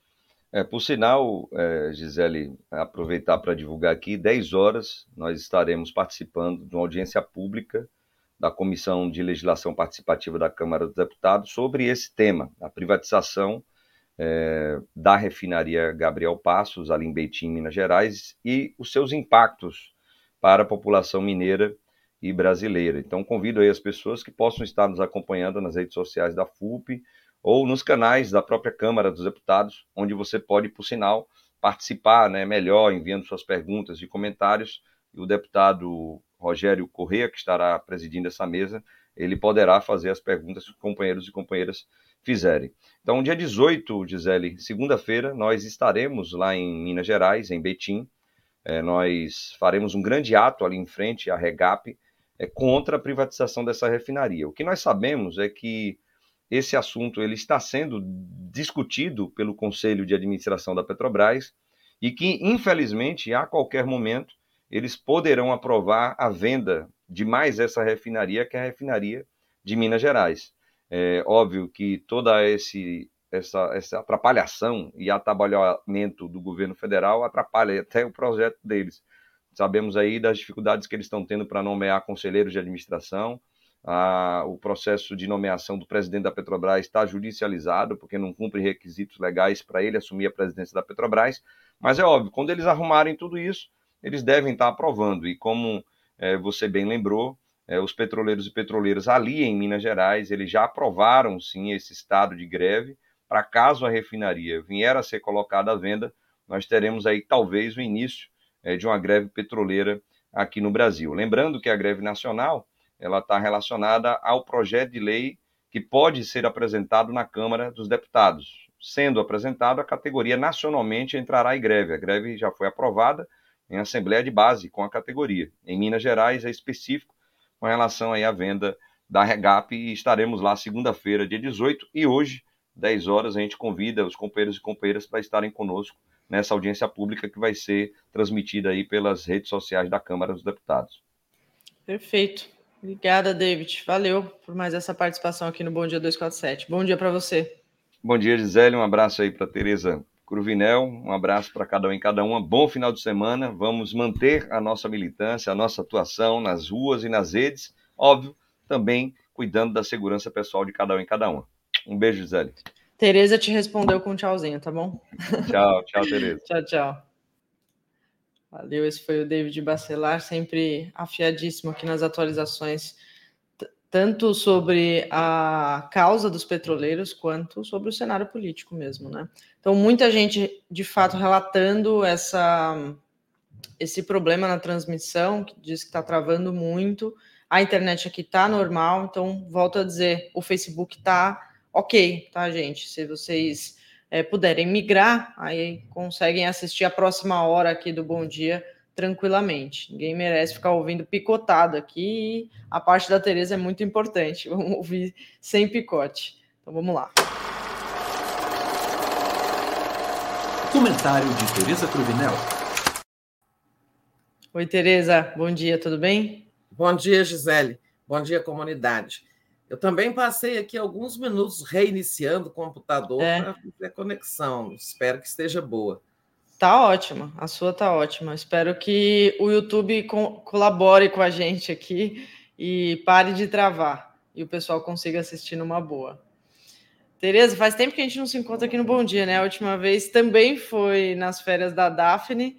É, por sinal, é, Gisele, aproveitar para divulgar aqui, dez horas nós estaremos participando de uma audiência pública da Comissão de Legislação Participativa da Câmara dos Deputados sobre esse tema, a privatização é, da refinaria Gabriel Passos, ali em Betim, Minas Gerais, e os seus impactos para a população mineira e brasileira. Então, convido aí as pessoas que possam estar nos acompanhando nas redes sociais da F U P, ou nos canais da própria Câmara dos Deputados, onde você pode, por sinal, participar, né, melhor, enviando suas perguntas e comentários, e o deputado Rogério Corrêa, que estará presidindo essa mesa, ele poderá fazer as perguntas que os companheiros e companheiras fizerem. Então, dia dezoito, Gisele, segunda-feira, nós estaremos lá em Minas Gerais, em Betim, é, nós faremos um grande ato ali em frente à REGAP, é, contra a privatização dessa refinaria. O que nós sabemos é que esse assunto ele está sendo discutido pelo Conselho de Administração da Petrobras e que, infelizmente, a qualquer momento, eles poderão aprovar a venda de mais essa refinaria, que é a refinaria de Minas Gerais. É óbvio que toda esse, essa, essa atrapalhação e atabalhamento do governo federal atrapalha até o projeto deles. Sabemos aí das dificuldades que eles estão tendo para nomear conselheiros de administração. Ah, o processo de nomeação do presidente da Petrobras está judicializado, porque não cumpre requisitos legais para ele assumir a presidência da Petrobras, mas é óbvio, quando eles arrumarem tudo isso, eles devem estar aprovando, e como é, você bem lembrou, é, os petroleiros e petroleiras ali em Minas Gerais, eles já aprovaram sim esse estado de greve, para caso a refinaria vier a ser colocada à venda, nós teremos aí talvez o início é, de uma greve petroleira aqui no Brasil. Lembrando que a greve nacional ela está relacionada ao projeto de lei que pode ser apresentado na Câmara dos Deputados. Sendo apresentado, a categoria nacionalmente entrará em greve. A greve já foi aprovada, em assembleia de base com a categoria. Em Minas Gerais é específico com relação aí à venda da Regap e estaremos lá segunda-feira, dia dezoito, e hoje, dez horas, a gente convida os companheiros e companheiras para estarem conosco nessa audiência pública que vai ser transmitida aí pelas redes sociais da Câmara dos Deputados. Perfeito. Obrigada, David. Valeu por mais essa participação aqui no Bom Dia duzentos e quarenta e sete. Bom dia para você. Bom dia, Gisele. Um abraço aí para Tereza Cruvinel. Um abraço para cada um e cada uma. Bom final de semana. Vamos manter a nossa militância, a nossa atuação nas ruas e nas redes. Óbvio, também cuidando da segurança pessoal de cada um e cada uma. Um beijo, Gisele. Tereza te respondeu com um tchauzinho, tá bom? Tchau, tchau, Tereza. Tchau, tchau. Valeu, esse foi o David Bacelar, sempre afiadíssimo aqui nas atualizações, t- tanto sobre a causa dos petroleiros, quanto sobre o cenário político mesmo, né? Então, muita gente, de fato, relatando essa, esse problema na transmissão, que diz que está travando muito, a internet aqui está normal, então, volto a dizer, o Facebook está ok, tá, gente? Se vocês é, puderem migrar, aí conseguem assistir a próxima hora aqui do Bom Dia tranquilamente. Ninguém merece ficar ouvindo picotado aqui, e a parte da Tereza é muito importante, vamos ouvir sem picote. Então vamos lá. Comentário de Tereza Cruvinel. Oi, Tereza, bom dia, tudo bem? Bom dia, Gisele. Bom dia, comunidade. Eu também passei aqui alguns minutos reiniciando o computador É. para fazer a conexão. Espero que esteja boa. Tá ótima, a sua tá ótima. Espero que o YouTube co- colabore com a gente aqui e pare de travar e o pessoal consiga assistir numa boa. Tereza, faz tempo que a gente não se encontra aqui no Bom Dia, né? A última vez também foi nas férias da Daphne,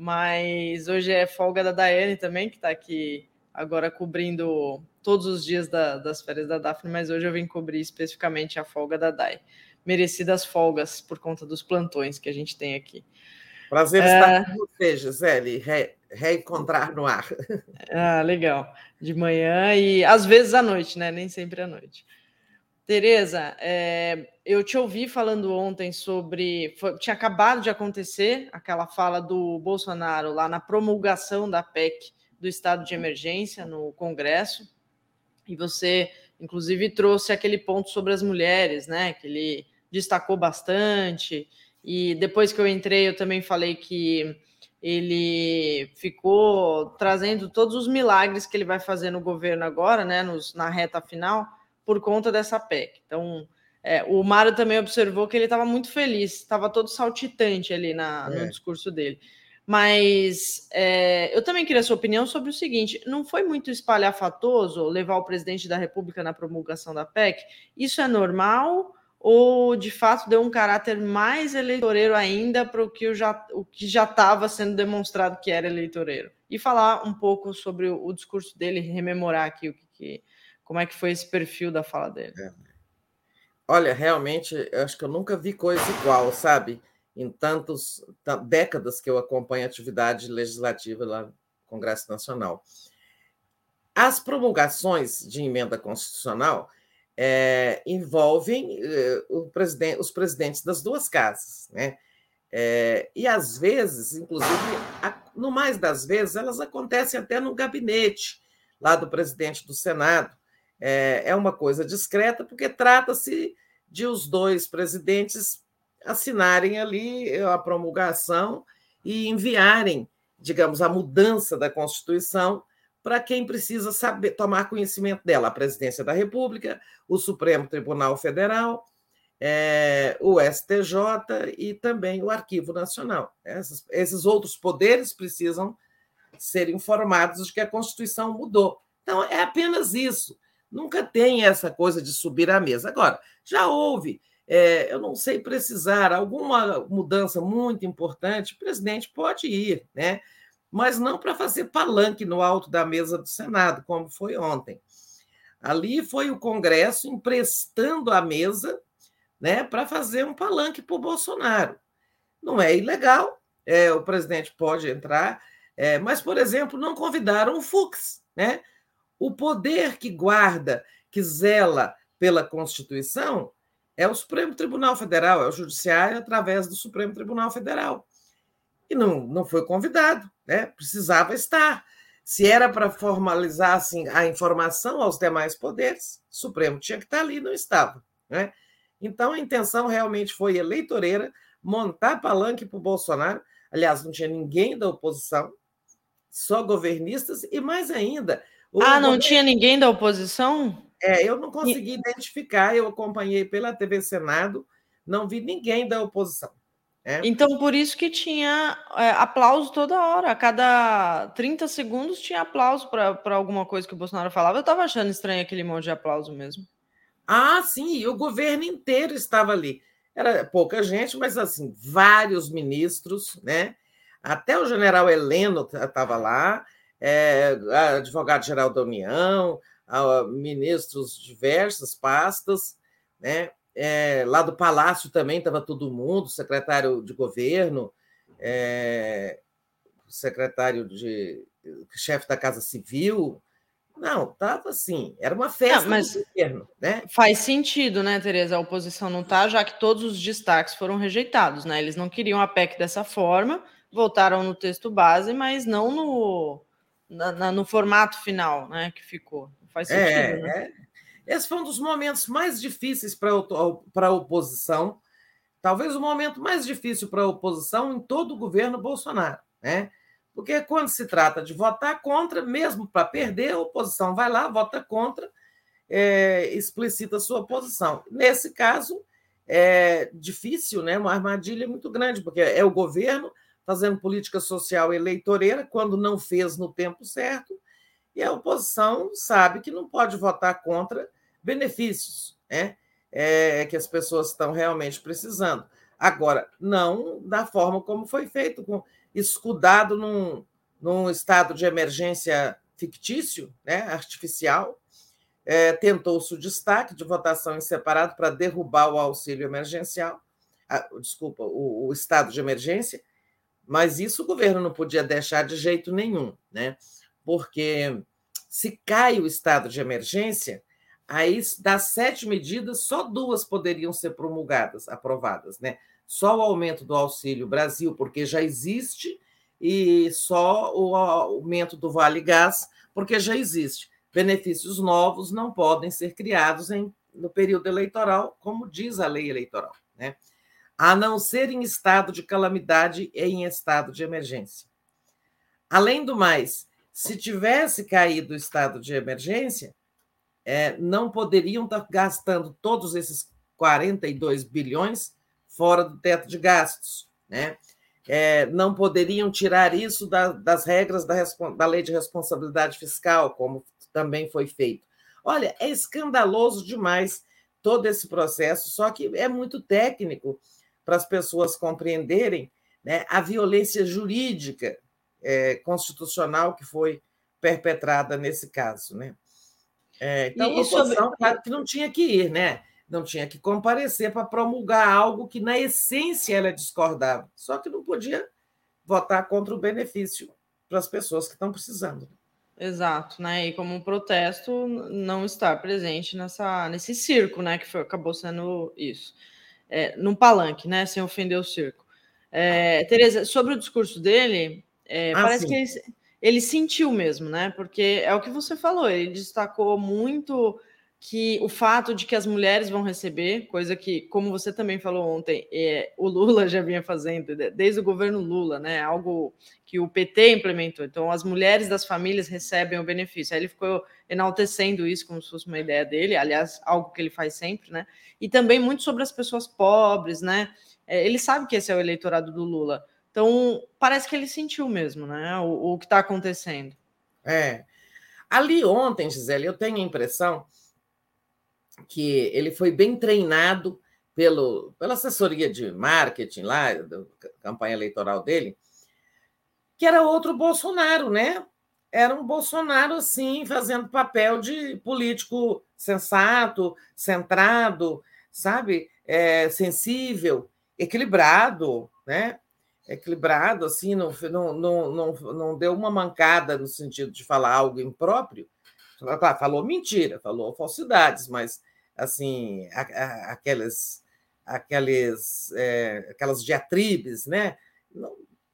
mas hoje é folga da Daiane também, que está aqui agora cobrindo todos os dias da- das férias da Daphne, mas hoje eu vim cobrir especificamente a folga da Dai. Merecidas folgas por conta dos plantões que a gente tem aqui. Prazer É. estar com você, Gisele. Re- reencontrar no ar. Ah, legal. De manhã e às vezes à noite, né? Nem sempre à noite. Tereza, é, eu te ouvi falando ontem sobre. foi- tinha acabado de acontecer aquela fala do Bolsonaro lá na promulgação da P E C do estado de emergência no Congresso, e você, inclusive, trouxe aquele ponto sobre as mulheres, né? Que ele destacou bastante. E depois que eu entrei, eu também falei que ele ficou trazendo todos os milagres que ele vai fazer no governo agora, né? Nos, na reta final, por conta dessa P E C. Então, é, o Mário também observou que ele estava muito feliz, estava todo saltitante ali na, no É. discurso dele. Mas é, eu também queria a sua opinião sobre o seguinte: não foi muito espalhafatoso levar o presidente da República na promulgação da P E C? Isso é normal ou, de fato, deu um caráter mais eleitoreiro ainda para o que já o que já estava sendo demonstrado que era eleitoreiro? E falar um pouco sobre o, o discurso dele, rememorar aqui o que, que como é que foi esse perfil da fala dele. Olha, realmente, eu acho que eu nunca vi coisa igual, sabe? Em tantas décadas que eu acompanho a atividade legislativa lá no Congresso Nacional. As promulgações de emenda constitucional é, envolvem é, o presidente, os presidentes das duas casas, né? É, e, às vezes, inclusive, a, no mais das vezes, elas acontecem até no gabinete lá do presidente do Senado. É, é uma coisa discreta, porque trata-se de os dois presidentes assinarem ali a promulgação e enviarem, digamos, a mudança da Constituição para quem precisa saber tomar conhecimento dela, a Presidência da República, o Supremo Tribunal Federal, é, o S T J e também o Arquivo Nacional. Esses, esses outros poderes precisam ser informados de que a Constituição mudou. Então, é apenas isso. Nunca tem essa coisa de subir à mesa. Agora, já houve, é, eu não sei precisar, alguma mudança muito importante, o presidente pode ir, né? Mas não para fazer palanque no alto da mesa do Senado, como foi ontem. Ali foi o Congresso emprestando a mesa, né, para fazer um palanque para o Bolsonaro. Não é ilegal, é, o presidente pode entrar, é, mas, por exemplo, não convidaram o Fux, né? O poder que guarda, que zela pela Constituição, é o Supremo Tribunal Federal, é o Judiciário através do Supremo Tribunal Federal. e não, não foi convidado, né? Precisava estar. Se era para formalizar assim, a informação aos demais poderes, o Supremo tinha que estar ali, não estava, né? Então, a intenção realmente foi eleitoreira, montar palanque para o Bolsonaro. Aliás, não tinha ninguém da oposição, só governistas, e mais ainda... Ah, não tinha ninguém da oposição? É, eu não consegui identificar, eu acompanhei pela T V Senado, não vi ninguém da oposição. É. Então, por isso que tinha é, aplauso toda hora. A cada trinta segundos tinha aplauso para alguma coisa que o Bolsonaro falava. Eu estava achando estranho aquele monte de aplauso mesmo. Ah, sim, e o governo inteiro estava ali. Era pouca gente, mas assim, vários ministros, né? Até o general Heleno estava lá, é, advogado-geral da União, ministros de diversas pastas, né? É, lá do Palácio também estava todo mundo, secretário de governo, é, secretário de chefe da Casa Civil. Não, estava assim, era uma festa não, mas do governo, né? Faz sentido, né, Tereza? A oposição não está, já que todos os destaques foram rejeitados, né? Eles não queriam a P E C dessa forma, voltaram no texto base, mas não no, na, na, no formato final, né, que ficou. Faz sentido, é, né? É. Esse foi um dos momentos mais difíceis para a oposição, talvez o momento mais difícil para a oposição em todo o governo Bolsonaro, né? Porque quando se trata de votar contra, mesmo para perder, a oposição vai lá, vota contra, é, explicita a sua posição. Nesse caso, é difícil, né? Uma armadilha muito grande, porque é o governo fazendo política social eleitoreira, quando não fez no tempo certo, e a oposição sabe que não pode votar contra benefícios, né? É, que as pessoas estão realmente precisando. Agora, não da forma como foi feito, com, escudado num, num estado de emergência fictício, né? Artificial. É, tentou-se o destaque de votação em separado para derrubar o auxílio emergencial, ah, desculpa, o, o estado de emergência, mas isso o governo não podia deixar de jeito nenhum, né? Porque se cai o estado de emergência, aí das sete medidas, só duas poderiam ser promulgadas, aprovadas, né? Só o aumento do Auxílio Brasil, porque já existe, e só o aumento do Vale Gás, porque já existe. Benefícios novos não podem ser criados em, no período eleitoral, como diz a lei eleitoral, né? A não ser em estado de calamidade e em estado de emergência. Além do mais, se tivesse caído o estado de emergência, é, não poderiam estar gastando todos esses quarenta e dois bilhões fora do teto de gastos, né? É, não poderiam tirar isso da, das regras da, da lei de responsabilidade fiscal, como também foi feito. Olha, é escandaloso demais todo esse processo, só que é muito técnico para as pessoas compreenderem, né, a violência jurídica é, constitucional que foi perpetrada nesse caso, né? É, então, e, a oposição, sobre... claro que não tinha que ir, né? Não tinha que comparecer para promulgar algo que, na essência, ela discordava. Só que não podia votar contra o benefício para as pessoas que estão precisando. Exato, né? E como um protesto, não estar presente nessa, nesse circo, né? Que foi, acabou sendo isso. É, num palanque, né? Sem ofender o circo. É, Tereza, sobre o discurso dele, é, ah, parece sim. que ele, ele sentiu mesmo, né? Porque é o que você falou, ele destacou muito que o fato de que as mulheres vão receber, coisa que, como você também falou ontem, é, o Lula já vinha fazendo, desde o governo Lula, né? Algo que o P T implementou. Então, as mulheres das famílias recebem o benefício. Aí ele ficou enaltecendo isso como se fosse uma ideia dele, aliás, algo que ele faz sempre, né? E também muito sobre as pessoas pobres, né? É, ele sabe que esse é o eleitorado do Lula. Então, parece que ele sentiu mesmo, né? O, o que está acontecendo. É. Ali ontem, Gisele, eu tenho a impressão que ele foi bem treinado pelo, pela assessoria de marketing lá, da campanha eleitoral dele, que era outro Bolsonaro, né? Era um Bolsonaro, assim, fazendo papel de político sensato, centrado, sabe? É, sensível, equilibrado, né? Equilibrado, assim, não, não, não, não, não deu uma mancada no sentido de falar algo impróprio. Claro, falou mentira, falou falsidades, mas assim, a, a, aquelas, aquelas, é, aquelas diatribes, né? Não,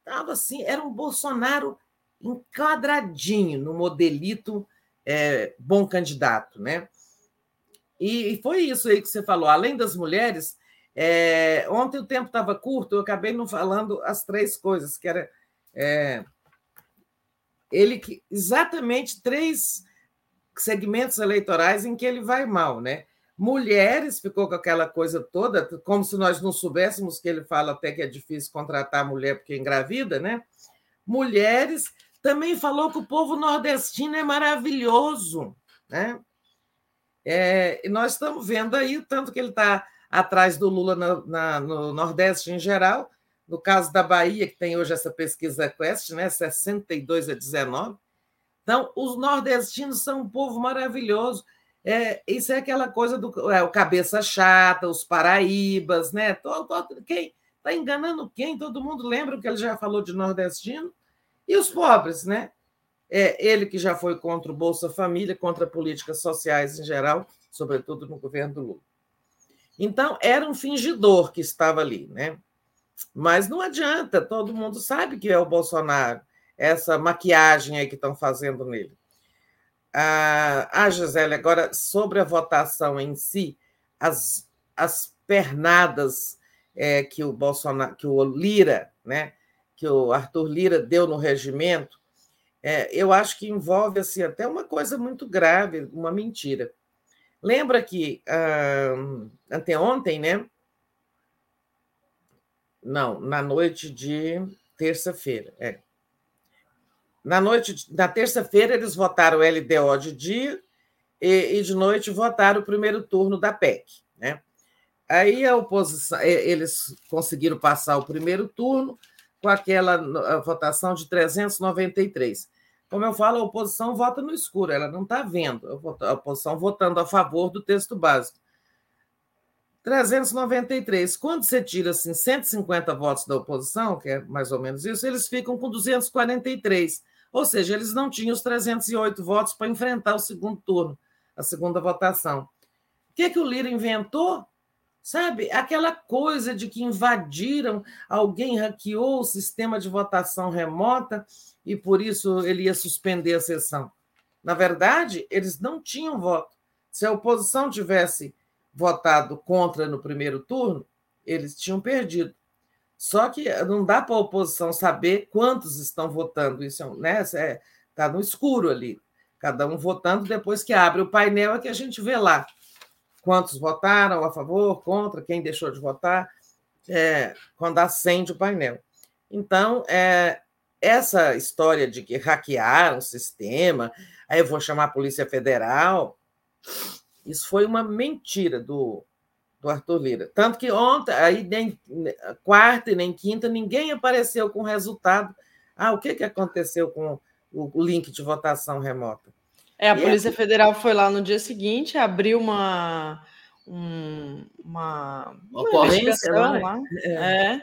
estava assim, era um Bolsonaro enquadradinho no modelito é, bom candidato, né? E, e foi isso aí que você falou. Além das mulheres, é, ontem o tempo estava curto, eu acabei não falando as três coisas, que era é, ele que exatamente três segmentos eleitorais em que ele vai mal, né? Mulheres, ficou com aquela coisa toda, como se nós não soubéssemos que ele fala até que é difícil contratar mulher porque engravida, né? Mulheres, também falou que o povo nordestino é maravilhoso, né? É, e nós estamos vendo aí, tanto que ele está atrás do Lula na, na, no Nordeste em geral, no caso da Bahia, que tem hoje essa pesquisa Quest, né? sessenta e dois a dezenove. Então, os nordestinos são um povo maravilhoso. É, isso é aquela coisa do é, o cabeça chata, os paraíbas, né? Todo, todo, quem está enganando quem? Todo mundo lembra que ele já falou de nordestino. E os pobres, né? É, ele que já foi contra o Bolsa Família, contra políticas sociais em geral, sobretudo no governo do Lula. Então, era um fingidor que estava ali, né? Mas não adianta, todo mundo sabe que é o Bolsonaro, essa maquiagem aí que estão fazendo nele. Ah, ah, Gisele, agora, sobre a votação em si, as, as pernadas é, que o Bolsonaro, que o Lira, né, que o Arthur Lira deu no regimento, é, eu acho que envolve assim, até uma coisa muito grave, uma mentira. Lembra que ah, anteontem, né? Não, na noite de terça-feira, é. Na noite, na terça-feira, eles votaram o L D O de dia e, e de noite votaram o primeiro turno da P E C, né? Aí a oposição, eles conseguiram passar o primeiro turno com aquela votação de trezentos e noventa e três. Como eu falo, a oposição vota no escuro, ela não está vendo, a oposição votando a favor do texto básico. trezentos e noventa e três. Quando você tira assim, cento e cinquenta votos da oposição, que é mais ou menos isso, eles ficam com duzentos e quarenta e três. Ou seja, eles não tinham os trezentos e oito votos para enfrentar o segundo turno, a segunda votação. O que, que o Lira inventou? Sabe, aquela coisa de que invadiram, alguém hackeou o sistema de votação remota e por isso ele ia suspender a sessão. Na verdade, eles não tinham voto. Se a oposição tivesse votado contra no primeiro turno, eles tinham perdido. Só que não dá para a oposição saber quantos estão votando. Isso está né? é, tá no escuro ali. Cada um votando, depois que abre o painel é que a gente vê lá quantos votaram a favor, contra, quem deixou de votar, é, quando acende o painel. Então, é, essa história de que hackearam o sistema, aí eu vou chamar a Polícia Federal, isso foi uma mentira do, do Arthur Lira. Tanto que ontem, aí nem quarta e nem quinta, ninguém apareceu com resultado. Ah, o que, que aconteceu com o link de votação remota? É, a Polícia Federal foi lá no dia seguinte, abriu uma, um, uma, uma investigação lá. É. é,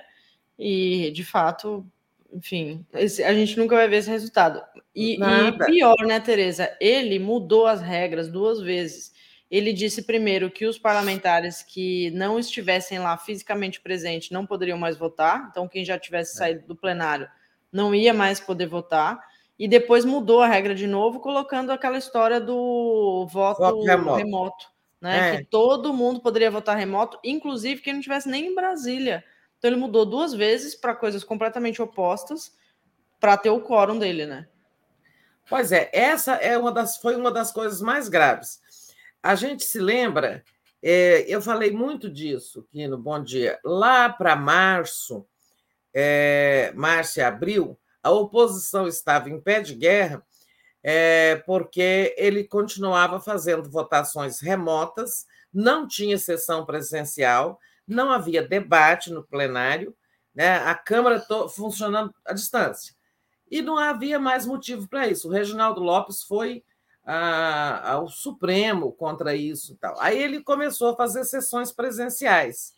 e, de fato, enfim, esse, a gente nunca vai ver esse resultado. E, e pior, né, Tereza? Ele mudou as regras duas vezes. Ele disse primeiro que os parlamentares que não estivessem lá fisicamente presentes não poderiam mais votar, então quem já tivesse saído do plenário não ia mais poder votar. E depois mudou a regra de novo, colocando aquela história do voto, voto remoto, remoto né? É. Que todo mundo poderia votar remoto, inclusive quem não estivesse nem em Brasília. Então ele mudou duas vezes para coisas completamente opostas para ter o quórum dele, né? Pois é, essa é uma das, foi uma das coisas mais graves. A gente se lembra, é, eu falei muito disso aqui no Bom Dia, lá para março, é, março e abril, a oposição estava em pé de guerra é, porque ele continuava fazendo votações remotas, não tinha sessão presencial, não havia debate no plenário, né, a Câmara to- funcionando à distância. E não havia mais motivo para isso. O Reginaldo Lopes foi a, ao Supremo contra isso e tal. Aí ele começou a fazer sessões presenciais.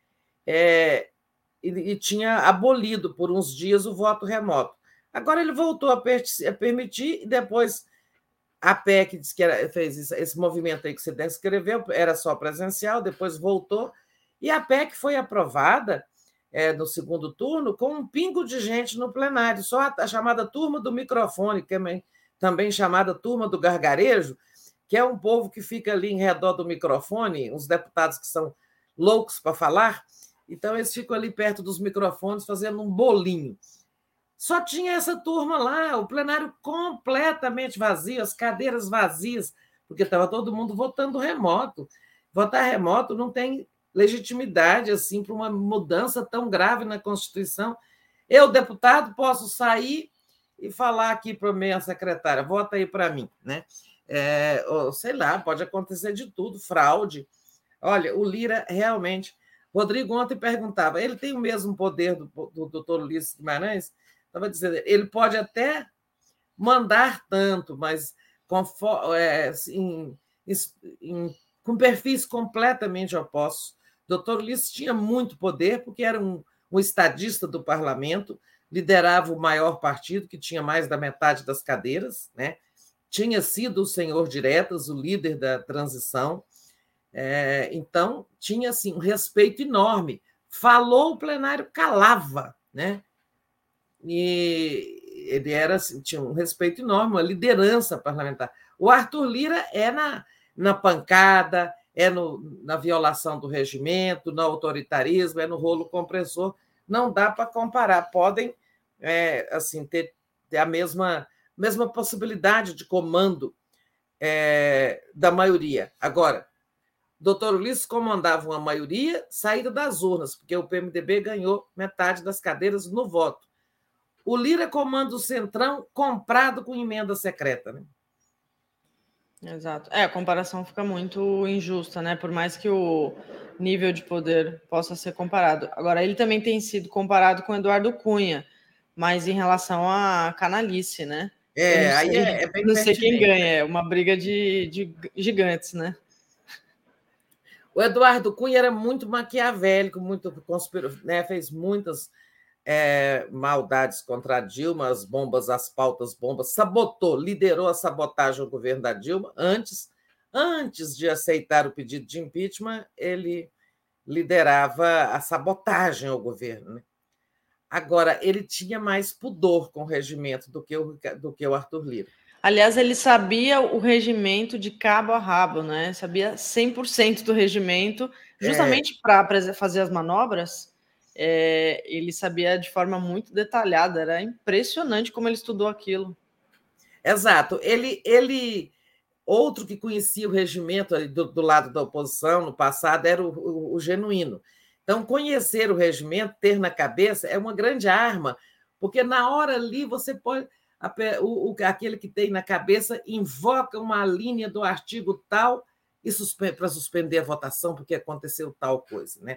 É, e, e tinha abolido por uns dias o voto remoto. Agora ele voltou a, per- a permitir, e depois a P E C disse que era, fez isso, esse movimento aí que você descreveu, era só presencial, depois voltou, e a P E C foi aprovada é, no segundo turno, com um pingo de gente no plenário, só a, a chamada turma do microfone, que é também chamada turma do gargarejo, que é um povo que fica ali em redor do microfone, uns deputados que são loucos para falar, então eles ficam ali perto dos microfones fazendo um bolinho. Só tinha essa turma lá, o plenário completamente vazio, as cadeiras vazias, porque estava todo mundo votando remoto. Votar remoto não tem legitimidade assim para uma mudança tão grave na Constituição. Eu, deputado, posso sair e falar aqui para a minha secretária, vota aí para mim, né? É, ou, sei lá, pode acontecer de tudo, fraude. Olha, o Lira realmente... Rodrigo ontem perguntava, ele tem o mesmo poder do, do doutor Ulisses Guimarães? Estava dizendo, ele pode até mandar tanto, mas com, é, em, em, com perfis completamente opostos. O doutor Ulisses tinha muito poder, porque era um, um estadista do parlamento, liderava o maior partido, que tinha mais da metade das cadeiras, né? Tinha sido o senhor Diretas, o líder da transição, é, então tinha assim, um respeito enorme. Falou, o plenário calava, né? E ele era, assim, tinha um respeito enorme, uma liderança parlamentar. O Arthur Lira é na, na pancada, é no, na violação do regimento, no autoritarismo, é no rolo compressor. Não dá para comparar. Podem é, assim, ter, ter a mesma, mesma possibilidade de comando é, da maioria. Agora, doutor Ulisses comandava uma maioria saída das urnas, porque o P M D B ganhou metade das cadeiras no voto. O Lira comanda o Centrão comprado com emenda secreta, né? Exato. É, a comparação fica muito injusta, né? Por mais que o nível de poder possa ser comparado. Agora, ele também tem sido comparado com Eduardo Cunha, mas em relação à canalice, né? É, não aí sei, é, é bem não sei quem pertinente. ganha, é uma briga de, de gigantes, né? O Eduardo Cunha era muito maquiavélico, muito conspiro, né? Fez muitas é, maldades contra a Dilma, as bombas, as pautas bombas, sabotou, liderou a sabotagem ao governo da Dilma. Antes, antes de aceitar o pedido de impeachment, ele liderava a sabotagem ao governo, né? Agora, ele tinha mais pudor com o regimento do que o, do que o Arthur Lira. Aliás, ele sabia o regimento de cabo a rabo, né? Sabia cem por cento do regimento, justamente é. para fazer as manobras. É, ele sabia de forma muito detalhada, era impressionante como ele estudou aquilo. Exato. Ele, ele outro que conhecia o regimento ali do, do lado da oposição no passado era o, o, o Genuíno. Então, conhecer o regimento, ter na cabeça, é uma grande arma, porque na hora ali você pode... O, o, aquele que tem na cabeça invoca uma linha do artigo tal e suspende, para suspender a votação porque aconteceu tal coisa, né?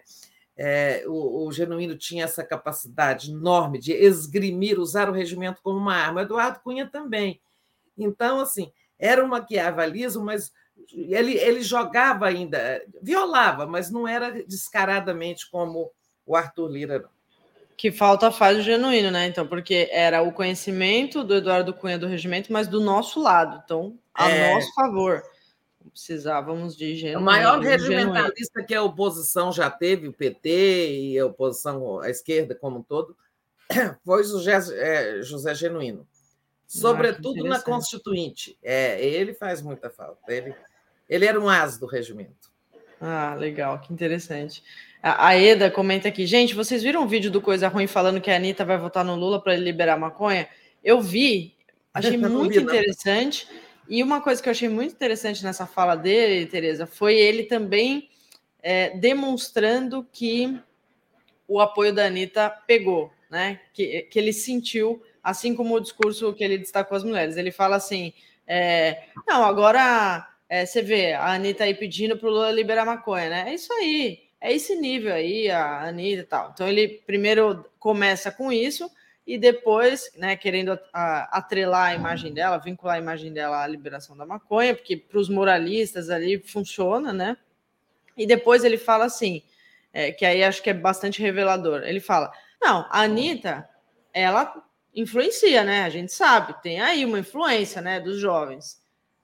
É, o, o Genuíno tinha essa capacidade enorme de esgrimir, usar o regimento como uma arma. Eduardo Cunha também. Então, assim, era um maquiavelismo, mas ele, ele jogava ainda, violava, mas não era descaradamente como o Arthur Lira, não. Que falta faz o Genuíno, né? Então, porque era o conhecimento do Eduardo Cunha do regimento, mas do nosso lado. Então, a é... nosso favor. Precisávamos de Genuíno. O maior regimentalista genuíno. Que a oposição já teve, o P T e a oposição, a esquerda como um todo, foi o José, José Genuíno. Sobretudo ah, na Constituinte. É, ele faz muita falta. Ele, ele era um as do regimento. Ah, legal, que interessante. A Eda comenta aqui, gente, vocês viram o vídeo do Coisa Ruim falando que a Anitta vai votar no Lula para ele liberar maconha? Eu vi, achei muito vi, interessante. E uma coisa que eu achei muito interessante nessa fala dele, Tereza, foi ele também é, demonstrando que o apoio da Anitta pegou, né? Que, que ele sentiu, assim como o discurso que ele destacou às mulheres. Ele fala assim, é, não, agora é, você vê a Anitta aí pedindo para o Lula liberar maconha, né? É isso aí. É esse nível aí, a Anitta e tal. Então, ele primeiro começa com isso e depois, né, querendo a, a, atrelar a imagem dela, vincular a imagem dela à liberação da maconha, porque para os moralistas ali funciona, né? E depois ele fala assim, é, que aí acho que é bastante revelador. Ele fala, não, a Anitta, ela influencia, né? A gente sabe, tem aí uma influência, né, dos jovens.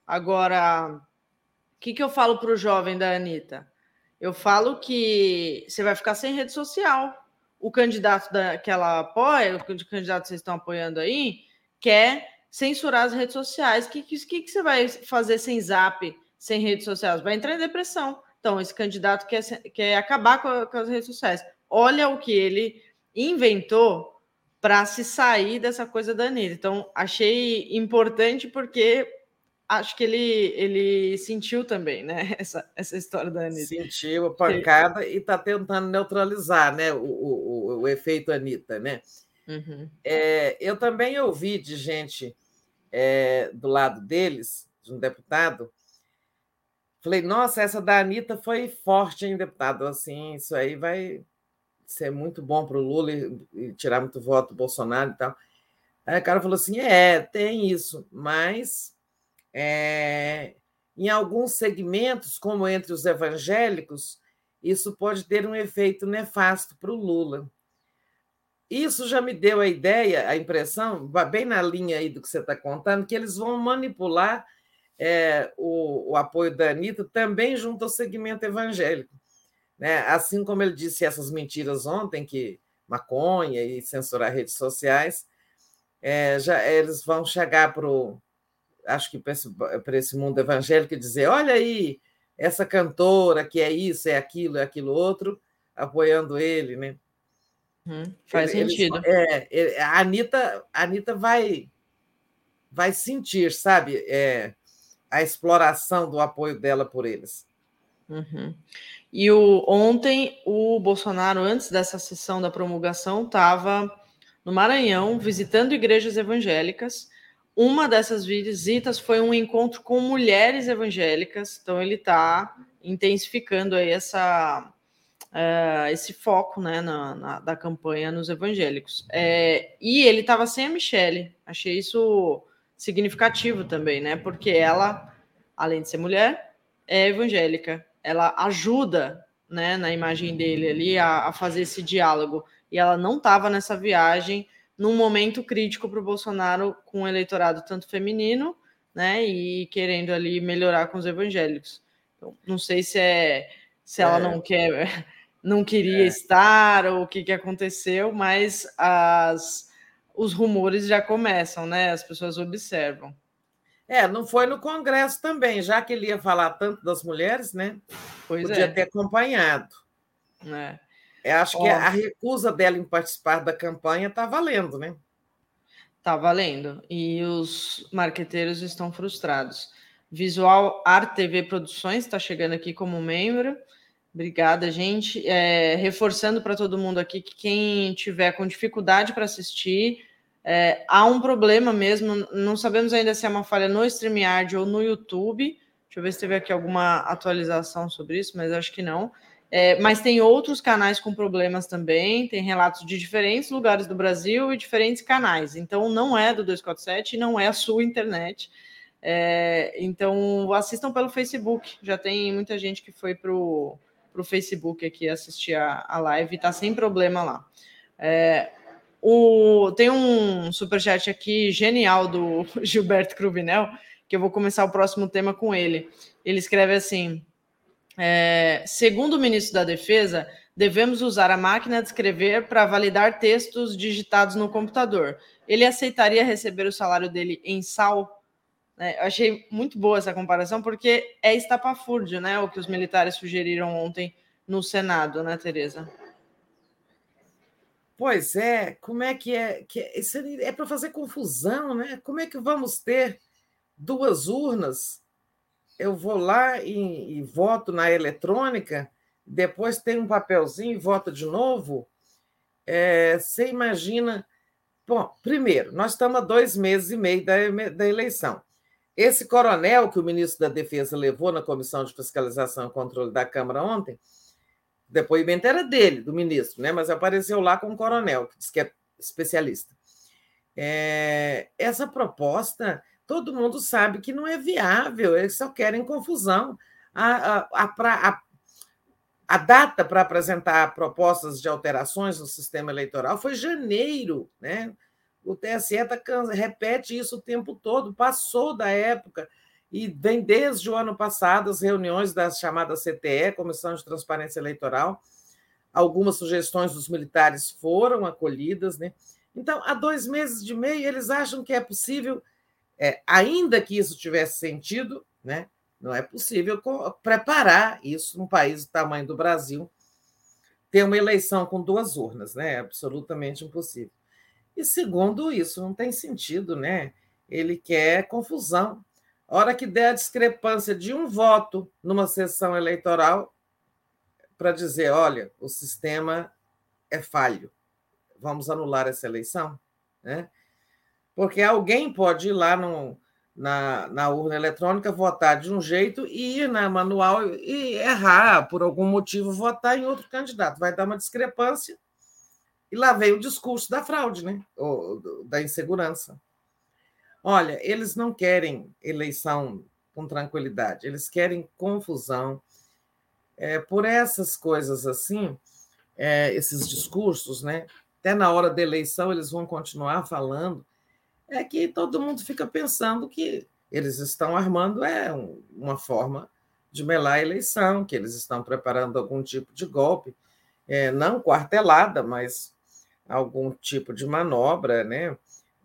Agora, o que, que eu falo para o jovem da Anitta? Eu falo que você vai ficar sem rede social. o candidato da, que ela apoia, o candidato que vocês estão apoiando aí, quer censurar as redes sociais. O que, que, que você vai fazer sem Zap, sem redes sociais? Vai entrar em depressão. Então, esse candidato quer, quer acabar com, a, com as redes sociais. Olha o que ele inventou para se sair dessa coisa da Anitta. Então, achei importante porque acho que ele, ele sentiu também, né? Essa, essa história da Anitta. Sentiu a pancada e está tentando neutralizar, né? O, o, o efeito Anitta, né? Uhum. É, eu também ouvi de gente é, do lado deles, de um deputado. Falei, nossa, essa da Anitta foi forte, hein, deputado? Assim, isso aí vai ser muito bom para o Lula e, e tirar muito voto do Bolsonaro e tal. Aí o cara falou assim: é, tem isso, mas é, em alguns segmentos, como entre os evangélicos, isso pode ter um efeito nefasto para o Lula. Isso já me deu a ideia, a impressão, bem na linha aí do que você está contando, que eles vão manipular é, o, o apoio da Anitta também junto ao segmento evangélico. Né? Assim como ele disse essas mentiras ontem, que maconha e censurar redes sociais, é, já eles vão chegar para o, acho que para esse, para esse mundo evangélico e dizer: olha aí, essa cantora que é isso, é aquilo, é aquilo outro, apoiando ele, né? Hum, faz Eles, sentido. É, a Anitta, a Anitta vai, vai sentir, sabe, é, a exploração do apoio dela por eles. Uhum. E o, ontem o Bolsonaro, antes dessa sessão da promulgação, estava no Maranhão visitando igrejas evangélicas. Uma dessas visitas foi um encontro com mulheres evangélicas, então ele está intensificando aí essa, uh, esse foco, né, na, na, da campanha nos evangélicos. É, e ele estava sem a Michelle, achei isso significativo também, né, porque ela, além de ser mulher, é evangélica, ela ajuda, né, na imagem dele ali a, a fazer esse diálogo, e ela não estava nessa viagem num momento crítico para o Bolsonaro, com um eleitorado tanto feminino, né, e querendo ali melhorar com os evangélicos. Então, não sei se é se ela é. não quer, não queria é. estar ou o que, que aconteceu, mas as, os rumores já começam, né? As pessoas observam. É, não foi no Congresso também, já que ele ia falar tanto das mulheres, né? Pois Podia é. ter acompanhado. É. Eu acho Ó, que a recusa dela em participar da campanha está valendo, né? Tá valendo. E os marqueteiros estão frustrados. Visual Art T V Produções está chegando aqui como membro. Obrigada, gente. É, reforçando para todo mundo aqui que quem tiver com dificuldade para assistir, é, há um problema mesmo. Não sabemos ainda se é uma falha no StreamYard ou no YouTube. Deixa eu ver se teve aqui alguma atualização sobre isso, mas acho que não. É, mas tem outros canais com problemas também, tem relatos de diferentes lugares do Brasil e diferentes canais. Então, não é do duzentos e quarenta e sete e não é a sua internet. É, então, assistam pelo Facebook. Já tem muita gente que foi para o Facebook aqui assistir a, a live e está sem problema lá. É, o, tem um superchat aqui genial do Gilberto Cruvinel, que eu vou começar o próximo tema com ele. Ele escreve assim: É, segundo o ministro da Defesa, devemos usar a máquina de escrever para validar textos digitados no computador. Ele aceitaria receber o salário dele em sal? É, eu achei muito boa essa comparação, porque é estapafúrdio, né, o que os militares sugeriram ontem no Senado, né, Tereza? Pois é, como é que é? Que é isso é para fazer confusão, né? Como é que vamos ter duas urnas? Eu vou lá e, e voto na eletrônica, depois tem um papelzinho e voto de novo. É, você imagina... Bom, primeiro, nós estamos a dois meses e meio da, da eleição. Esse coronel que o ministro da Defesa levou na Comissão de Fiscalização e Controle da Câmara ontem, o depoimento era dele, do ministro, né? Mas apareceu lá com um coronel, que diz que é especialista. É, essa proposta... Todo mundo sabe que não é viável, eles só querem confusão. A, a, a, a, a data para apresentar propostas de alterações no sistema eleitoral foi janeiro, né? O T S E tá, repete isso o tempo todo, passou da época, e vem desde o ano passado as reuniões da chamada C T E, Comissão de Transparência Eleitoral, algumas sugestões dos militares foram acolhidas, né? Então, há dois meses e meio, eles acham que é possível, é, ainda que isso tivesse sentido, né? Não é possível preparar isso num país do tamanho do Brasil, ter uma eleição com duas urnas, né? É absolutamente impossível. E, segundo, isso não tem sentido, né? Ele quer confusão. A hora que der a discrepância de um voto numa sessão eleitoral, para dizer, olha, o sistema é falho, vamos anular essa eleição, né? Porque alguém pode ir lá no, na, na urna eletrônica, votar de um jeito e ir na manual e errar, por algum motivo, votar em outro candidato. Vai dar uma discrepância e lá vem o discurso da fraude, né? Ou da insegurança. Olha, eles não querem eleição com tranquilidade, eles querem confusão. É, por essas coisas assim, é, esses discursos, né? Até na hora da eleição eles vão continuar falando, é que todo mundo fica pensando que eles estão armando é uma forma de melar a eleição, que eles estão preparando algum tipo de golpe, é, não quartelada, mas algum tipo de manobra, né?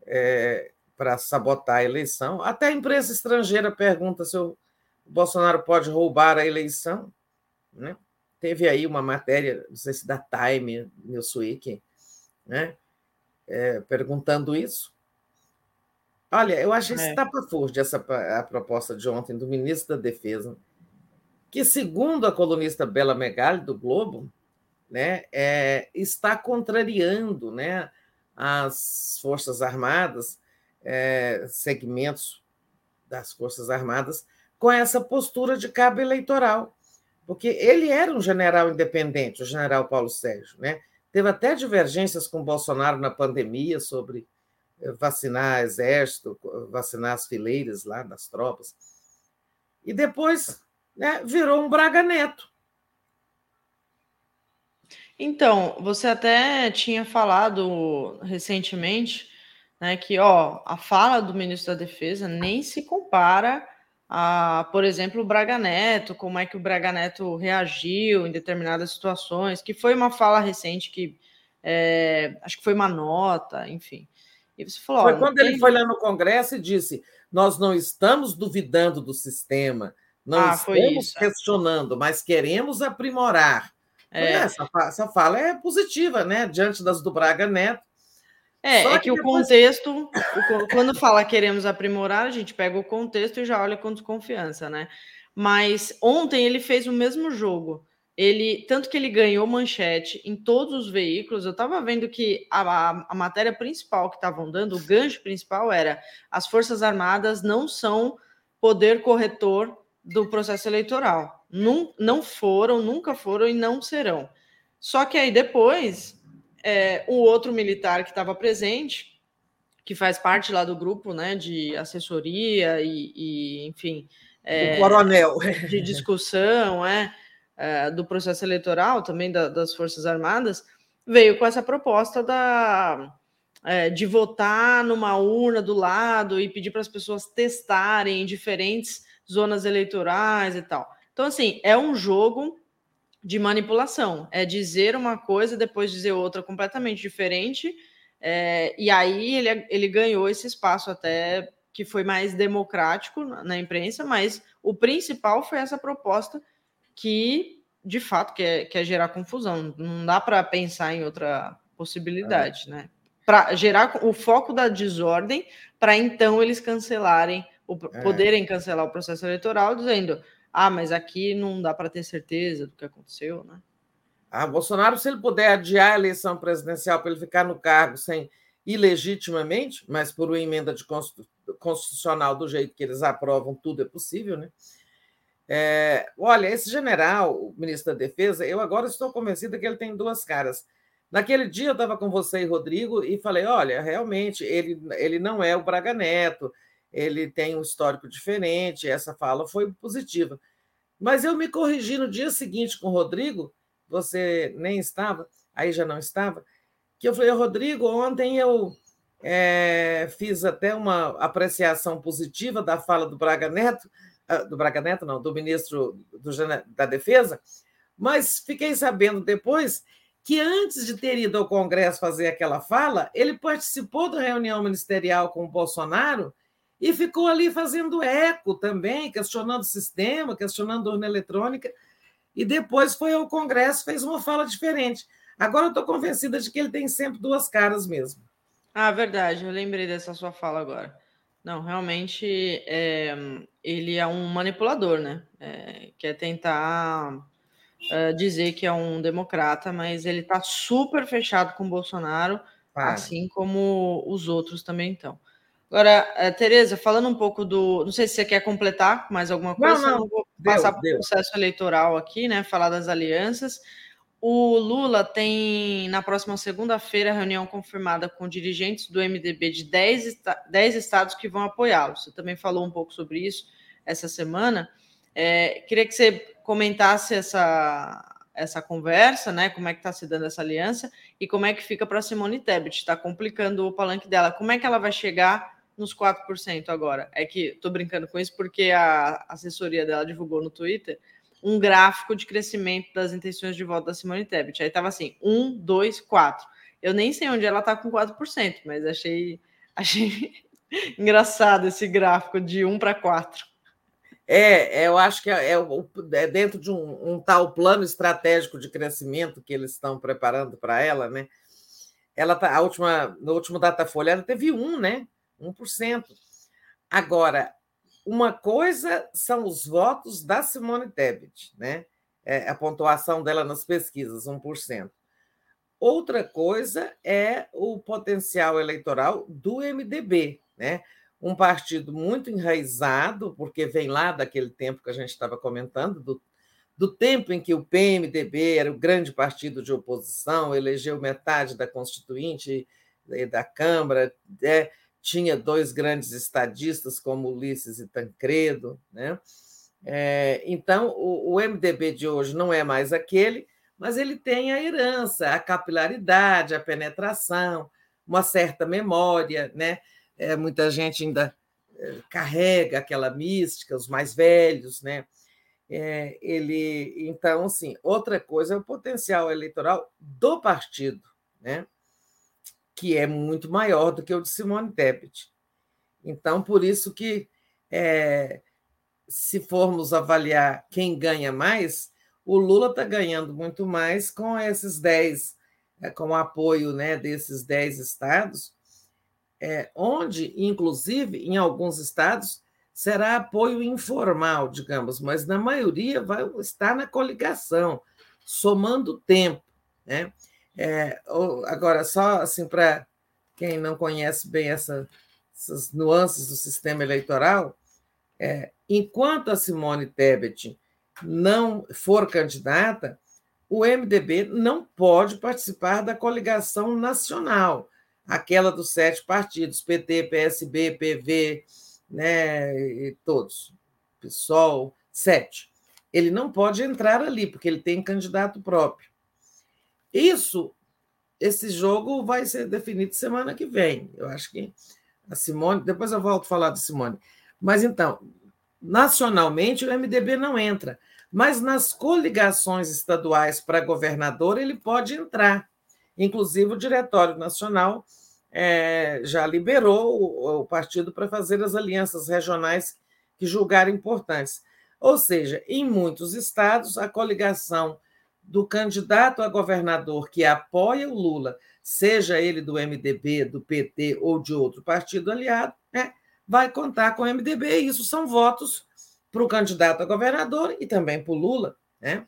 É, para sabotar a eleição. Até a imprensa estrangeira pergunta se o Bolsonaro pode roubar a eleição, né? Teve aí uma matéria, não sei se da Time, Newsweek, né? É, perguntando isso. Olha, eu achei É. estapafúrdia essa a proposta de ontem do ministro da Defesa, que, segundo a colunista Bela Megali, do Globo, né, é, está contrariando, né, as Forças Armadas, é, segmentos das Forças Armadas, com essa postura de cabo eleitoral. Porque ele era um general independente, o general Paulo Sérgio, né? Teve até divergências com o Bolsonaro na pandemia sobre vacinar exército, vacinar as fileiras lá das tropas. E depois, né, virou um Braga Neto. Então, você até tinha falado recentemente, né, que ó, a fala do ministro da Defesa nem se compara a, por exemplo, o Braga Neto, como é que o Braga Neto reagiu em determinadas situações, que foi uma fala recente que é, acho que foi uma nota, enfim. E você falou, Foi ó, quando tem... ele foi lá no Congresso e disse: nós não estamos duvidando do sistema, não ah, foi estamos isso. questionando, mas queremos aprimorar. É. Essa, essa fala é positiva, né? Diante das do Braga Neto. É, Só é que, que o depois... contexto, o, quando fala queremos aprimorar, a gente pega o contexto e já olha com desconfiança, né? Mas ontem ele fez o mesmo jogo. Ele, tanto que ele ganhou manchete em todos os veículos. Eu estava vendo que a, a, a matéria principal que estavam dando, o gancho principal era: as Forças Armadas não são poder corretor do processo eleitoral. Não, não foram, nunca foram e não serão. Só que aí depois... É, o outro militar que estava presente, que faz parte lá do grupo, né, de assessoria e, e enfim, é, o coronel de discussão, é, é, do processo eleitoral, também da, das Forças Armadas, veio com essa proposta da, é, de votar numa urna do lado e pedir para as pessoas testarem em diferentes zonas eleitorais e tal. Então, assim, é um jogo de manipulação, é dizer uma coisa, depois dizer outra completamente diferente, é, e aí ele, ele ganhou esse espaço até que foi mais democrático na, na imprensa, mas o principal foi essa proposta que, de fato, quer, quer gerar confusão, não dá para pensar em outra possibilidade, é. né? Para gerar o foco da desordem, para então eles cancelarem, o, é. poderem cancelar o processo eleitoral, dizendo... ah, mas aqui não dá para ter certeza do que aconteceu, né? Ah, Bolsonaro, se ele puder adiar a eleição presidencial para ele ficar no cargo sem ilegitimamente, mas por uma emenda de constitucional do jeito que eles aprovam, tudo é possível, né? É, olha, esse general, o ministro da Defesa, eu agora estou convencida que ele tem duas caras. Naquele dia eu estava com você e Rodrigo e falei, olha, realmente, ele, ele não é o Braga Neto, ele tem um histórico diferente, essa fala foi positiva. Mas eu me corrigi no dia seguinte com o Rodrigo, você nem estava, aí já não estava, que eu falei, Rodrigo, ontem eu é, fiz até uma apreciação positiva da fala do Braga Neto, do Braga Neto não, do ministro do, da Defesa, mas fiquei sabendo depois que antes de ter ido ao Congresso fazer aquela fala, ele participou da reunião ministerial com o Bolsonaro e ficou ali fazendo eco também, questionando o sistema, questionando a urna eletrônica, e depois foi ao Congresso, fez uma fala diferente. Agora eu estou convencida de que ele tem sempre duas caras mesmo. Ah, verdade, eu lembrei dessa sua fala agora. Não, realmente é, ele é um manipulador, né? É, quer tentar é, dizer que é um democrata, mas ele está super fechado com o Bolsonaro, Ah. assim como os outros também estão. Agora, é, Tereza, falando um pouco do... Não sei se você quer completar mais alguma coisa, não, não. senão eu vou Deu, passar para o deu. processo eleitoral aqui, né? Falar das alianças. O Lula tem, na próxima segunda-feira, reunião confirmada com dirigentes do M D B de dez, esta- dez estados que vão apoiá-lo. Você também falou um pouco sobre isso essa semana. É, queria que você comentasse essa, essa conversa, né? Como é que está se dando essa aliança e como é que fica para Simone Tebet. Está complicando o palanque dela. Como é que ela vai chegar nos quatro por cento agora? É que estou brincando com isso porque a assessoria dela divulgou no Twitter um gráfico de crescimento das intenções de voto da Simone Tebet. Aí estava assim, um, dois, quatro. Eu nem sei onde ela está com quatro por cento, mas achei, achei engraçado esse gráfico de um para quatro. É, eu acho que é, é, é dentro de um, um tal plano estratégico de crescimento que eles estão preparando para ela, né? Ela tá, a última, no último Datafolha, ela teve um, né? um por cento. Agora, uma coisa são os votos da Simone Tebet, né? É, a pontuação dela nas pesquisas, um por cento. Outra coisa é o potencial eleitoral do M D B, né? Um partido muito enraizado, porque vem lá daquele tempo que a gente estava comentando, do, do tempo em que o P M D B era o grande partido de oposição, elegeu metade da Constituinte e da Câmara, é, tinha dois grandes estadistas, como Ulisses e Tancredo, né? É, então, o, o M D B de hoje não é mais aquele, mas ele tem a herança, a capilaridade, a penetração, uma certa memória, né? É, muita gente ainda é, carrega aquela mística, os mais velhos, né? É, ele, então, assim, outra coisa é o potencial eleitoral do partido, né? Que é muito maior do que o de Simone Tebet. Então, por isso que, é, se formos avaliar quem ganha mais, o Lula está ganhando muito mais com esses dez, é, com o apoio, né, desses dez estados, é, onde, inclusive, em alguns estados, será apoio informal, digamos, mas na maioria vai estar na coligação, somando tempo, né? É, agora, só assim, para quem não conhece bem essa, essas nuances do sistema eleitoral, é, enquanto a Simone Tebet não for candidata, o M D B não pode participar da coligação nacional, aquela dos sete partidos, P T, P S B, P V, né, e todos, PSOL, sete. Ele não pode entrar ali, porque ele tem candidato próprio. Isso, esse jogo vai ser definido semana que vem. Eu acho que a Simone... Depois eu volto a falar de Simone. Mas, então, nacionalmente, o M D B não entra. Mas nas coligações estaduais para governador, ele pode entrar. Inclusive, o Diretório Nacional é, já liberou o, o partido para fazer as alianças regionais que julgarem importantes. Ou seja, em muitos estados, a coligação do candidato a governador que apoia o Lula, seja ele do M D B, do P T ou de outro partido aliado, né, vai contar com o M D B. E isso são votos para o candidato a governador e também para o Lula, né?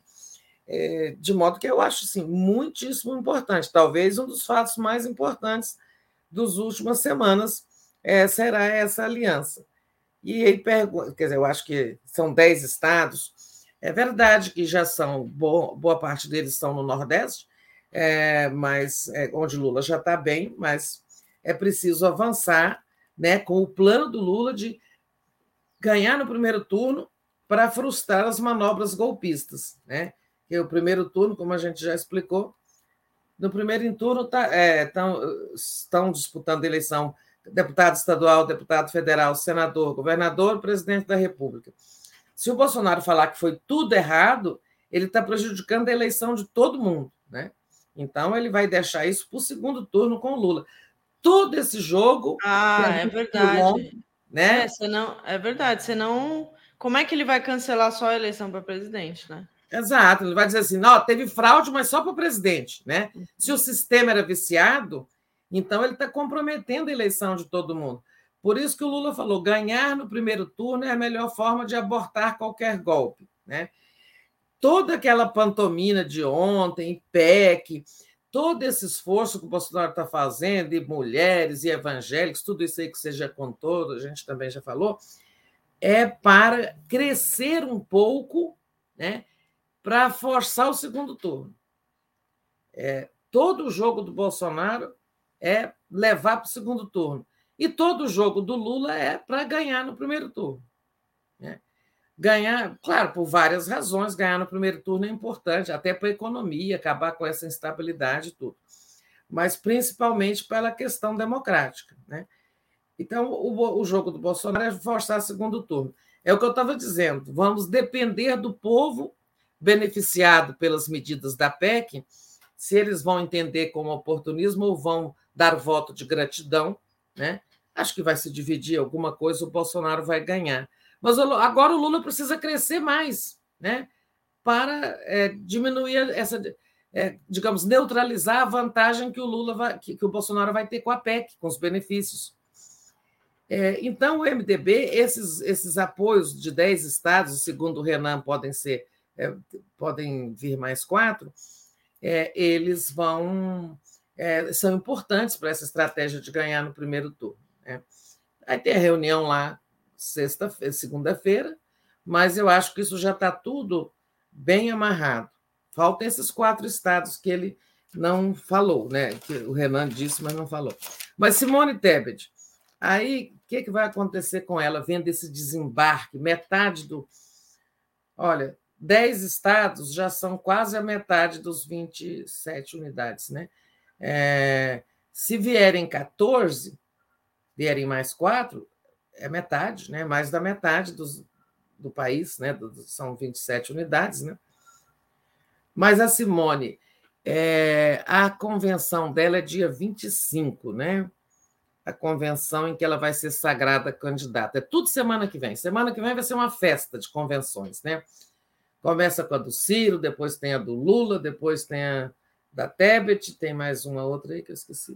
É, de modo que eu acho assim, muitíssimo importante. Talvez um dos fatos mais importantes das últimas semanas é, será essa aliança. E ele pergunta, quer dizer, eu acho que são dez estados. É verdade que já são, boa, boa parte deles estão no Nordeste, é, mas é, onde Lula já está bem, mas é preciso avançar, né, com o plano do Lula de ganhar no primeiro turno para frustrar as manobras golpistas, né? Que o primeiro turno, como a gente já explicou, no primeiro turno tá, é, tão, estão disputando eleição deputado estadual, deputado federal, senador, governador, presidente da República. Se o Bolsonaro falar que foi tudo errado, ele está prejudicando a eleição de todo mundo, né? Então, ele vai deixar isso para o segundo turno com o Lula. Todo esse jogo... Ah, é verdade. Ontem, né? É, senão, é verdade, senão... Como é que ele vai cancelar só a eleição para presidente, né? Exato, ele vai dizer assim, não, teve fraude, mas só para o presidente, né? Se o sistema era viciado, então ele está comprometendo a eleição de todo mundo. Por isso que o Lula falou, ganhar no primeiro turno é a melhor forma de abortar qualquer golpe, né? Toda aquela pantomina de ontem, P E C, todo esse esforço que o Bolsonaro está fazendo, e mulheres e evangélicos, tudo isso aí que você já contou, a gente também já falou, é para crescer um pouco, né? Para forçar o segundo turno. É, todo o jogo do Bolsonaro é levar para o segundo turno. E todo o jogo do Lula é para ganhar no primeiro turno. Né? Ganhar, claro, por várias razões, ganhar no primeiro turno é importante, até para a economia, acabar com essa instabilidade e tudo. Mas principalmente pela questão democrática. Né? Então, o, o jogo do Bolsonaro é forçar o segundo turno. É o que eu estava dizendo, vamos depender do povo beneficiado pelas medidas da P E C, se eles vão entender como oportunismo ou vão dar voto de gratidão, né? Acho que vai se dividir alguma coisa, o Bolsonaro vai ganhar. Mas agora o Lula precisa crescer mais, né? Para é, diminuir essa, é, digamos, neutralizar a vantagem que o Lula vai, que, que o Bolsonaro vai ter com a P E C, com os benefícios. É, então, o M D B, esses, esses apoios de dez estados, segundo o Renan, podem ser É, podem vir mais quatro, é, eles vão é, são importantes para essa estratégia de ganhar no primeiro turno. Né? Vai ter a reunião lá sexta, segunda-feira, mas eu acho que isso já está tudo bem amarrado. Faltam esses quatro estados que ele não falou, né? Que o Renan disse, mas não falou. Mas Simone Tebet, aí o que, que vai acontecer com ela vendo esse desembarque? Metade do... Olha, dez estados já são quase a metade dos vinte e sete unidades. Né? É, se vierem quatorze, vierem mais quatro, é metade, né? Mais da metade dos, do país, né? Do, são vinte e sete unidades. Né? Mas a Simone, é, a convenção dela é dia vinte e cinco, né? A convenção em que ela vai ser sagrada candidata. É tudo semana que vem. Semana que vem vai ser uma festa de convenções, né? Começa com a do Ciro, depois tem a do Lula, depois tem a da Tebet, tem mais uma outra aí que eu esqueci.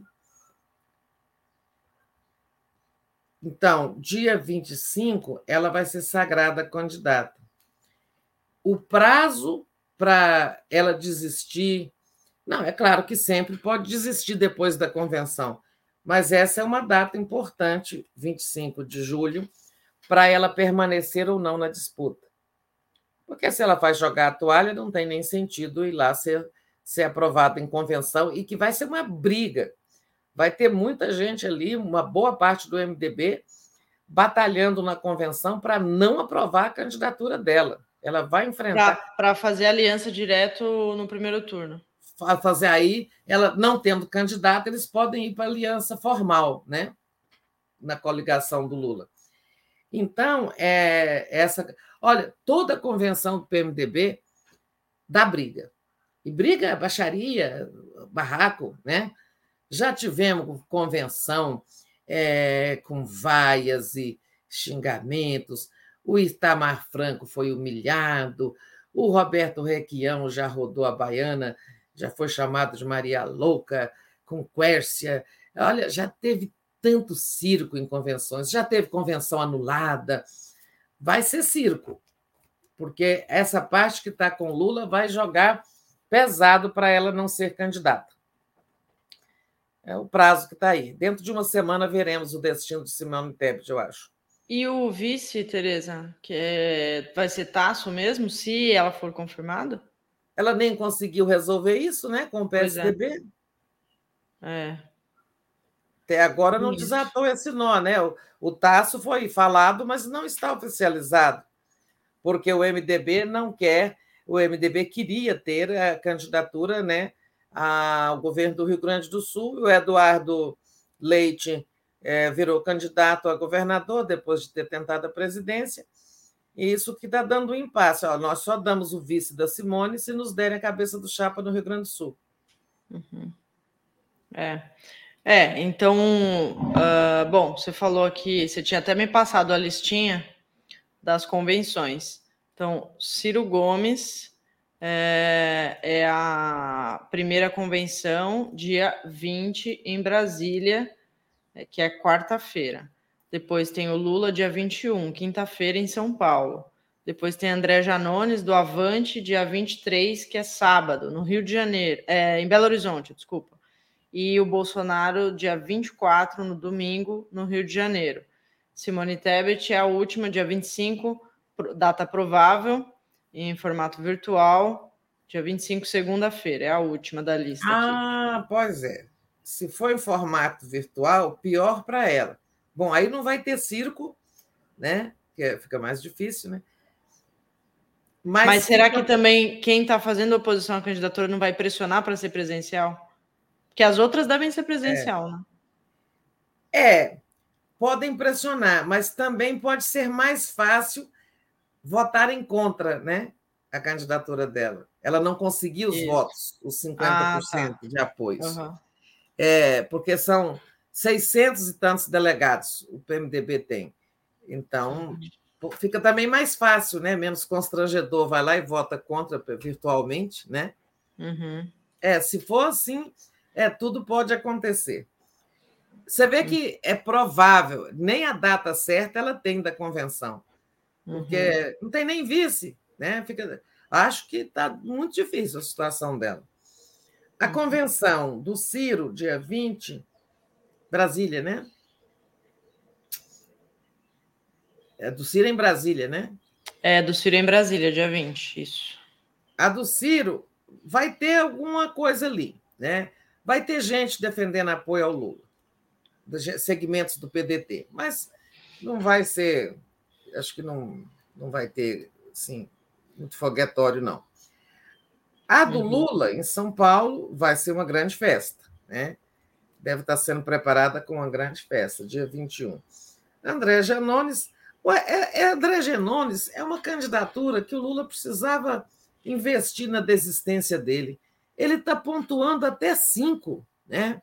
Então, dia vinte e cinco, ela vai ser sagrada candidata. O prazo para ela desistir... Não, é claro que sempre pode desistir depois da convenção, mas essa é uma data importante, vinte e cinco de julho, para ela permanecer ou não na disputa. Porque se ela vai jogar a toalha, não tem nem sentido ir lá ser, ser aprovado em convenção, e que vai ser uma briga. Vai ter muita gente ali, uma boa parte do M D B, batalhando na convenção para não aprovar a candidatura dela. Ela vai enfrentar... Para fazer aliança direto no primeiro turno. Fazer aí, ela não tendo candidato, eles podem ir para a aliança formal, né? Na coligação do Lula. Então, é, essa... Olha, toda a convenção do P M D B dá briga. E briga, baixaria, barraco, né? Já tivemos convenção é, com vaias e xingamentos, o Itamar Franco foi humilhado, o Roberto Requião já rodou a baiana, já foi chamado de Maria Louca, com Quércia. Olha, já teve tanto circo em convenções, já teve convenção anulada. Vai ser circo, porque essa parte que está com Lula vai jogar pesado para ela não ser candidata. É o prazo que está aí. Dentro de uma semana veremos o destino de Simone Tebet, eu acho. E o vice, Tereza, que é... vai ser Tasso mesmo, se ela for confirmada? Ela nem conseguiu resolver isso, né, com o P S D B. É. é. Até agora não desatou esse nó, né? O, o Tasso foi falado, mas não está oficializado, porque o M D B não quer, o M D B queria ter a candidatura, né, ao governo do Rio Grande do Sul, e o Eduardo Leite é, virou candidato a governador depois de ter tentado a presidência, e isso que está dando um impasse. Ó, nós só damos o vice da Simone se nos derem a cabeça do chapa no Rio Grande do Sul. Uhum. É. É, então, uh, bom, você falou aqui, você tinha até me passado a listinha das convenções. Então, Ciro Gomes é, é a primeira convenção, dia vinte, em Brasília, que é quarta-feira. Depois tem o Lula, dia vinte e um, quinta-feira, em São Paulo. Depois tem André Janones, do Avante, dia vinte e três, que é sábado, no Rio de Janeiro, é, em Belo Horizonte, desculpa. E o Bolsonaro, dia vinte e quatro, no domingo, no Rio de Janeiro. Simone Tebet é a última, dia vinte e cinco, data provável, em formato virtual, dia vinte e cinco, segunda-feira, é a última da lista aqui. Ah, pois é. Se for em formato virtual, pior para ela. Bom, aí não vai ter circo, né? Que fica mais difícil, né? Mas, Mas será fica... que também quem está fazendo oposição à candidatura não vai pressionar para ser presencial? Porque as outras devem ser presencial, é. né? É, podem pressionar, mas também pode ser mais fácil votarem contra, né, a candidatura dela. Ela não conseguiu os Isso. votos, os cinquenta por cento ah, tá. de apoio. Uhum. É, porque são seiscentos e tantos delegados o P M D B tem. Então, uhum. fica também mais fácil, né? Menos constrangedor. Vai lá e vota contra virtualmente, né? Uhum. É, se for assim, é, tudo pode acontecer. Você vê que é provável, nem a data certa ela tem da convenção, porque uhum. não tem nem vice, né? Fica, acho que está muito difícil a situação dela. A convenção do Ciro, dia vinte, Brasília, né? É do Ciro em Brasília, né? É, do Ciro em Brasília, dia vinte, isso. A do Ciro vai ter alguma coisa ali, né? Vai ter gente defendendo apoio ao Lula, segmentos do P D T, mas não vai ser, acho que não, não vai ter, assim, muito foguetório, não. A do Lula, em São Paulo, vai ser uma grande festa, né? Deve estar sendo preparada com uma grande festa, dia vinte e um. André Janones, ué, é, é, André Janones é uma candidatura que o Lula precisava investir na desistência dele. Ele está pontuando até cinco, né?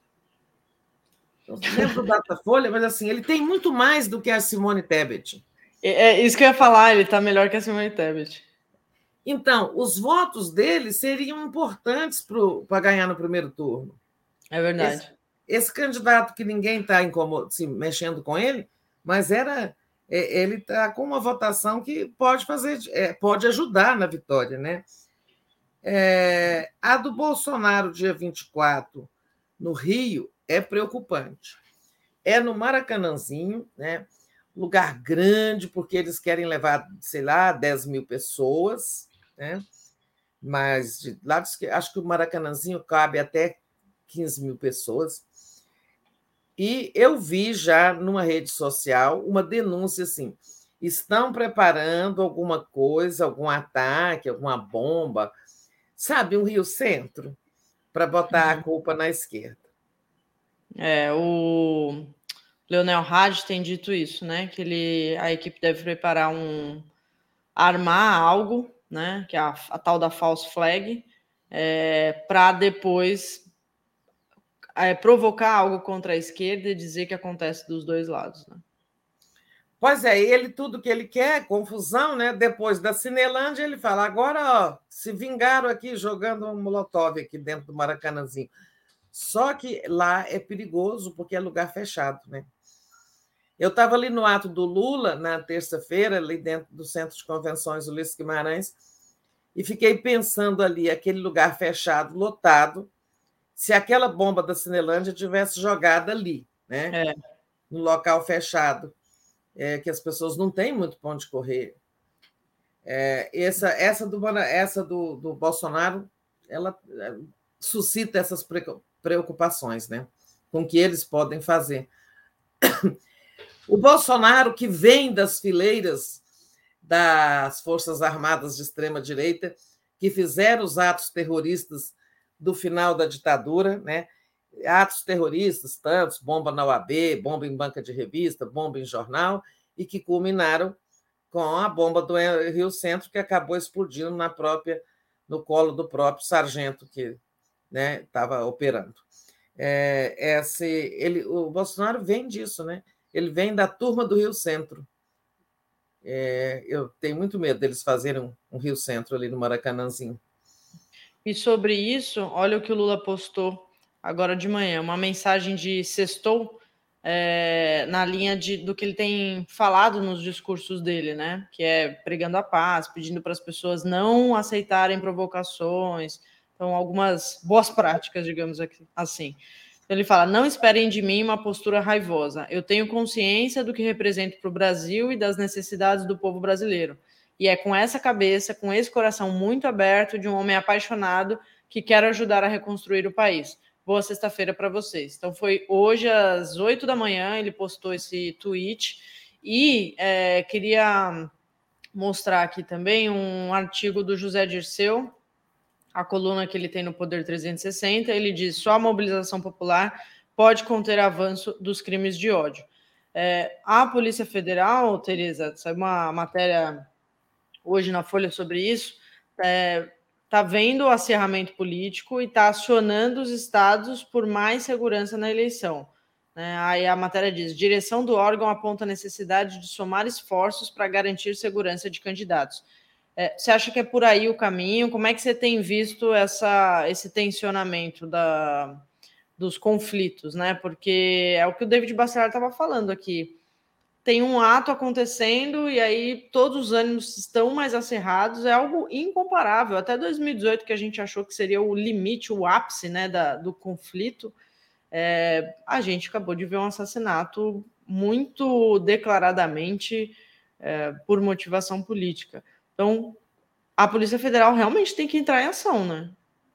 Não lembro do Datafolha, mas assim, ele tem muito mais do que a Simone Tebet. É, é isso que eu ia falar, ele está melhor que a Simone Tebet. Então, os votos dele seriam importantes para ganhar no primeiro turno. É verdade. Esse, esse candidato que ninguém está assim, mexendo com ele, mas era ele está com uma votação que pode fazer, é, pode ajudar na vitória, né? É, a do Bolsonaro, dia vinte e quatro, no Rio, é preocupante. É no Maracanãzinho, né? Lugar grande, porque eles querem levar, sei lá, dez mil pessoas, né? Mas de lá, acho que o Maracanãzinho cabe até quinze mil pessoas. E eu vi já numa rede social uma denúncia assim: estão preparando alguma coisa, algum ataque, alguma bomba, sabe, um Rio Centro, para botar a culpa na esquerda. É, o Leonel Hadi tem dito isso, né? Que ele, a equipe deve preparar um armar algo, né? Que é a, a tal da false flag, é, para depois é, provocar algo contra a esquerda e dizer que acontece dos dois lados, né? Pois é, ele tudo que ele quer, confusão, né? Depois da Cinelândia, ele fala: agora, ó, se vingaram aqui jogando um molotov aqui dentro do Maracanãzinho. Só que lá é perigoso porque é lugar fechado, né? Eu estava ali no ato do Lula, na terça-feira, ali dentro do Centro de Convenções Ulisses Guimarães, e fiquei pensando ali, aquele lugar fechado, lotado, se aquela bomba da Cinelândia tivesse jogada ali, né? É. No local fechado, é, que as pessoas não têm muito para onde correr. É, essa essa, do, essa do, do Bolsonaro, ela suscita essas preocupações, né? Com o que eles podem fazer. O Bolsonaro, que vem das fileiras das Forças Armadas de extrema-direita, que fizeram os atos terroristas do final da ditadura, né? Atos terroristas, tantos, bomba na U A B, bomba em banca de revista, bomba em jornal, e que culminaram com a bomba do Rio Centro, que acabou explodindo na própria, no colo do próprio sargento que né, estava operando. É, esse, ele, o Bolsonaro vem disso, né? Ele vem da turma do Rio Centro. É, eu tenho muito medo deles fazerem um, um Rio Centro ali no Maracanãzinho. E sobre isso, olha o que o Lula postou agora de manhã, uma mensagem de sextou, é, na linha de, do que ele tem falado nos discursos dele, né? Que é pregando a paz, pedindo para as pessoas não aceitarem provocações, então algumas boas práticas, digamos assim. Então ele fala, não esperem de mim uma postura raivosa, eu tenho consciência do que represento para o Brasil e das necessidades do povo brasileiro. E é com essa cabeça, com esse coração muito aberto de um homem apaixonado que quer ajudar a reconstruir o país. Boa sexta-feira para vocês. Então foi hoje às oito da manhã, ele postou esse tweet e é, queria mostrar aqui também um artigo do José Dirceu, a coluna que ele tem no Poder trezentos e sessenta, ele diz, só a mobilização popular pode conter avanço dos crimes de ódio. É, a Polícia Federal, Tereza, saiu uma matéria hoje na Folha sobre isso, é, está vendo o acirramento político e está acionando os estados por mais segurança na eleição. Né? Aí a matéria diz, direção do órgão aponta a necessidade de somar esforços para garantir segurança de candidatos. É, você acha que é por aí o caminho? Como é que você tem visto essa, esse tensionamento da, dos conflitos? Né? Porque é o que o David Bacelar estava falando aqui. Tem um ato acontecendo e aí todos os ânimos estão mais acirrados, é algo incomparável. Até dois mil e dezoito, que a gente achou que seria o limite, o ápice, né, da, do conflito, é, a gente acabou de ver um assassinato muito declaradamente é, por motivação política. Então, a Polícia Federal realmente tem que entrar em ação, né?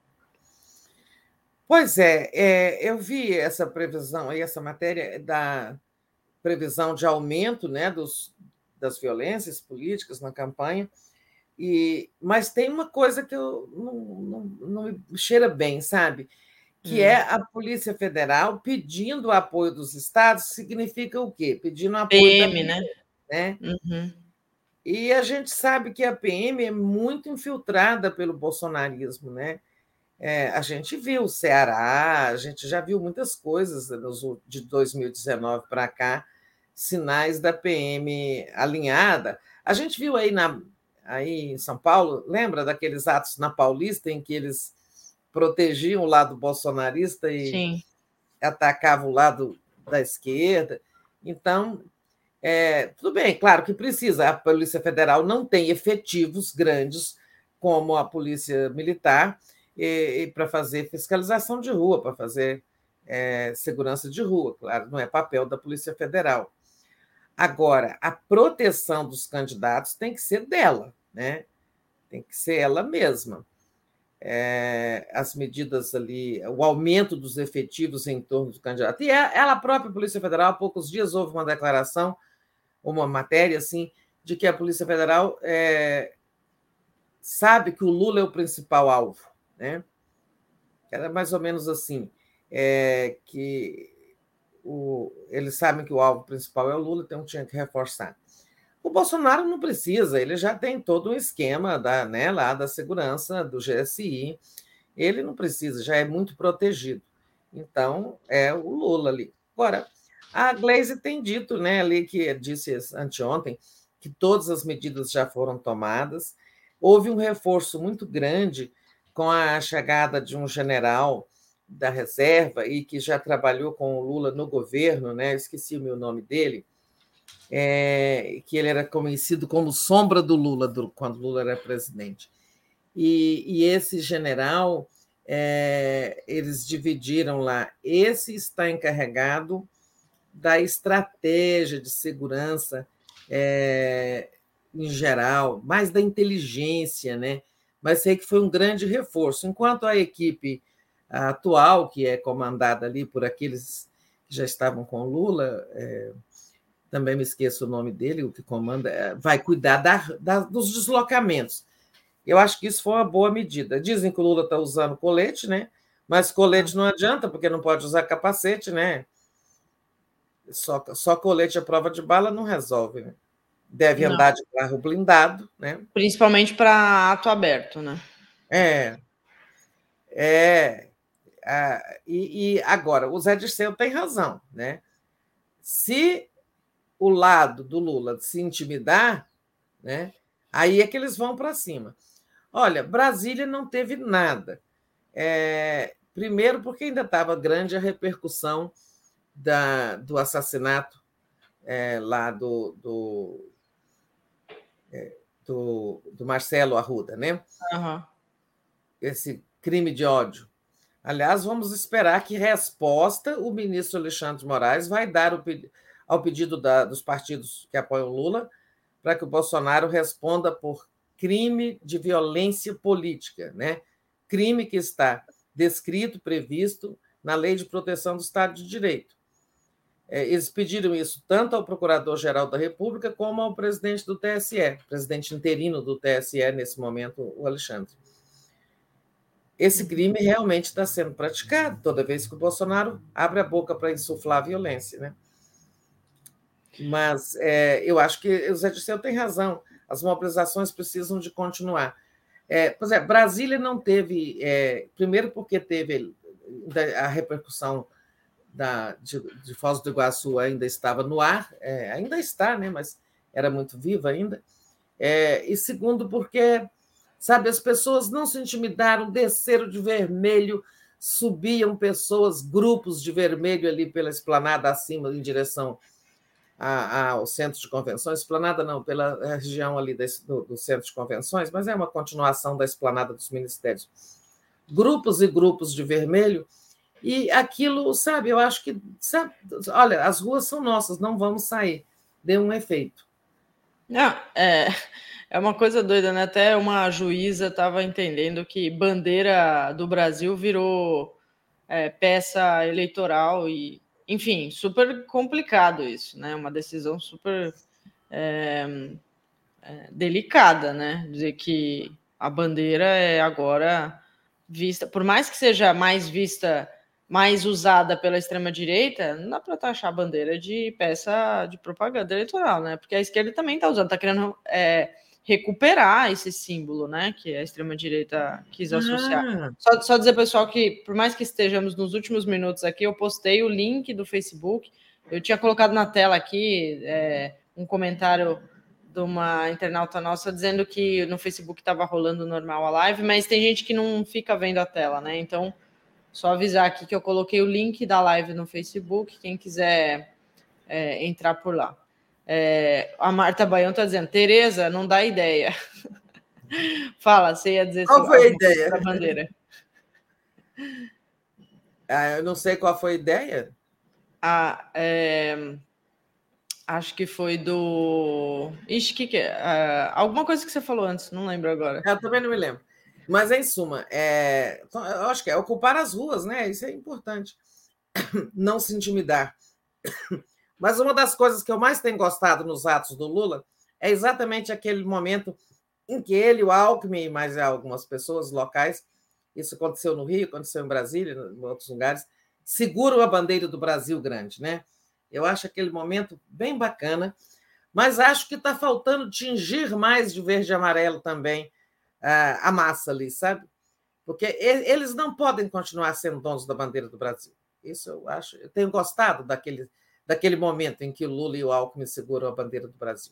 Pois é, é eu vi essa previsão aí, essa matéria da previsão de aumento, né, dos, das violências políticas na campanha, e, mas tem uma coisa que eu, não, não, não me cheira bem, sabe? Que hum. é a Polícia Federal pedindo o apoio dos estados, significa o quê? Pedindo apoio P M, da né? né? Uhum. E a gente sabe que a P M é muito infiltrada pelo bolsonarismo, né? É, a gente viu o Ceará, a gente já viu muitas coisas de dois mil e dezenove para cá, sinais da P M alinhada. A gente viu aí, na, aí em São Paulo, lembra daqueles atos na Paulista em que eles protegiam o lado bolsonarista e Sim. atacavam o lado da esquerda? Então, é, tudo bem, claro que precisa. A Polícia Federal não tem efetivos grandes como a Polícia Militar e, e para fazer fiscalização de rua, para fazer é, segurança de rua, claro, não é papel da Polícia Federal. Agora, a proteção dos candidatos tem que ser dela, né? Tem que ser ela mesma. É, as medidas ali, o aumento dos efetivos em torno do candidato. E ela própria, a Polícia Federal, há poucos dias houve uma declaração, uma matéria, assim, de que a Polícia Federal é, sabe que o Lula é o principal alvo, né? Era mais ou menos assim, é, que o, eles sabem que o alvo principal é o Lula, então tinha que reforçar. O Bolsonaro não precisa, ele já tem todo um esquema da, né, lá da segurança, do G S I, ele não precisa, já é muito protegido. Então, é o Lula ali. Agora, a Gleisi tem dito, né, ali, que disse anteontem, que todas as medidas já foram tomadas. Houve um reforço muito grande com a chegada de um general da reserva e que já trabalhou com o Lula no governo, né? Esqueci o meu nome dele, é, que ele era conhecido como sombra do Lula, do, quando Lula era presidente. E, e esse general, é, eles dividiram lá, esse está encarregado da estratégia de segurança é, em geral, mais da inteligência, né? Mas sei que foi um grande reforço. Enquanto a equipe atual, que é comandada ali por aqueles que já estavam com Lula, é, também me esqueço o nome dele, o que comanda, é, vai cuidar da, da, dos deslocamentos. Eu acho que isso foi uma boa medida. Dizem que o Lula está usando colete, né? Mas colete não adianta, porque não pode usar capacete, né? Só, só colete à prova de bala não resolve, né? Deve não. andar de carro blindado, né? Principalmente para ato aberto, né? É. É. ah, e, e agora, o Zé Dirceu tem razão, né? Se o lado do Lula se intimidar, né, aí é que eles vão para cima. Olha, Brasília não teve nada. É, primeiro, porque ainda estava grande a repercussão da, do assassinato é, lá do, do, é, do, do Marcelo Arruda, né? Uhum. Esse crime de ódio. Aliás, vamos esperar que resposta o ministro Alexandre de Moraes vai dar o, ao pedido da, dos partidos que apoiam Lula para que o Bolsonaro responda por crime de violência política, né? Crime que está descrito, previsto na Lei de Proteção do Estado de Direito. Eles pediram isso tanto ao Procurador-Geral da República como ao presidente do T S E, presidente interino do T S E nesse momento, o Alexandre. Esse crime realmente está sendo praticado toda vez que o Bolsonaro abre a boca para insuflar a violência, né? Mas é, eu acho que o Zé Dirceu tem razão. As mobilizações precisam de continuar. É, pois é, Brasília não teve... É, primeiro porque teve a repercussão da, de, de Foz do Iguaçu ainda estava no ar, é, ainda está, né, mas era muito viva ainda. É, e segundo porque, sabe, as pessoas não se intimidaram, desceram de vermelho, subiam pessoas, grupos de vermelho ali pela esplanada acima, em direção ao centro de convenções, esplanada não, pela região ali desse, do, do centro de convenções, mas é uma continuação da esplanada dos ministérios. Grupos e grupos de vermelho, e aquilo, sabe, eu acho que, sabe, olha, as ruas são nossas, não vamos sair, deu um efeito. Não, é, é uma coisa doida, né? Até uma juíza estava entendendo que bandeira do Brasil virou é, peça eleitoral e enfim, super complicado isso, né? Uma decisão super é, é, delicada, né? Dizer que a bandeira é agora vista, por mais que seja mais vista, mais usada pela extrema-direita, não dá para taxar a bandeira de peça de propaganda eleitoral, né? Porque a esquerda também está usando, está querendo é, recuperar esse símbolo, né? Que a extrema-direita quis associar. Ah. Só, só dizer, pessoal, que por mais que estejamos nos últimos minutos aqui, eu postei o link do Facebook. Eu tinha colocado na tela aqui é, um comentário de uma internauta nossa dizendo que no Facebook estava rolando normal a live, mas tem gente que não fica vendo a tela, né? Então, só avisar aqui que eu coloquei o link da live no Facebook, quem quiser é, entrar por lá. É, a Marta Baião está dizendo, Tereza, não dá ideia. Fala, você ia dizer qual foi a ideia da bandeira? Ah, eu não sei qual foi a ideia. Ah, é, acho que foi do... Ixi, que que é? Ah, alguma coisa que você falou antes, não lembro agora. Eu também não me lembro. Mas, em suma, é, eu acho que é ocupar as ruas, né? Isso é importante. Não se intimidar. Mas uma das coisas que eu mais tenho gostado nos atos do Lula é exatamente aquele momento em que ele, o Alckmin e mais algumas pessoas locais, isso aconteceu no Rio, aconteceu em Brasília, em outros lugares, seguram a bandeira do Brasil grande, né? Eu acho aquele momento bem bacana, mas acho que está faltando tingir mais de verde e amarelo também a massa ali, sabe? Porque eles não podem continuar sendo donos da bandeira do Brasil. Isso eu acho. Eu tenho gostado daquele, daquele momento em que o Lula e o Alckmin seguram a bandeira do Brasil.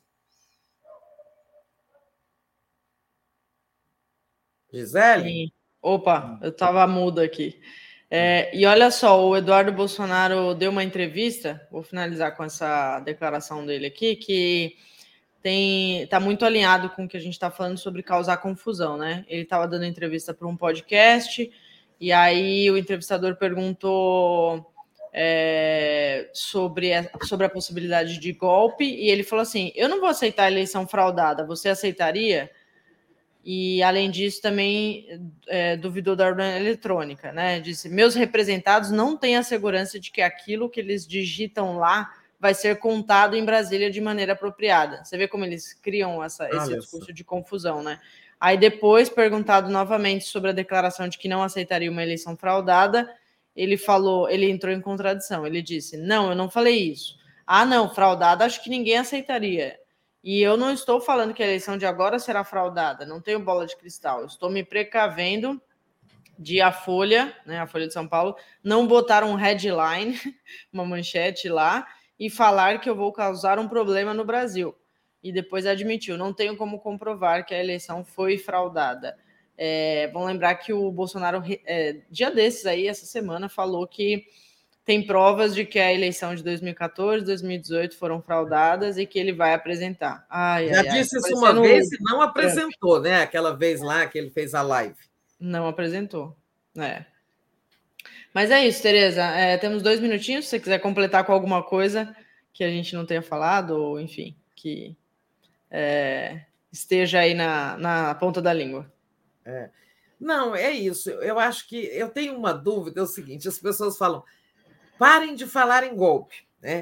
Gisele? Sim. Opa, eu estava muda aqui. É, e olha só, o Eduardo Bolsonaro deu uma entrevista, vou finalizar com essa declaração dele aqui, que está muito alinhado com o que a gente está falando sobre causar confusão, né? Ele estava dando entrevista para um podcast, e aí o entrevistador perguntou é, sobre, a, sobre a possibilidade de golpe, e ele falou assim, eu não vou aceitar a eleição fraudada, você aceitaria? E, além disso, também é, duvidou da urna eletrônica, né? Disse, meus representados não têm a segurança de que aquilo que eles digitam lá vai ser contado em Brasília de maneira apropriada. Você vê como eles criam essa, esse Olha discurso isso. de confusão, né? Aí depois, perguntado novamente sobre a declaração de que não aceitaria uma eleição fraudada, ele falou, ele entrou em contradição. Ele disse, não, eu não falei isso. Ah, não, fraudada acho que ninguém aceitaria. E eu não estou falando que a eleição de agora será fraudada, não tenho bola de cristal. Eu estou me precavendo de A Folha, né, a Folha de São Paulo, não botar um headline, uma manchete lá, e falar que eu vou causar um problema no Brasil. E depois admitiu, não tenho como comprovar que a eleição foi fraudada. É, vamos lembrar que o Bolsonaro, é, dia desses aí, essa semana, falou que tem provas de que a eleição de dois mil e quatorze, dois mil e dezoito foram fraudadas e que ele vai apresentar. Ai, Já ai, disse ai, isso uma vez e não apresentou, né? Aquela vez lá que ele fez a live. Não apresentou, né? Mas é isso, Tereza. É, temos dois minutinhos. Se você quiser completar com alguma coisa que a gente não tenha falado, ou enfim, que é, esteja aí na, na ponta da língua. É. Não, é isso. Eu acho que eu tenho uma dúvida, é o seguinte: as pessoas falam, parem de falar em golpe, né?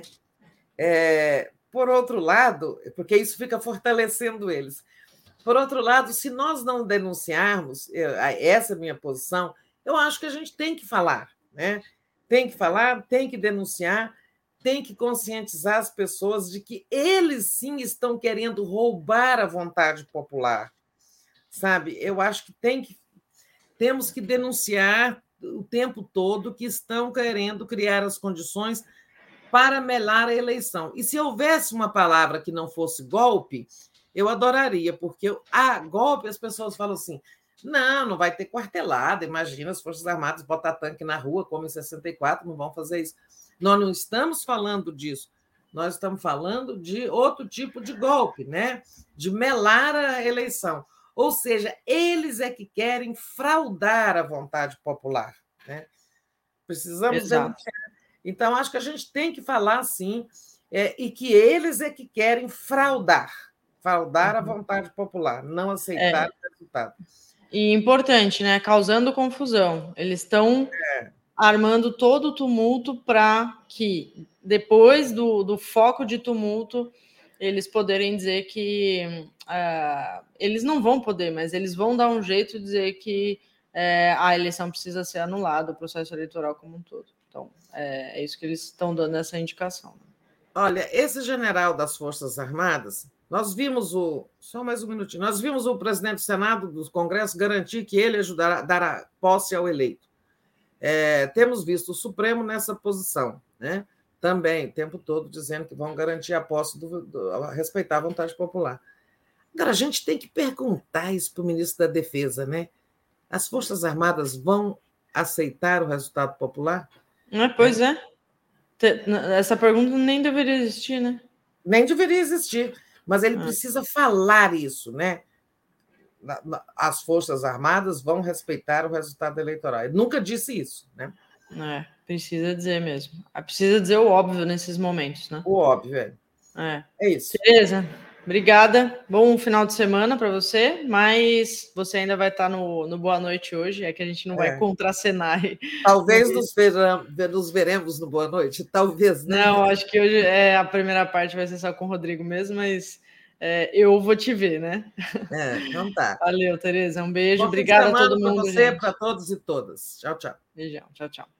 É, por outro lado, porque isso fica fortalecendo eles. Por outro lado, se nós não denunciarmos, essa é a minha posição, eu acho que a gente tem que falar, né? Tem que falar, tem que denunciar, tem que conscientizar as pessoas de que eles sim estão querendo roubar a vontade popular, sabe? Eu acho que tem que temos que denunciar o tempo todo que estão querendo criar as condições para melar a eleição. E se houvesse uma palavra que não fosse golpe, eu adoraria, porque ah, golpe, as pessoas falam assim, não, não vai ter quartelada, imagina as Forças Armadas botar tanque na rua, como em sessenta e quatro, não vão fazer isso. Nós não estamos falando disso, nós estamos falando de outro tipo de golpe, né? De melar a eleição. Ou seja, eles é que querem fraudar a vontade popular, né? Precisamos Exato. denunciar. Então, acho que a gente tem que falar assim, é, e que eles é que querem fraudar, fraudar a vontade popular, não aceitar é. o resultado. E importante, né? Causando confusão. Eles estão é. armando todo o tumulto para que, depois do, do foco de tumulto, eles poderem dizer que uh, eles não vão poder, mas eles vão dar um jeito de dizer que uh, a eleição precisa ser anulada, o processo eleitoral como um todo. Então, é, é isso que eles estão dando essa indicação. Olha, esse general das Forças Armadas, nós vimos o... Só mais um minutinho. Nós vimos o presidente do Senado, do Congresso, garantir que ele ajudará a dar a posse ao eleito. É, temos visto o Supremo nessa posição, né? Também, o tempo todo, dizendo que vão garantir a posse, do, do, a respeitar a vontade popular. Agora, a gente tem que perguntar isso para o ministro da Defesa, né? As Forças Armadas vão aceitar o resultado popular? Ah, pois é. é. Essa pergunta nem deveria existir, né? Nem deveria existir, mas ele ah. precisa falar isso, né? As Forças Armadas vão respeitar o resultado eleitoral. Ele nunca disse isso, né? É, precisa dizer mesmo. Precisa dizer o óbvio nesses momentos, né? O óbvio, é. É, é isso. Beleza. Obrigada. Bom final de semana para você, mas você ainda vai estar no, no Boa Noite hoje, é que a gente não é. vai contracenar. Talvez nos, verão, nos veremos no Boa Noite, talvez. Né? Não, acho que hoje é, a primeira parte vai ser só com o Rodrigo mesmo, mas é, eu vou te ver, né? É, então tá. Valeu, Tereza. Um beijo. Bom Obrigada a todo mundo. Para você, para todos e todas. Tchau, tchau. Beijão. Tchau, tchau.